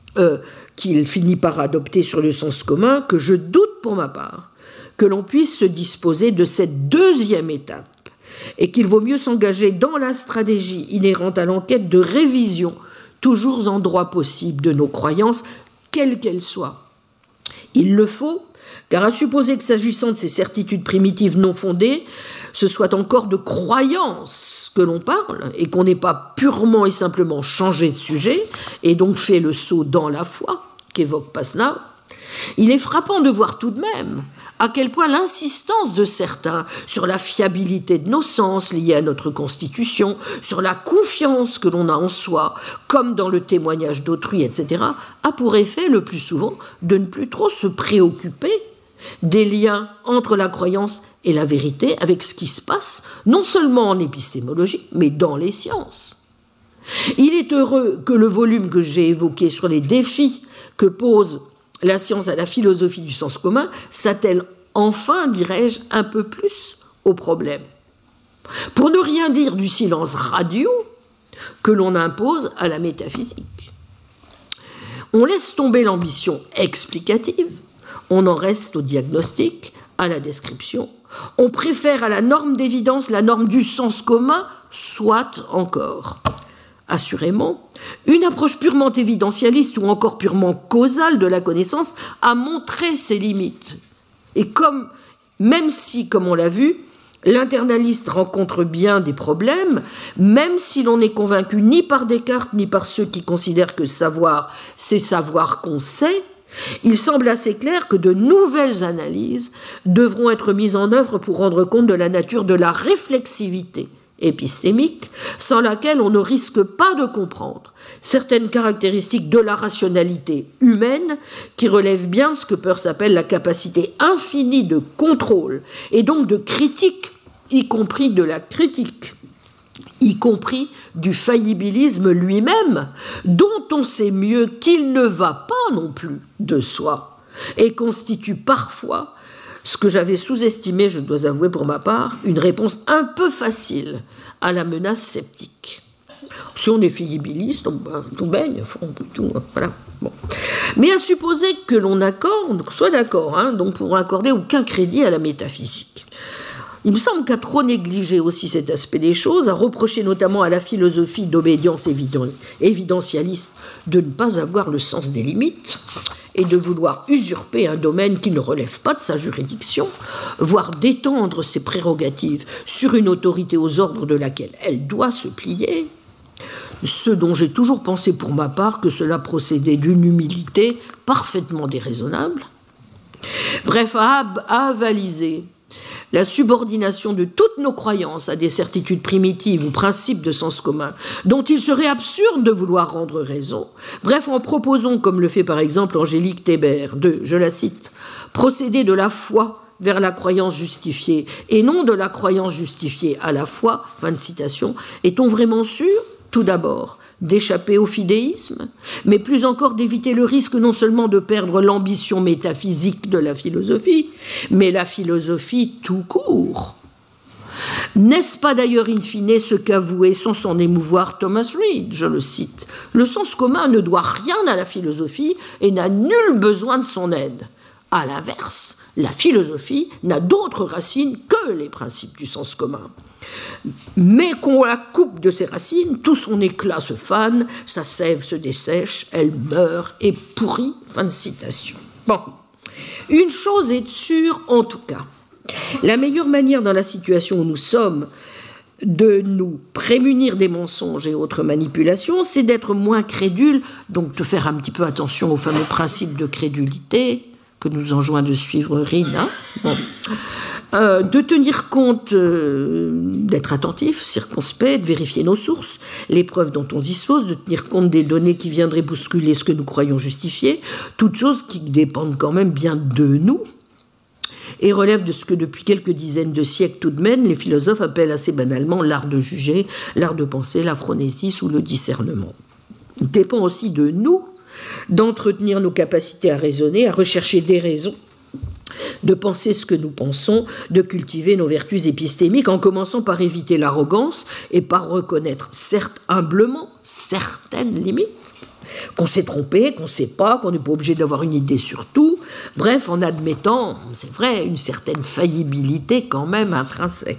qu'il finit par adopter sur le sens commun, que je doute pour ma part que l'on puisse se disposer de cette deuxième étape et qu'il vaut mieux s'engager dans la stratégie inhérente à l'enquête de révision, toujours en droit possible, de nos croyances, quelles qu'elles soient. Il le faut, car à supposer que s'agissant de ces certitudes primitives non fondées, ce soit encore de croyances que l'on parle et qu'on n'ait pas purement et simplement changé de sujet et donc fait le saut dans la foi qu'évoque Passenau, il est frappant de voir tout de même à quel point l'insistance de certains sur la fiabilité de nos sens liés à notre constitution, sur la confiance que l'on a en soi, comme dans le témoignage d'autrui, etc., a pour effet le plus souvent de ne plus trop se préoccuper des liens entre la croyance et la vérité avec ce qui se passe, non seulement en épistémologie, mais dans les sciences. Il est heureux que le volume que j'ai évoqué sur les défis que pose la science à la philosophie du sens commun s'attelle enfin, dirais-je, un peu plus au problème. Pour ne rien dire du silence radio que l'on impose à la métaphysique. On laisse tomber l'ambition explicative, on en reste au diagnostic, à la description. On préfère à la norme d'évidence la norme du sens commun, soit encore. Assurément, une approche purement évidentialiste ou encore purement causale de la connaissance a montré ses limites. Et même si, comme on l'a vu, l'internaliste rencontre bien des problèmes, même si l'on n'est convaincu ni par Descartes ni par ceux qui considèrent que savoir, c'est savoir qu'on sait, il semble assez clair que de nouvelles analyses devront être mises en œuvre pour rendre compte de la nature de la réflexivité épistémique, sans laquelle on ne risque pas de comprendre certaines caractéristiques de la rationalité humaine qui relèvent bien de ce que Peirce appelle la capacité infinie de contrôle et donc de critique, y compris de la critique, y compris du faillibilisme lui-même, dont on sait mieux qu'il ne va pas non plus de soi et constitue parfois ce que j'avais sous-estimé, je dois avouer pour ma part, une réponse un peu facile à la menace sceptique. Si on est faillibiliste, on baigne, voilà. Bon. Mais à supposer que l'on soit d'accord, donc pour accorder aucun crédit à la métaphysique. Il me semble qu'à trop négliger aussi cet aspect des choses, à reprocher notamment à la philosophie d'obédience évidentialiste de ne pas avoir le sens des limites et de vouloir usurper un domaine qui ne relève pas de sa juridiction, voire d'étendre ses prérogatives sur une autorité aux ordres de laquelle elle doit se plier, ce dont j'ai toujours pensé pour ma part que cela procédait d'une humilité parfaitement déraisonnable. Bref, à avaliser la subordination de toutes nos croyances à des certitudes primitives ou principes de sens commun, dont il serait absurde de vouloir rendre raison. Bref, en proposant, comme le fait par exemple Angélique Thébert, de, je la cite, « procéder de la foi vers la croyance justifiée et non de la croyance justifiée à la foi », fin de citation, est-on vraiment sûr, tout d'abord, d'échapper au fidéisme, mais plus encore d'éviter le risque non seulement de perdre l'ambition métaphysique de la philosophie, mais la philosophie tout court. N'est-ce pas d'ailleurs in fine ce qu'avouait sans s'en émouvoir Thomas Reid, je le cite, « Le sens commun ne doit rien à la philosophie et n'a nul besoin de son aide. À l'inverse, la philosophie n'a d'autres racines que les principes du sens commun. Mais qu'on la coupe de ses racines, tout son éclat se fane, sa sève se dessèche, elle meurt et pourrit. » Fin de citation. Bon, une chose est sûre en tout cas, La meilleure manière dans la situation où nous sommes de nous prémunir des mensonges et autres manipulations, c'est d'être moins crédule, donc de faire un petit peu attention au fameux principe de crédulité que nous enjoint de suivre Rina. De tenir compte, d'être attentif, circonspect, de vérifier nos sources, les preuves dont on dispose, de tenir compte des données qui viendraient bousculer ce que nous croyons justifier, toutes choses qui dépendent quand même bien de nous et relèvent de ce que depuis quelques dizaines de siècles tout de même les philosophes appellent assez banalement l'art de juger, l'art de penser, la phronésis ou le discernement. Il dépend aussi de nous d'entretenir nos capacités à raisonner, à rechercher des raisons, de penser ce que nous pensons, de cultiver nos vertus épistémiques en commençant par éviter l'arrogance et par reconnaître, certes humblement, certaines limites, qu'on s'est trompé, qu'on ne sait pas, qu'on n'est pas obligé d'avoir une idée sur tout, bref, en admettant, c'est vrai, une certaine faillibilité quand même intrinsèque.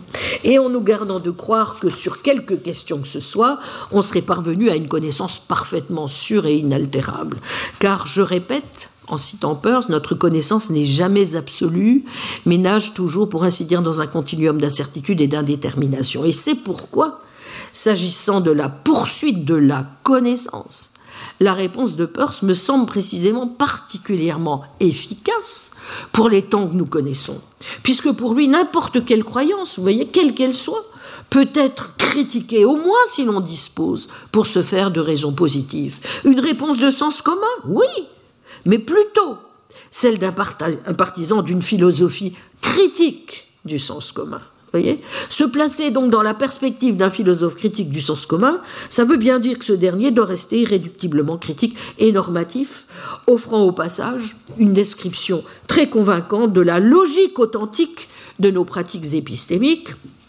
Et en nous gardant de croire que sur quelque question que ce soit, on serait parvenu à une connaissance parfaitement sûre et inaltérable. Car, je répète, en citant Peirce, notre connaissance n'est jamais absolue, mais nage toujours, pour ainsi dire, dans un continuum d'incertitude et d'indétermination. Et c'est pourquoi, s'agissant de la poursuite de la connaissance, la réponse de Peirce me semble précisément particulièrement efficace pour les temps que nous connaissons. Puisque pour lui, n'importe quelle croyance, vous voyez, quelle qu'elle soit, peut être critiquée, au moins si l'on dispose, pour se faire de raisons positives. Une réponse de sens commun, oui, mais plutôt celle d'un partisan d'une philosophie critique du sens commun. Voyez ? Se placer donc dans la perspective d'un philosophe critique du sens commun, ça veut bien dire que ce dernier doit rester irréductiblement critique et normatif, offrant au passage une description très convaincante de la logique authentique de nos pratiques épistémiques,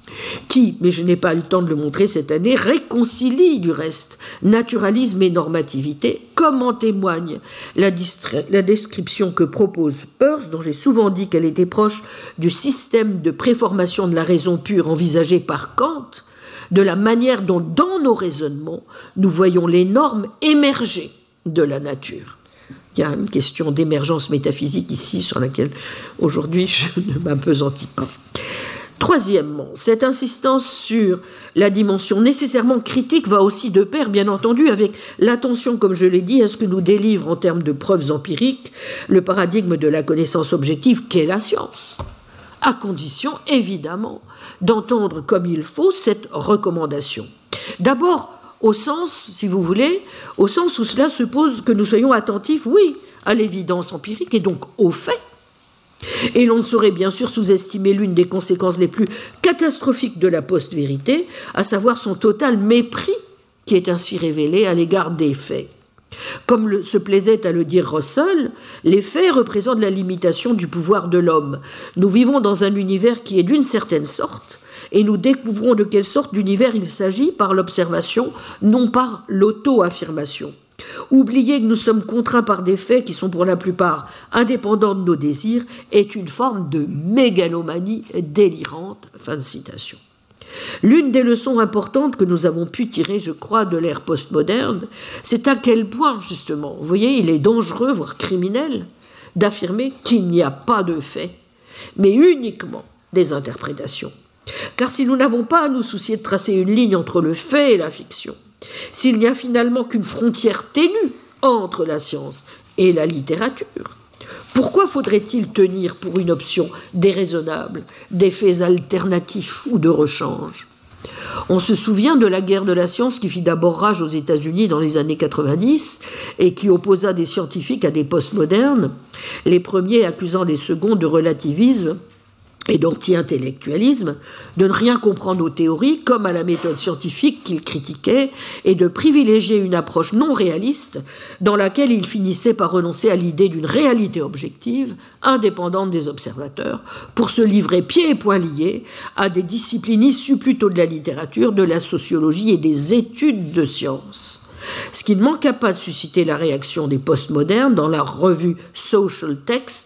qui, mais je n'ai pas eu le temps de le montrer cette année, réconcilie du reste naturalisme et normativité, comme en témoigne la description que propose Peirce, dont j'ai souvent dit qu'elle était proche du système de préformation de la raison pure envisagé par Kant, de la manière dont, dans nos raisonnements, nous voyons les normes émerger de la nature. Il y a une question d'émergence métaphysique ici, sur laquelle aujourd'hui je ne m'appesantis pas. Troisièmement, cette insistance sur la dimension nécessairement critique va aussi de pair, bien entendu, avec l'attention, comme je l'ai dit, à ce que nous délivre en termes de preuves empiriques le paradigme de la connaissance objective qu'est la science, à condition, évidemment, d'entendre comme il faut cette recommandation. D'abord, au sens, si vous voulez, au sens où cela suppose que nous soyons attentifs, oui, à l'évidence empirique et donc aux faits. Et l'on ne saurait bien sûr sous-estimer l'une des conséquences les plus catastrophiques de la post-vérité, à savoir son total mépris qui est ainsi révélé à l'égard des faits. Comme se plaisait à le dire Russell, les faits représentent la limitation du pouvoir de l'homme. Nous vivons dans un univers qui est d'une certaine sorte, et nous découvrons de quelle sorte d'univers il s'agit par l'observation, non par l'auto-affirmation. Oublier que nous sommes contraints par des faits qui sont pour la plupart indépendants de nos désirs est une forme de mégalomanie délirante. Fin de citation. L'une des leçons importantes que nous avons pu tirer, je crois, de l'ère postmoderne, c'est à quel point, justement, vous voyez, il est dangereux, voire criminel, d'affirmer qu'il n'y a pas de faits, mais uniquement des interprétations. Car si nous n'avons pas à nous soucier de tracer une ligne entre le fait et la fiction, s'il n'y a finalement qu'une frontière ténue entre la science et la littérature, pourquoi faudrait-il tenir pour une option déraisonnable des faits alternatifs ou de rechange ? On se souvient de la guerre de la science qui fit d'abord rage aux États-Unis dans les années 90 et qui opposa des scientifiques à des postmodernes, les premiers accusant les seconds de relativisme et d'anti-intellectualisme, de ne rien comprendre aux théories comme à la méthode scientifique qu'ils critiquaient et de privilégier une approche non réaliste dans laquelle ils finissaient par renoncer à l'idée d'une réalité objective, indépendante des observateurs, pour se livrer pieds et poings liés à des disciplines issues plutôt de la littérature, de la sociologie et des études de sciences. Ce qui ne manqua pas de susciter la réaction des postmodernes dans la revue Social Text,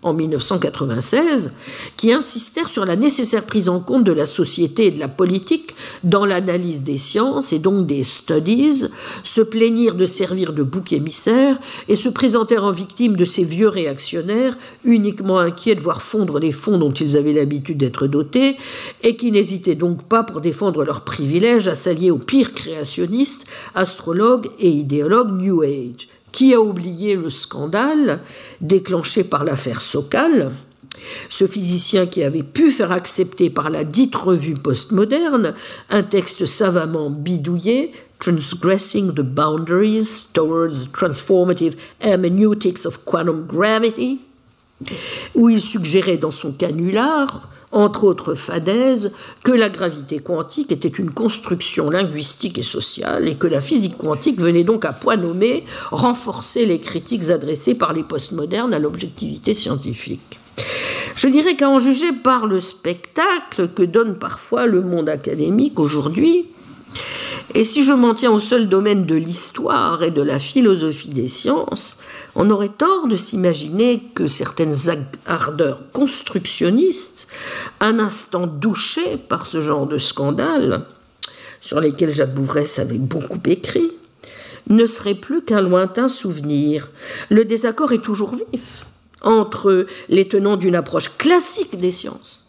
en 1996, qui insistèrent sur la nécessaire prise en compte de la société et de la politique dans l'analyse des sciences et donc des studies, se plaignirent de servir de bouc émissaire et se présentèrent en victimes de ces vieux réactionnaires uniquement inquiets de voir fondre les fonds dont ils avaient l'habitude d'être dotés et qui n'hésitaient donc pas pour défendre leurs privilèges à s'allier aux pires créationnistes, astrologues et idéologues New Age. Qui a oublié le scandale déclenché par l'affaire Sokal, ce physicien qui avait pu faire accepter par la dite revue postmoderne un texte savamment bidouillé, Transgressing the Boundaries Towards Transformative Hermeneutics of Quantum Gravity, où il suggérait dans son canular, entre autres fadaises, que la gravité quantique était une construction linguistique et sociale et que la physique quantique venait donc à point nommé renforcer les critiques adressées par les postmodernes à l'objectivité scientifique. Je dirais qu'à en juger par le spectacle que donne parfois le monde académique aujourd'hui, et si je m'en tiens au seul domaine de l'histoire et de la philosophie des sciences, on aurait tort de s'imaginer que certaines ardeurs constructionnistes, un instant douchées par ce genre de scandale, sur lesquels Jacques Bouvresse avait beaucoup écrit, ne seraient plus qu'un lointain souvenir. Le désaccord est toujours vif entre les tenants d'une approche classique des sciences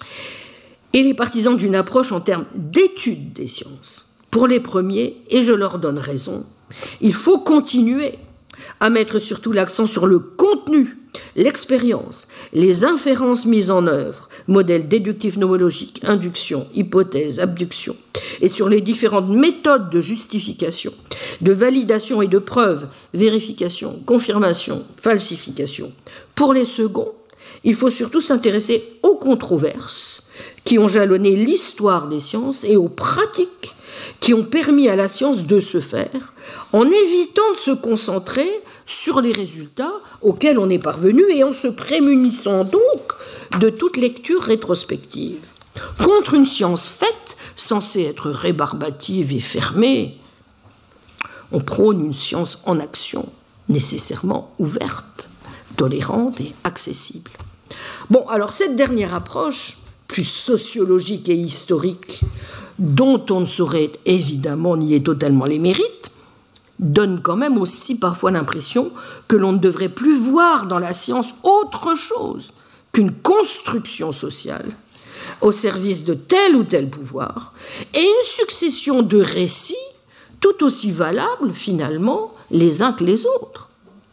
et les partisans d'une approche en termes d'étude des sciences. Pour les premiers, et je leur donne raison, il faut continuer à mettre surtout l'accent sur le contenu, l'expérience, les inférences mises en œuvre, modèles déductifs nomologiques, induction, hypothèse, abduction, et sur les différentes méthodes de justification, de validation et de preuve, vérification, confirmation, falsification. Pour les seconds, il faut surtout s'intéresser aux controverses qui ont jalonné l'histoire des sciences et aux pratiques qui ont permis à la science de se faire, en évitant de se concentrer sur les résultats auxquels on est parvenu et en se prémunissant donc de toute lecture rétrospective. Contre une science faite, censée être rébarbative et fermée, on prône une science en action, nécessairement ouverte, tolérante et accessible. Bon, alors cette dernière approche, plus sociologique et historique, dont on ne saurait évidemment nier totalement les mérites, donne quand même aussi parfois l'impression que l'on ne devrait plus voir dans la science autre chose qu'une construction sociale au service de tel ou tel pouvoir et une succession de récits tout aussi valables finalement les uns que les autres.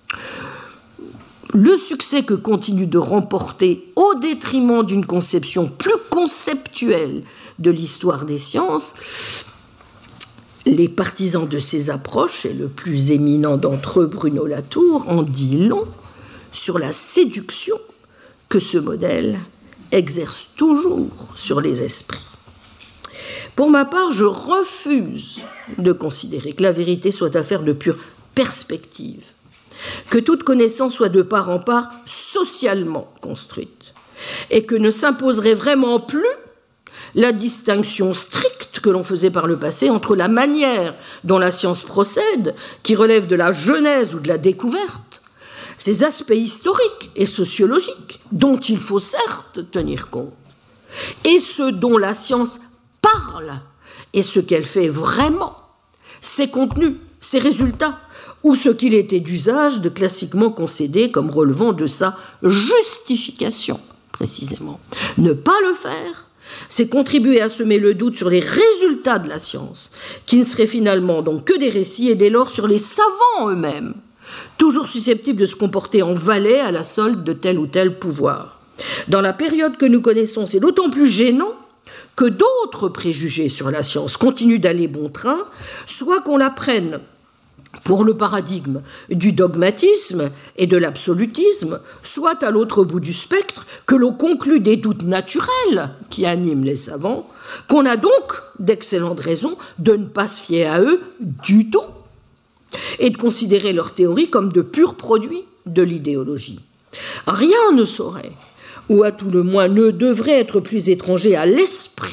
Le succès que continue de remporter au détriment d'une conception plus conceptuelle de l'histoire des sciences, les partisans de ces approches, et le plus éminent d'entre eux, Bruno Latour, en dit long sur la séduction que ce modèle exerce toujours sur les esprits. Pour ma part, je refuse de considérer que la vérité soit affaire de pure perspective, que toute connaissance soit de part en part socialement construite, et que ne s'imposerait vraiment plus la distinction stricte que l'on faisait par le passé entre la manière dont la science procède, qui relève de la genèse ou de la découverte, ces aspects historiques et sociologiques dont il faut certes tenir compte, et ce dont la science parle et ce qu'elle fait vraiment, ses contenus, ses résultats, ou ce qu'il était d'usage de classiquement concéder comme relevant de sa justification, précisément. Ne pas le faire, c'est contribuer à semer le doute sur les résultats de la science, qui ne seraient finalement donc que des récits et dès lors sur les savants eux-mêmes, toujours susceptibles de se comporter en valets à la solde de tel ou tel pouvoir. Dans la période que nous connaissons, c'est d'autant plus gênant que d'autres préjugés sur la science continuent d'aller bon train, soit qu'on la prenne pour le paradigme du dogmatisme et de l'absolutisme, soit à l'autre bout du spectre que l'on conclut des doutes naturels qui animent les savants, qu'on a donc d'excellentes raisons de ne pas se fier à eux du tout et de considérer leurs théories comme de purs produits de l'idéologie. Rien ne saurait, ou à tout le moins ne devrait être plus étranger à l'esprit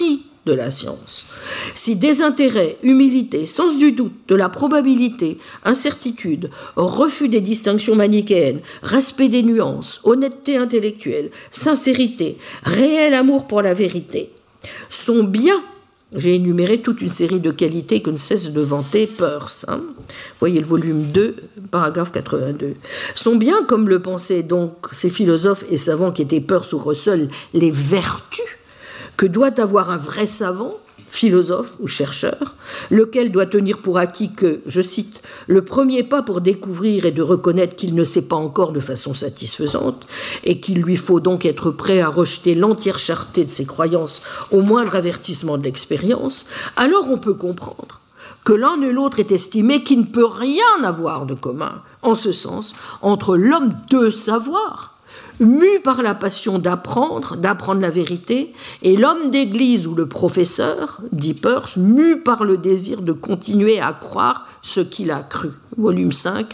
de la science. Si désintérêt, humilité, sens du doute, de la probabilité, incertitude, refus des distinctions manichéennes, respect des nuances, honnêteté intellectuelle, sincérité, réel amour pour la vérité, sont bien, j'ai énuméré toute une série de qualités que ne cesse de vanter Peirce, voyez le volume 2, paragraphe 82, sont bien, comme le pensaient donc ces philosophes et savants qui étaient Peirce ou Russell, les vertus que doit avoir un vrai savant, philosophe ou chercheur, lequel doit tenir pour acquis que, je cite, le premier pas pour découvrir et de reconnaître qu'il ne sait pas encore de façon satisfaisante, et qu'il lui faut donc être prêt à rejeter l'entière cherté de ses croyances au moindre avertissement de l'expérience, alors on peut comprendre que l'un et l'autre est estimé qu'il ne peut rien avoir de commun, en ce sens, entre l'homme de savoir, mu par la passion d'apprendre la vérité, et l'homme d'église ou le professeur, dit Peirce, mu par le désir de continuer à croire ce qu'il a cru. Volume 5,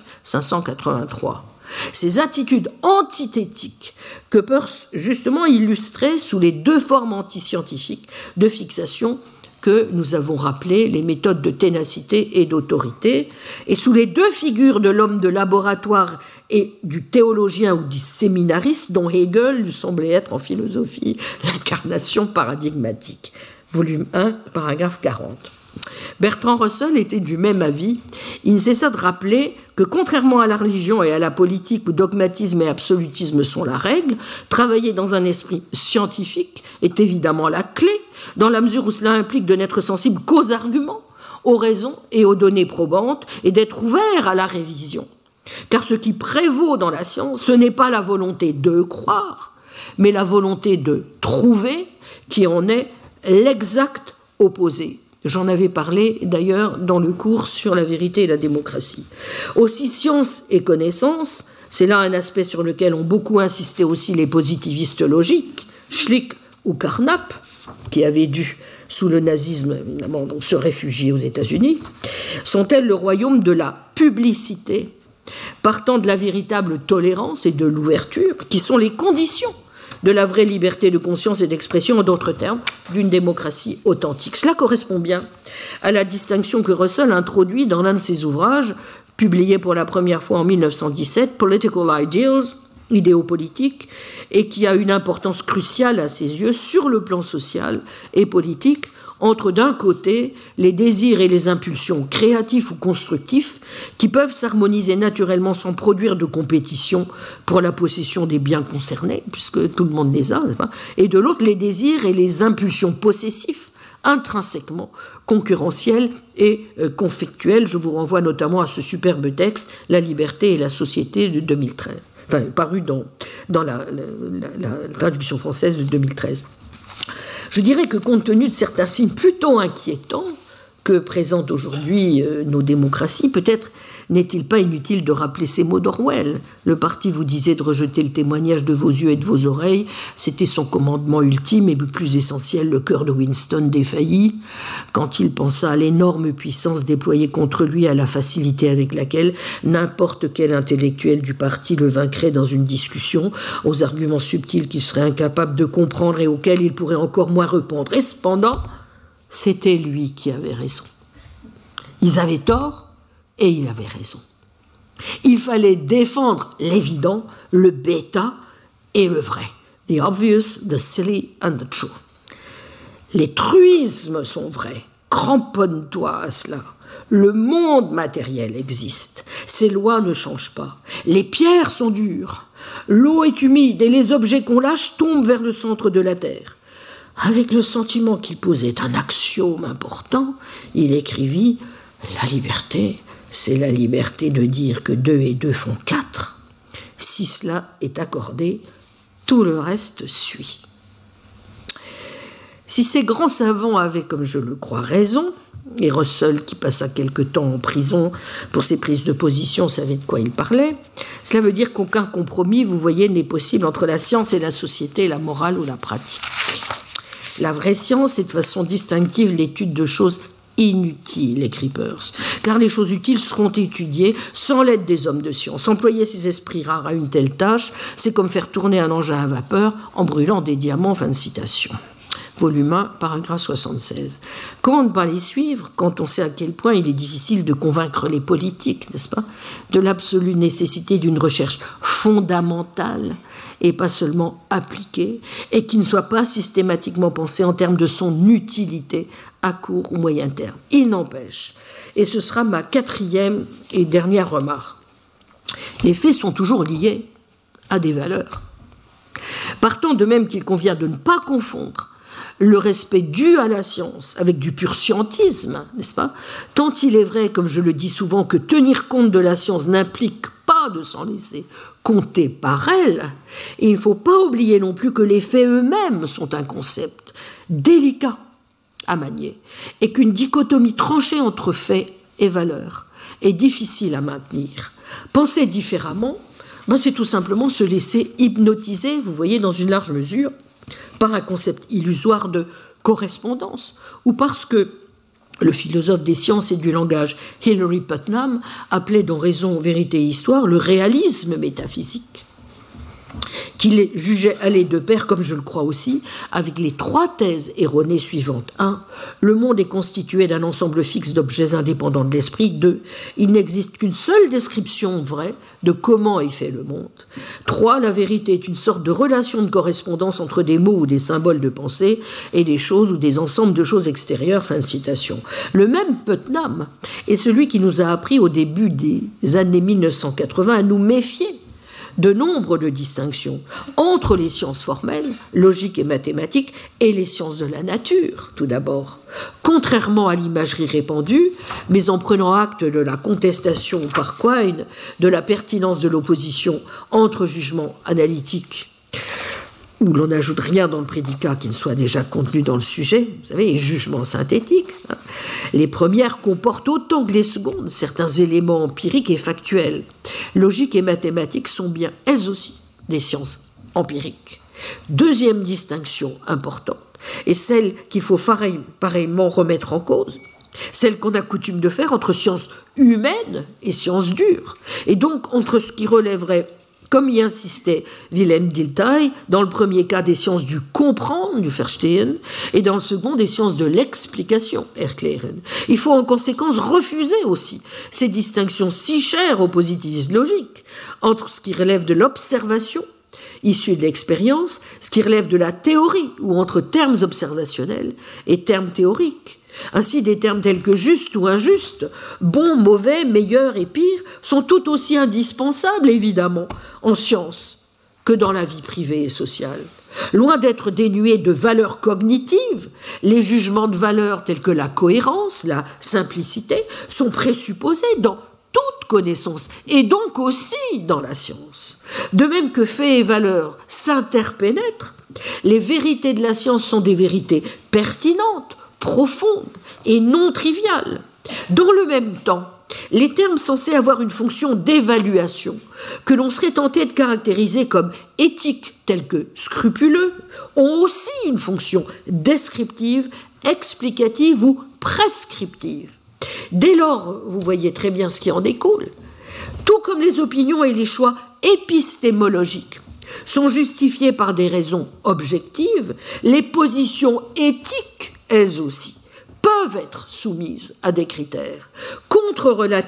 583. Ces attitudes antithétiques que Peirce, justement, illustrait sous les deux formes antiscientifiques de fixation que nous avons rappelées, les méthodes de ténacité et d'autorité, et sous les deux figures de l'homme de laboratoire et du théologien ou du séminariste dont Hegel lui semblait être en philosophie l'incarnation paradigmatique. Volume 1, paragraphe 40. Bertrand Russell était du même avis. Il ne cessa de rappeler que, contrairement à la religion et à la politique où dogmatisme et absolutisme sont la règle, travailler dans un esprit scientifique est évidemment la clé, dans la mesure où cela implique de n'être sensible qu'aux arguments, aux raisons et aux données probantes, et d'être ouvert à la révision. Car ce qui prévaut dans la science, ce n'est pas la volonté de croire, mais la volonté de trouver, qui en est l'exact opposé. J'en avais parlé d'ailleurs dans le cours sur la vérité et la démocratie. Aussi science et connaissance, c'est là un aspect sur lequel ont beaucoup insisté aussi les positivistes logiques, Schlick ou Carnap, qui avaient dû, sous le nazisme évidemment, donc, se réfugier aux États-Unis, sont-elles le royaume de la publicité, partant de la véritable tolérance et de l'ouverture, qui sont les conditions de la vraie liberté de conscience et d'expression, en d'autres termes, d'une démocratie authentique. Cela correspond bien à la distinction que Russell introduit dans l'un de ses ouvrages, publié pour la première fois en 1917, Political Ideals, idéaux politiques, et qui a une importance cruciale à ses yeux sur le plan social et politique, entre d'un côté les désirs et les impulsions créatifs ou constructifs qui peuvent s'harmoniser naturellement sans produire de compétition pour la possession des biens concernés, puisque tout le monde les a, et de l'autre les désirs et les impulsions possessifs intrinsèquement concurrentiels et conflictuels. Je vous renvoie notamment à ce superbe texte « La liberté et la société » de 2013, paru dans la traduction française de 2013. Je dirais que compte tenu de certains signes plutôt inquiétants que présentent aujourd'hui nos démocraties, peut-être n'est-il pas inutile de rappeler ces mots d'Orwell. Le parti vous disait de rejeter le témoignage de vos yeux et de vos oreilles. C'était son commandement ultime et le plus essentiel. Le cœur de Winston défaillit quand il pensa à l'énorme puissance déployée contre lui, à la facilité avec laquelle n'importe quel intellectuel du parti le vaincrait dans une discussion, aux arguments subtils qu'il serait incapable de comprendre et auxquels il pourrait encore moins répondre. Et cependant, c'était lui qui avait raison. Ils avaient tort et il avait raison. Il fallait défendre l'évident, le bêta et le vrai. The obvious, the silly and the true. Les truismes sont vrais. Cramponne-toi à cela. Le monde matériel existe. Ses lois ne changent pas. Les pierres sont dures. L'eau est humide et les objets qu'on lâche tombent vers le centre de la terre. Avec le sentiment qu'il posait un axiome important, il écrivit « La liberté, c'est la liberté de dire que 2 et 2 font 4. Si cela est accordé, tout le reste suit. » Si ces grands savants avaient, comme je le crois, raison, et Russell, qui passa quelque temps en prison pour ses prises de position, savait de quoi il parlait, cela veut dire qu'aucun compromis, vous voyez, n'est possible entre la science et la société, la morale ou la pratique. La vraie science est de façon distinctive l'étude de choses inutiles, écrit Peirce, car les choses utiles seront étudiées sans l'aide des hommes de science. Employer ces esprits rares à une telle tâche, c'est comme faire tourner un engin à vapeur en brûlant des diamants. Fin de citation. volume 1, paragraphe 76. Comment ne pas les suivre quand on sait à quel point il est difficile de convaincre les politiques, n'est-ce pas, de l'absolue nécessité d'une recherche fondamentale et pas seulement appliquée, et qui ne soit pas systématiquement pensée en termes de son utilité à court ou moyen terme. Il n'empêche, et ce sera ma 4e et dernière remarque, les faits sont toujours liés à des valeurs. Partant de même qu'il convient de ne pas confondre le respect dû à la science avec du pur scientisme, n'est-ce pas? Tant il est vrai, comme je le dis souvent, que tenir compte de la science n'implique pas de s'en laisser compter par elle, et il ne faut pas oublier non plus que les faits eux-mêmes sont un concept délicat à manier, et qu'une dichotomie tranchée entre faits et valeurs est difficile à maintenir. Penser différemment, c'est tout simplement se laisser hypnotiser, vous voyez, dans une large mesure, par un concept illusoire de correspondance, ou parce que le philosophe des sciences et du langage Hilary Putnam appelait dans Raison, Vérité et Histoire le réalisme métaphysique, qu'il jugeait aller de pair, comme je le crois aussi, avec les 3 thèses erronées suivantes. 1. Le monde est constitué d'un ensemble fixe d'objets indépendants de l'esprit. 2. Il n'existe qu'une seule description vraie de comment est fait le monde. 3. La vérité est une sorte de relation de correspondance entre des mots ou des symboles de pensée et des choses ou des ensembles de choses extérieures. Fin de citation. Le même Putnam est celui qui nous a appris au début des années 1980 à nous méfier de nombre de distinctions entre les sciences formelles, logiques et mathématiques, et les sciences de la nature, tout d'abord. Contrairement à l'imagerie répandue, mais en prenant acte de la contestation par Quine de la pertinence de l'opposition entre jugement analytique, où l'on n'ajoute rien dans le prédicat qui ne soit déjà contenu dans le sujet, vous savez, et jugement synthétique. Les premières comportent autant que les secondes certains éléments empiriques et factuels. Logique et mathématiques sont bien, elles aussi, des sciences empiriques. Deuxième distinction importante, et celle qu'il faut pareillement remettre en cause, celle qu'on a coutume de faire entre sciences humaines et sciences dures, et donc entre ce qui relèverait, comme y insistait Wilhelm Dilthey, dans le premier cas des sciences du comprendre, du Verstehen, et dans le second des sciences de l'explication, Erklären. Il faut en conséquence refuser aussi ces distinctions si chères aux positivistes logiques entre ce qui relève de l'observation, issue de l'expérience, ce qui relève de la théorie, ou entre termes observationnels et termes théoriques. Ainsi, des termes tels que juste ou injuste, bon, mauvais, meilleur et pire sont tout aussi indispensables, évidemment, en science que dans la vie privée et sociale. Loin d'être dénués de valeur cognitive, les jugements de valeur tels que la cohérence, la simplicité, sont présupposés dans toute connaissance, et donc aussi dans la science. De même que faits et valeurs s'interpénètrent, les vérités de la science sont des vérités pertinentes, profonde et non triviale. Dans le même temps, les termes censés avoir une fonction d'évaluation, que l'on serait tenté de caractériser comme éthiques, tels que scrupuleux, ont aussi une fonction descriptive, explicative ou prescriptive. Dès lors, vous voyez très bien ce qui en découle. Tout comme les opinions et les choix épistémologiques sont justifiés par des raisons objectives, les positions éthiques elles aussi, peuvent être soumises à des critères. Contre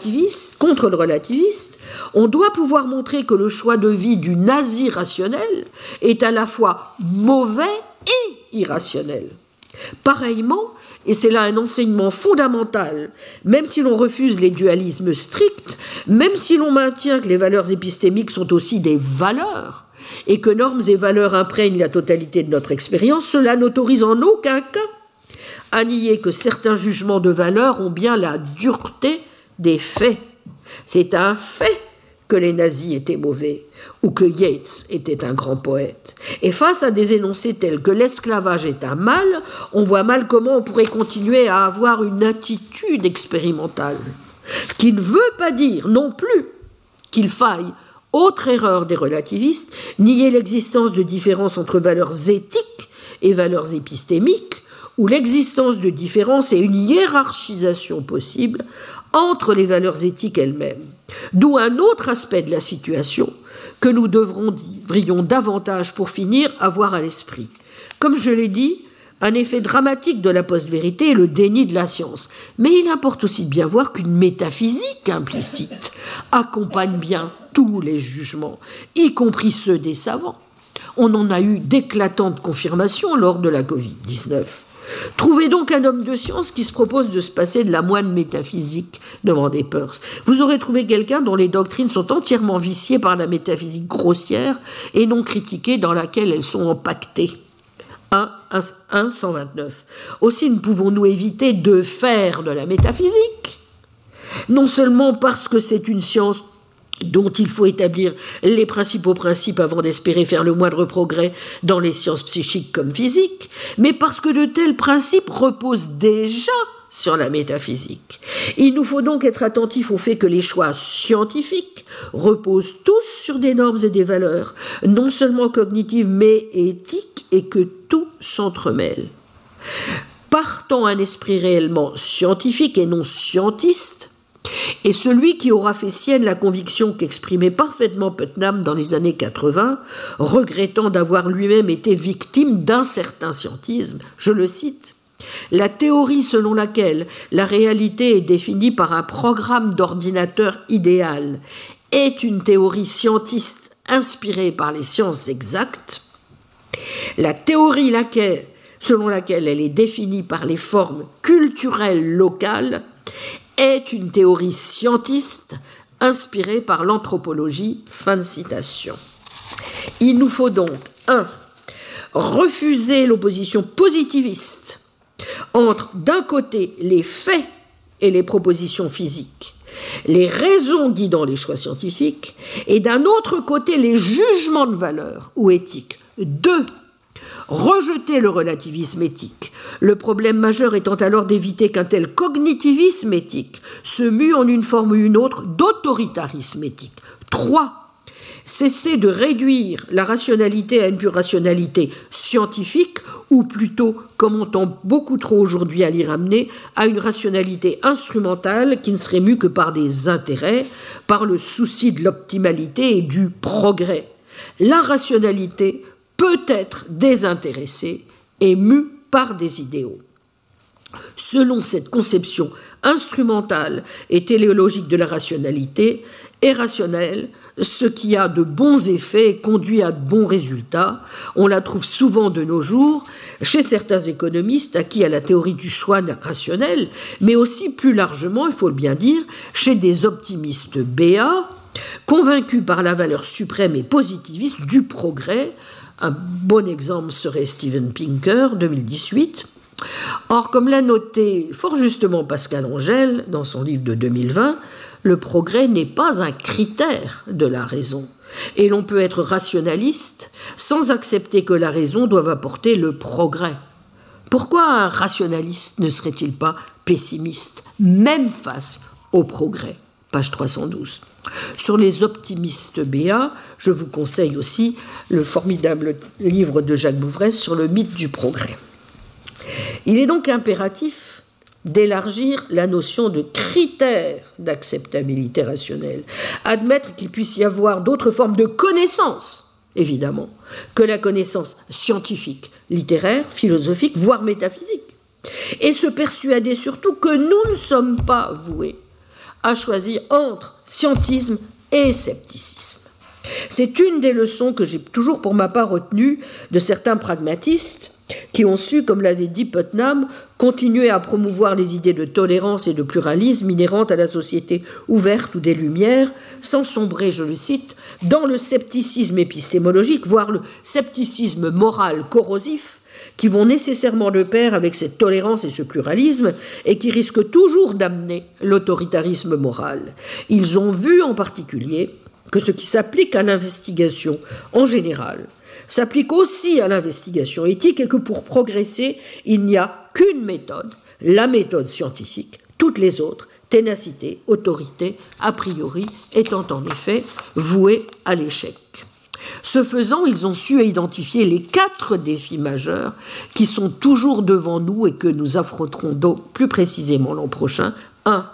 le relativiste, on doit pouvoir montrer que le choix de vie du nazi rationnel est à la fois mauvais et irrationnel. Pareillement, et c'est là un enseignement fondamental, même si l'on refuse les dualismes stricts, même si l'on maintient que les valeurs épistémiques sont aussi des valeurs, et que normes et valeurs imprègnent la totalité de notre expérience, cela n'autorise en aucun cas à nier que certains jugements de valeur ont bien la dureté des faits. C'est un fait que les nazis étaient mauvais, ou que Yeats était un grand poète. Et face à des énoncés tels que l'esclavage est un mal, on voit mal comment on pourrait continuer à avoir une attitude expérimentale, qui ne veut pas dire non plus qu'il faille, autre erreur des relativistes, nier l'existence de différences entre valeurs éthiques et valeurs épistémiques, où l'existence de différences et une hiérarchisation possible entre les valeurs éthiques elles-mêmes. D'où un autre aspect de la situation que nous devrions davantage, pour finir, avoir à l'esprit. Comme je l'ai dit, Un effet dramatique de la post-vérité est le déni de la science. Mais il importe aussi de bien voir qu'une métaphysique implicite accompagne bien tous les jugements, y compris ceux des savants. On en a eu d'éclatantes confirmations lors de la Covid-19. Trouvez donc un homme de science qui se propose de se passer de la moine métaphysique, demandait Peirce. Vous aurez trouvé quelqu'un dont les doctrines sont entièrement viciées par la métaphysique grossière et non critiquée dans laquelle elles sont empaquetées. 129. Aussi ne pouvons-nous éviter de faire de la métaphysique, non seulement parce que c'est une science dont il faut établir les principaux principes avant d'espérer faire le moindre progrès dans les sciences psychiques comme physiques, mais parce que de tels principes reposent déjà sur la métaphysique. Il nous faut donc être attentifs au fait que les choix scientifiques reposent tous sur des normes et des valeurs, non seulement cognitives mais éthiques, et que tout s'entremêle. Partant un esprit réellement scientifique et non scientiste, et celui qui aura fait sienne la conviction qu'exprimait parfaitement Putnam dans les années 80, regrettant d'avoir lui-même été victime d'un certain scientisme, je le cite, « La théorie selon laquelle la réalité est définie par un programme d'ordinateur idéal est une théorie scientiste inspirée par les sciences exactes. La théorie selon laquelle elle est définie par les formes culturelles locales est une théorie scientiste inspirée par l'anthropologie. » Fin de citation. Il nous faut donc 1. Refuser l'opposition positiviste entre, d'un côté, les faits et les propositions physiques, les raisons guidant les choix scientifiques, et d'un autre côté, les jugements de valeur ou éthiques. 2. Rejeter le relativisme éthique, le problème majeur étant alors d'éviter qu'un tel cognitivisme éthique se mue en une forme ou une autre d'autoritarisme éthique. 3. Cesser de réduire la rationalité à une pure rationalité scientifique, ou plutôt, comme on tend beaucoup trop aujourd'hui à l'y ramener, à une rationalité instrumentale qui ne serait mue que par des intérêts, par le souci de l'optimalité et du progrès. La rationalité peut être désintéressée et mue par des idéaux. Selon cette conception instrumentale et téléologique de la rationalité, est rationnel ce qui a de bons effets et conduit à de bons résultats. On la trouve souvent de nos jours chez certains économistes acquis à la théorie du choix rationnel, mais aussi plus largement, il faut le bien dire, chez des optimistes béats, convaincus par la valeur suprême et positiviste du progrès. Un bon exemple serait Steven Pinker, 2018. Or, comme l'a noté fort justement Pascal Angèle dans son livre de 2020, le progrès n'est pas un critère de la raison. Et l'on peut être rationaliste sans accepter que la raison doive apporter le progrès. Pourquoi un rationaliste ne serait-il pas pessimiste, même face au progrès ? Page 312. Sur les optimistes béats, je vous conseille aussi le formidable livre de Jacques Bouvresse sur le mythe du progrès. Il est donc impératif d'élargir la notion de critères d'acceptabilité rationnelle, admettre qu'il puisse y avoir d'autres formes de connaissance, évidemment, que la connaissance scientifique, littéraire, philosophique, voire métaphysique, et se persuader surtout que nous ne sommes pas voués à choisir entre scientisme et scepticisme. C'est une des leçons que j'ai toujours pour ma part retenues de certains pragmatistes qui ont su, comme l'avait dit Putnam, continuer à promouvoir les idées de tolérance et de pluralisme inhérentes à la société ouverte ou des Lumières, sans sombrer, je le cite, dans le scepticisme épistémologique, voire le scepticisme moral corrosif, qui vont nécessairement de pair avec cette tolérance et ce pluralisme, et qui risquent toujours d'amener l'autoritarisme moral. Ils ont vu en particulier que ce qui s'applique à l'investigation en général s'applique aussi à l'investigation éthique, et que pour progresser, il n'y a qu'une méthode, la méthode scientifique, toutes les autres, ténacité, autorité, a priori, étant en effet vouées à l'échec. Ce faisant, ils ont su identifier les 4 défis majeurs qui sont toujours devant nous et que nous affronterons donc plus précisément l'an prochain. 1.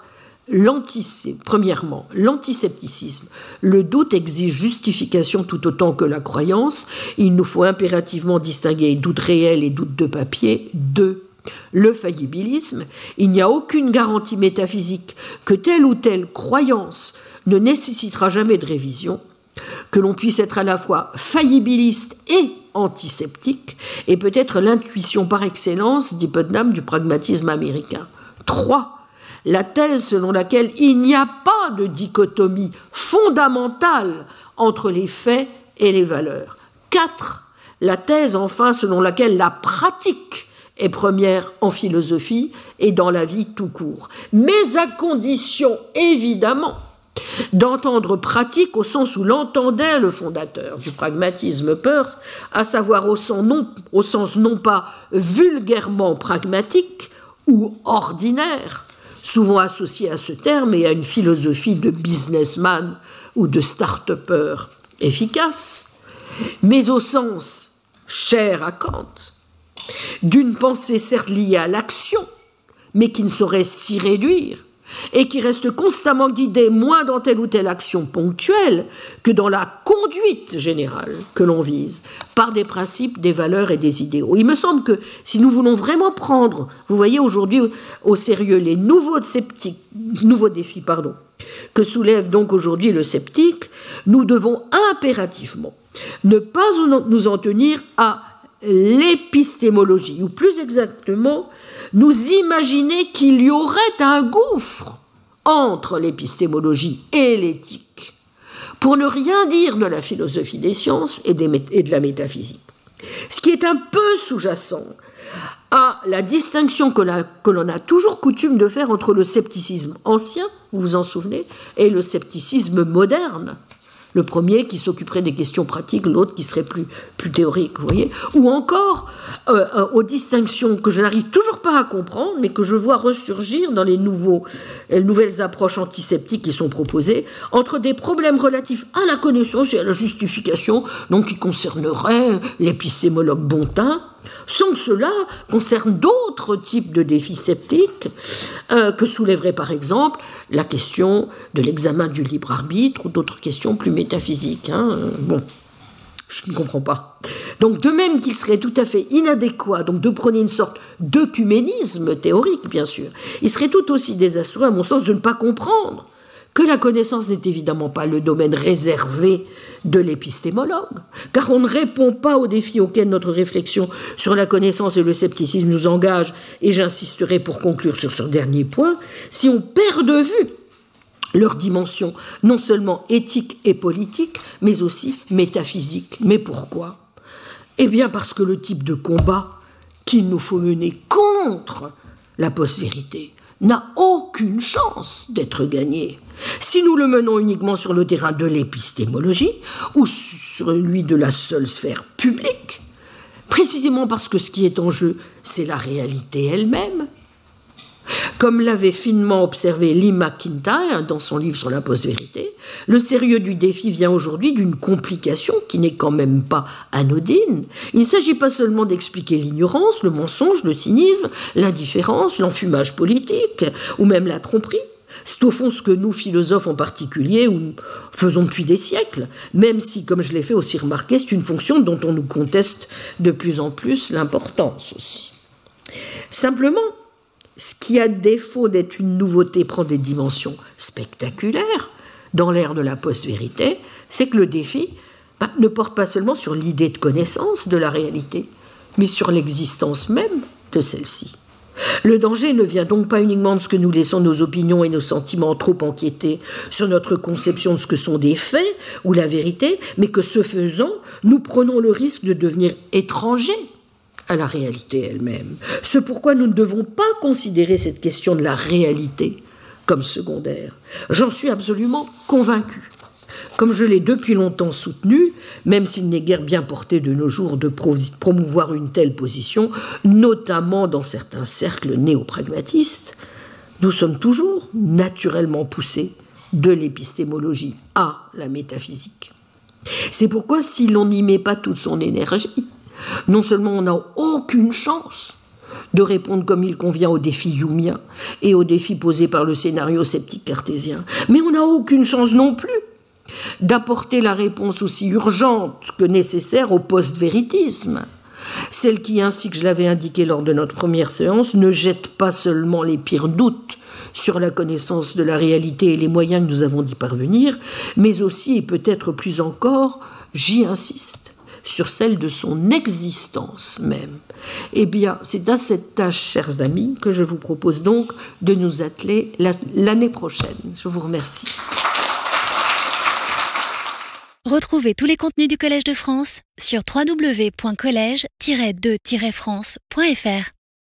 Premièrement, l'antisepticisme. Le doute exige justification tout autant que la croyance. Il nous faut impérativement distinguer doute réel et doute de papier. 2. Le faillibilisme. Il n'y a aucune garantie métaphysique que telle ou telle croyance ne nécessitera jamais de révision, que l'on puisse être à la fois faillibiliste et antiseptique, et peut-être l'intuition par excellence, dit Putnam, du pragmatisme américain. 3. La thèse selon laquelle il n'y a pas de dichotomie fondamentale entre les faits et les valeurs. 4. La thèse, enfin, selon laquelle la pratique est première en philosophie et dans la vie tout court. Mais à condition, évidemment, d'entendre pratique au sens où l'entendait le fondateur du pragmatisme Peirce, à savoir au sens non pas vulgairement pragmatique ou ordinaire, souvent associé à ce terme et à une philosophie de businessman ou de start-upper efficace, mais au sens cher à Kant, d'une pensée certes liée à l'action, mais qui ne saurait s'y réduire, et qui reste constamment guidée moins dans telle ou telle action ponctuelle que dans la conduite générale que l'on vise, par des principes, des valeurs et des idéaux. Il me semble que si nous voulons vraiment prendre, vous voyez aujourd'hui au sérieux les nouveaux défis que soulève donc aujourd'hui le sceptique, nous devons impérativement ne pas nous en tenir à l'épistémologie, ou plus exactement, nous imaginer qu'il y aurait un gouffre entre l'épistémologie et l'éthique, pour ne rien dire de la philosophie des sciences et de la métaphysique. Ce qui est un peu sous-jacent à la distinction que l'on a toujours coutume de faire entre le scepticisme ancien, vous vous en souvenez, et le scepticisme moderne. Le premier qui s'occuperait des questions pratiques, l'autre qui serait plus théorique, vous voyez. Ou encore aux distinctions que je n'arrive toujours pas à comprendre, mais que je vois ressurgir dans les nouvelles approches antiseptiques qui sont proposées, entre des problèmes relatifs à la connaissance et à la justification, donc qui concerneraient l'épistémologue Bontin, sans que cela concerne d'autres types de défis sceptiques que soulèverait par exemple la question de l'examen du libre arbitre ou d'autres questions plus métaphysiques. Bon, je ne comprends pas. Donc de même qu'il serait tout à fait inadéquat donc de prôner une sorte d'œcuménisme théorique, bien sûr, il serait tout aussi désastreux à mon sens de ne pas comprendre que la connaissance n'est évidemment pas le domaine réservé de l'épistémologue, car on ne répond pas aux défis auxquels notre réflexion sur la connaissance et le scepticisme nous engage, et j'insisterai pour conclure sur ce dernier point, si on perd de vue leur dimension non seulement éthique et politique, mais aussi métaphysique. Mais pourquoi ? Eh bien parce que le type de combat qu'il nous faut mener contre la post-vérité n'a aucune chance d'être gagné. Si nous le menons uniquement sur le terrain de l'épistémologie ou sur celui de la seule sphère publique, précisément parce que ce qui est en jeu, c'est la réalité elle-même. Comme l'avait finement observé Lee McIntyre dans son livre sur la post-vérité, le sérieux du défi vient aujourd'hui d'une complication qui n'est quand même pas anodine. Il ne s'agit pas seulement d'expliquer l'ignorance, le mensonge, le cynisme, l'indifférence, l'enfumage politique ou même la tromperie. C'est au fond ce que nous, philosophes en particulier, faisons depuis des siècles, même si, comme je l'ai fait aussi remarquer, c'est une fonction dont on nous conteste de plus en plus l'importance aussi. Simplement, ce qui, à défaut d'être une nouveauté, prend des dimensions spectaculaires dans l'ère de la post-vérité, c'est que le défi ne porte pas seulement sur l'idée de connaissance de la réalité, mais sur l'existence même de celle-ci. Le danger ne vient donc pas uniquement de ce que nous laissons nos opinions et nos sentiments trop empiéter sur notre conception de ce que sont des faits ou la vérité, mais que ce faisant, nous prenons le risque de devenir étrangers à la réalité elle-même. C'est pourquoi nous ne devons pas considérer cette question de la réalité comme secondaire. J'en suis absolument convaincu. Comme je l'ai depuis longtemps soutenu, même s'il n'est guère bien porté de nos jours de promouvoir une telle position, notamment dans certains cercles néo-pragmatistes, nous sommes toujours naturellement poussés de l'épistémologie à la métaphysique. C'est pourquoi, si l'on n'y met pas toute son énergie, non seulement on n'a aucune chance de répondre comme il convient au défi youmien et aux défis posés par le scénario sceptique cartésien. Mais on n'a aucune chance non plus d'apporter la réponse aussi urgente que nécessaire au post-véritisme. Celle qui, ainsi que je l'avais indiqué lors de notre première séance, ne jette pas seulement les pires doutes sur la connaissance de la réalité et les moyens que nous avons d'y parvenir, mais aussi, et peut-être plus encore, j'y insiste, sur celle de son existence même. Eh bien, c'est à cette tâche, chers amis, que je vous propose donc de nous atteler l'année prochaine. Je vous remercie. Retrouvez tous les contenus du Collège de France sur www.collège-2-france.fr.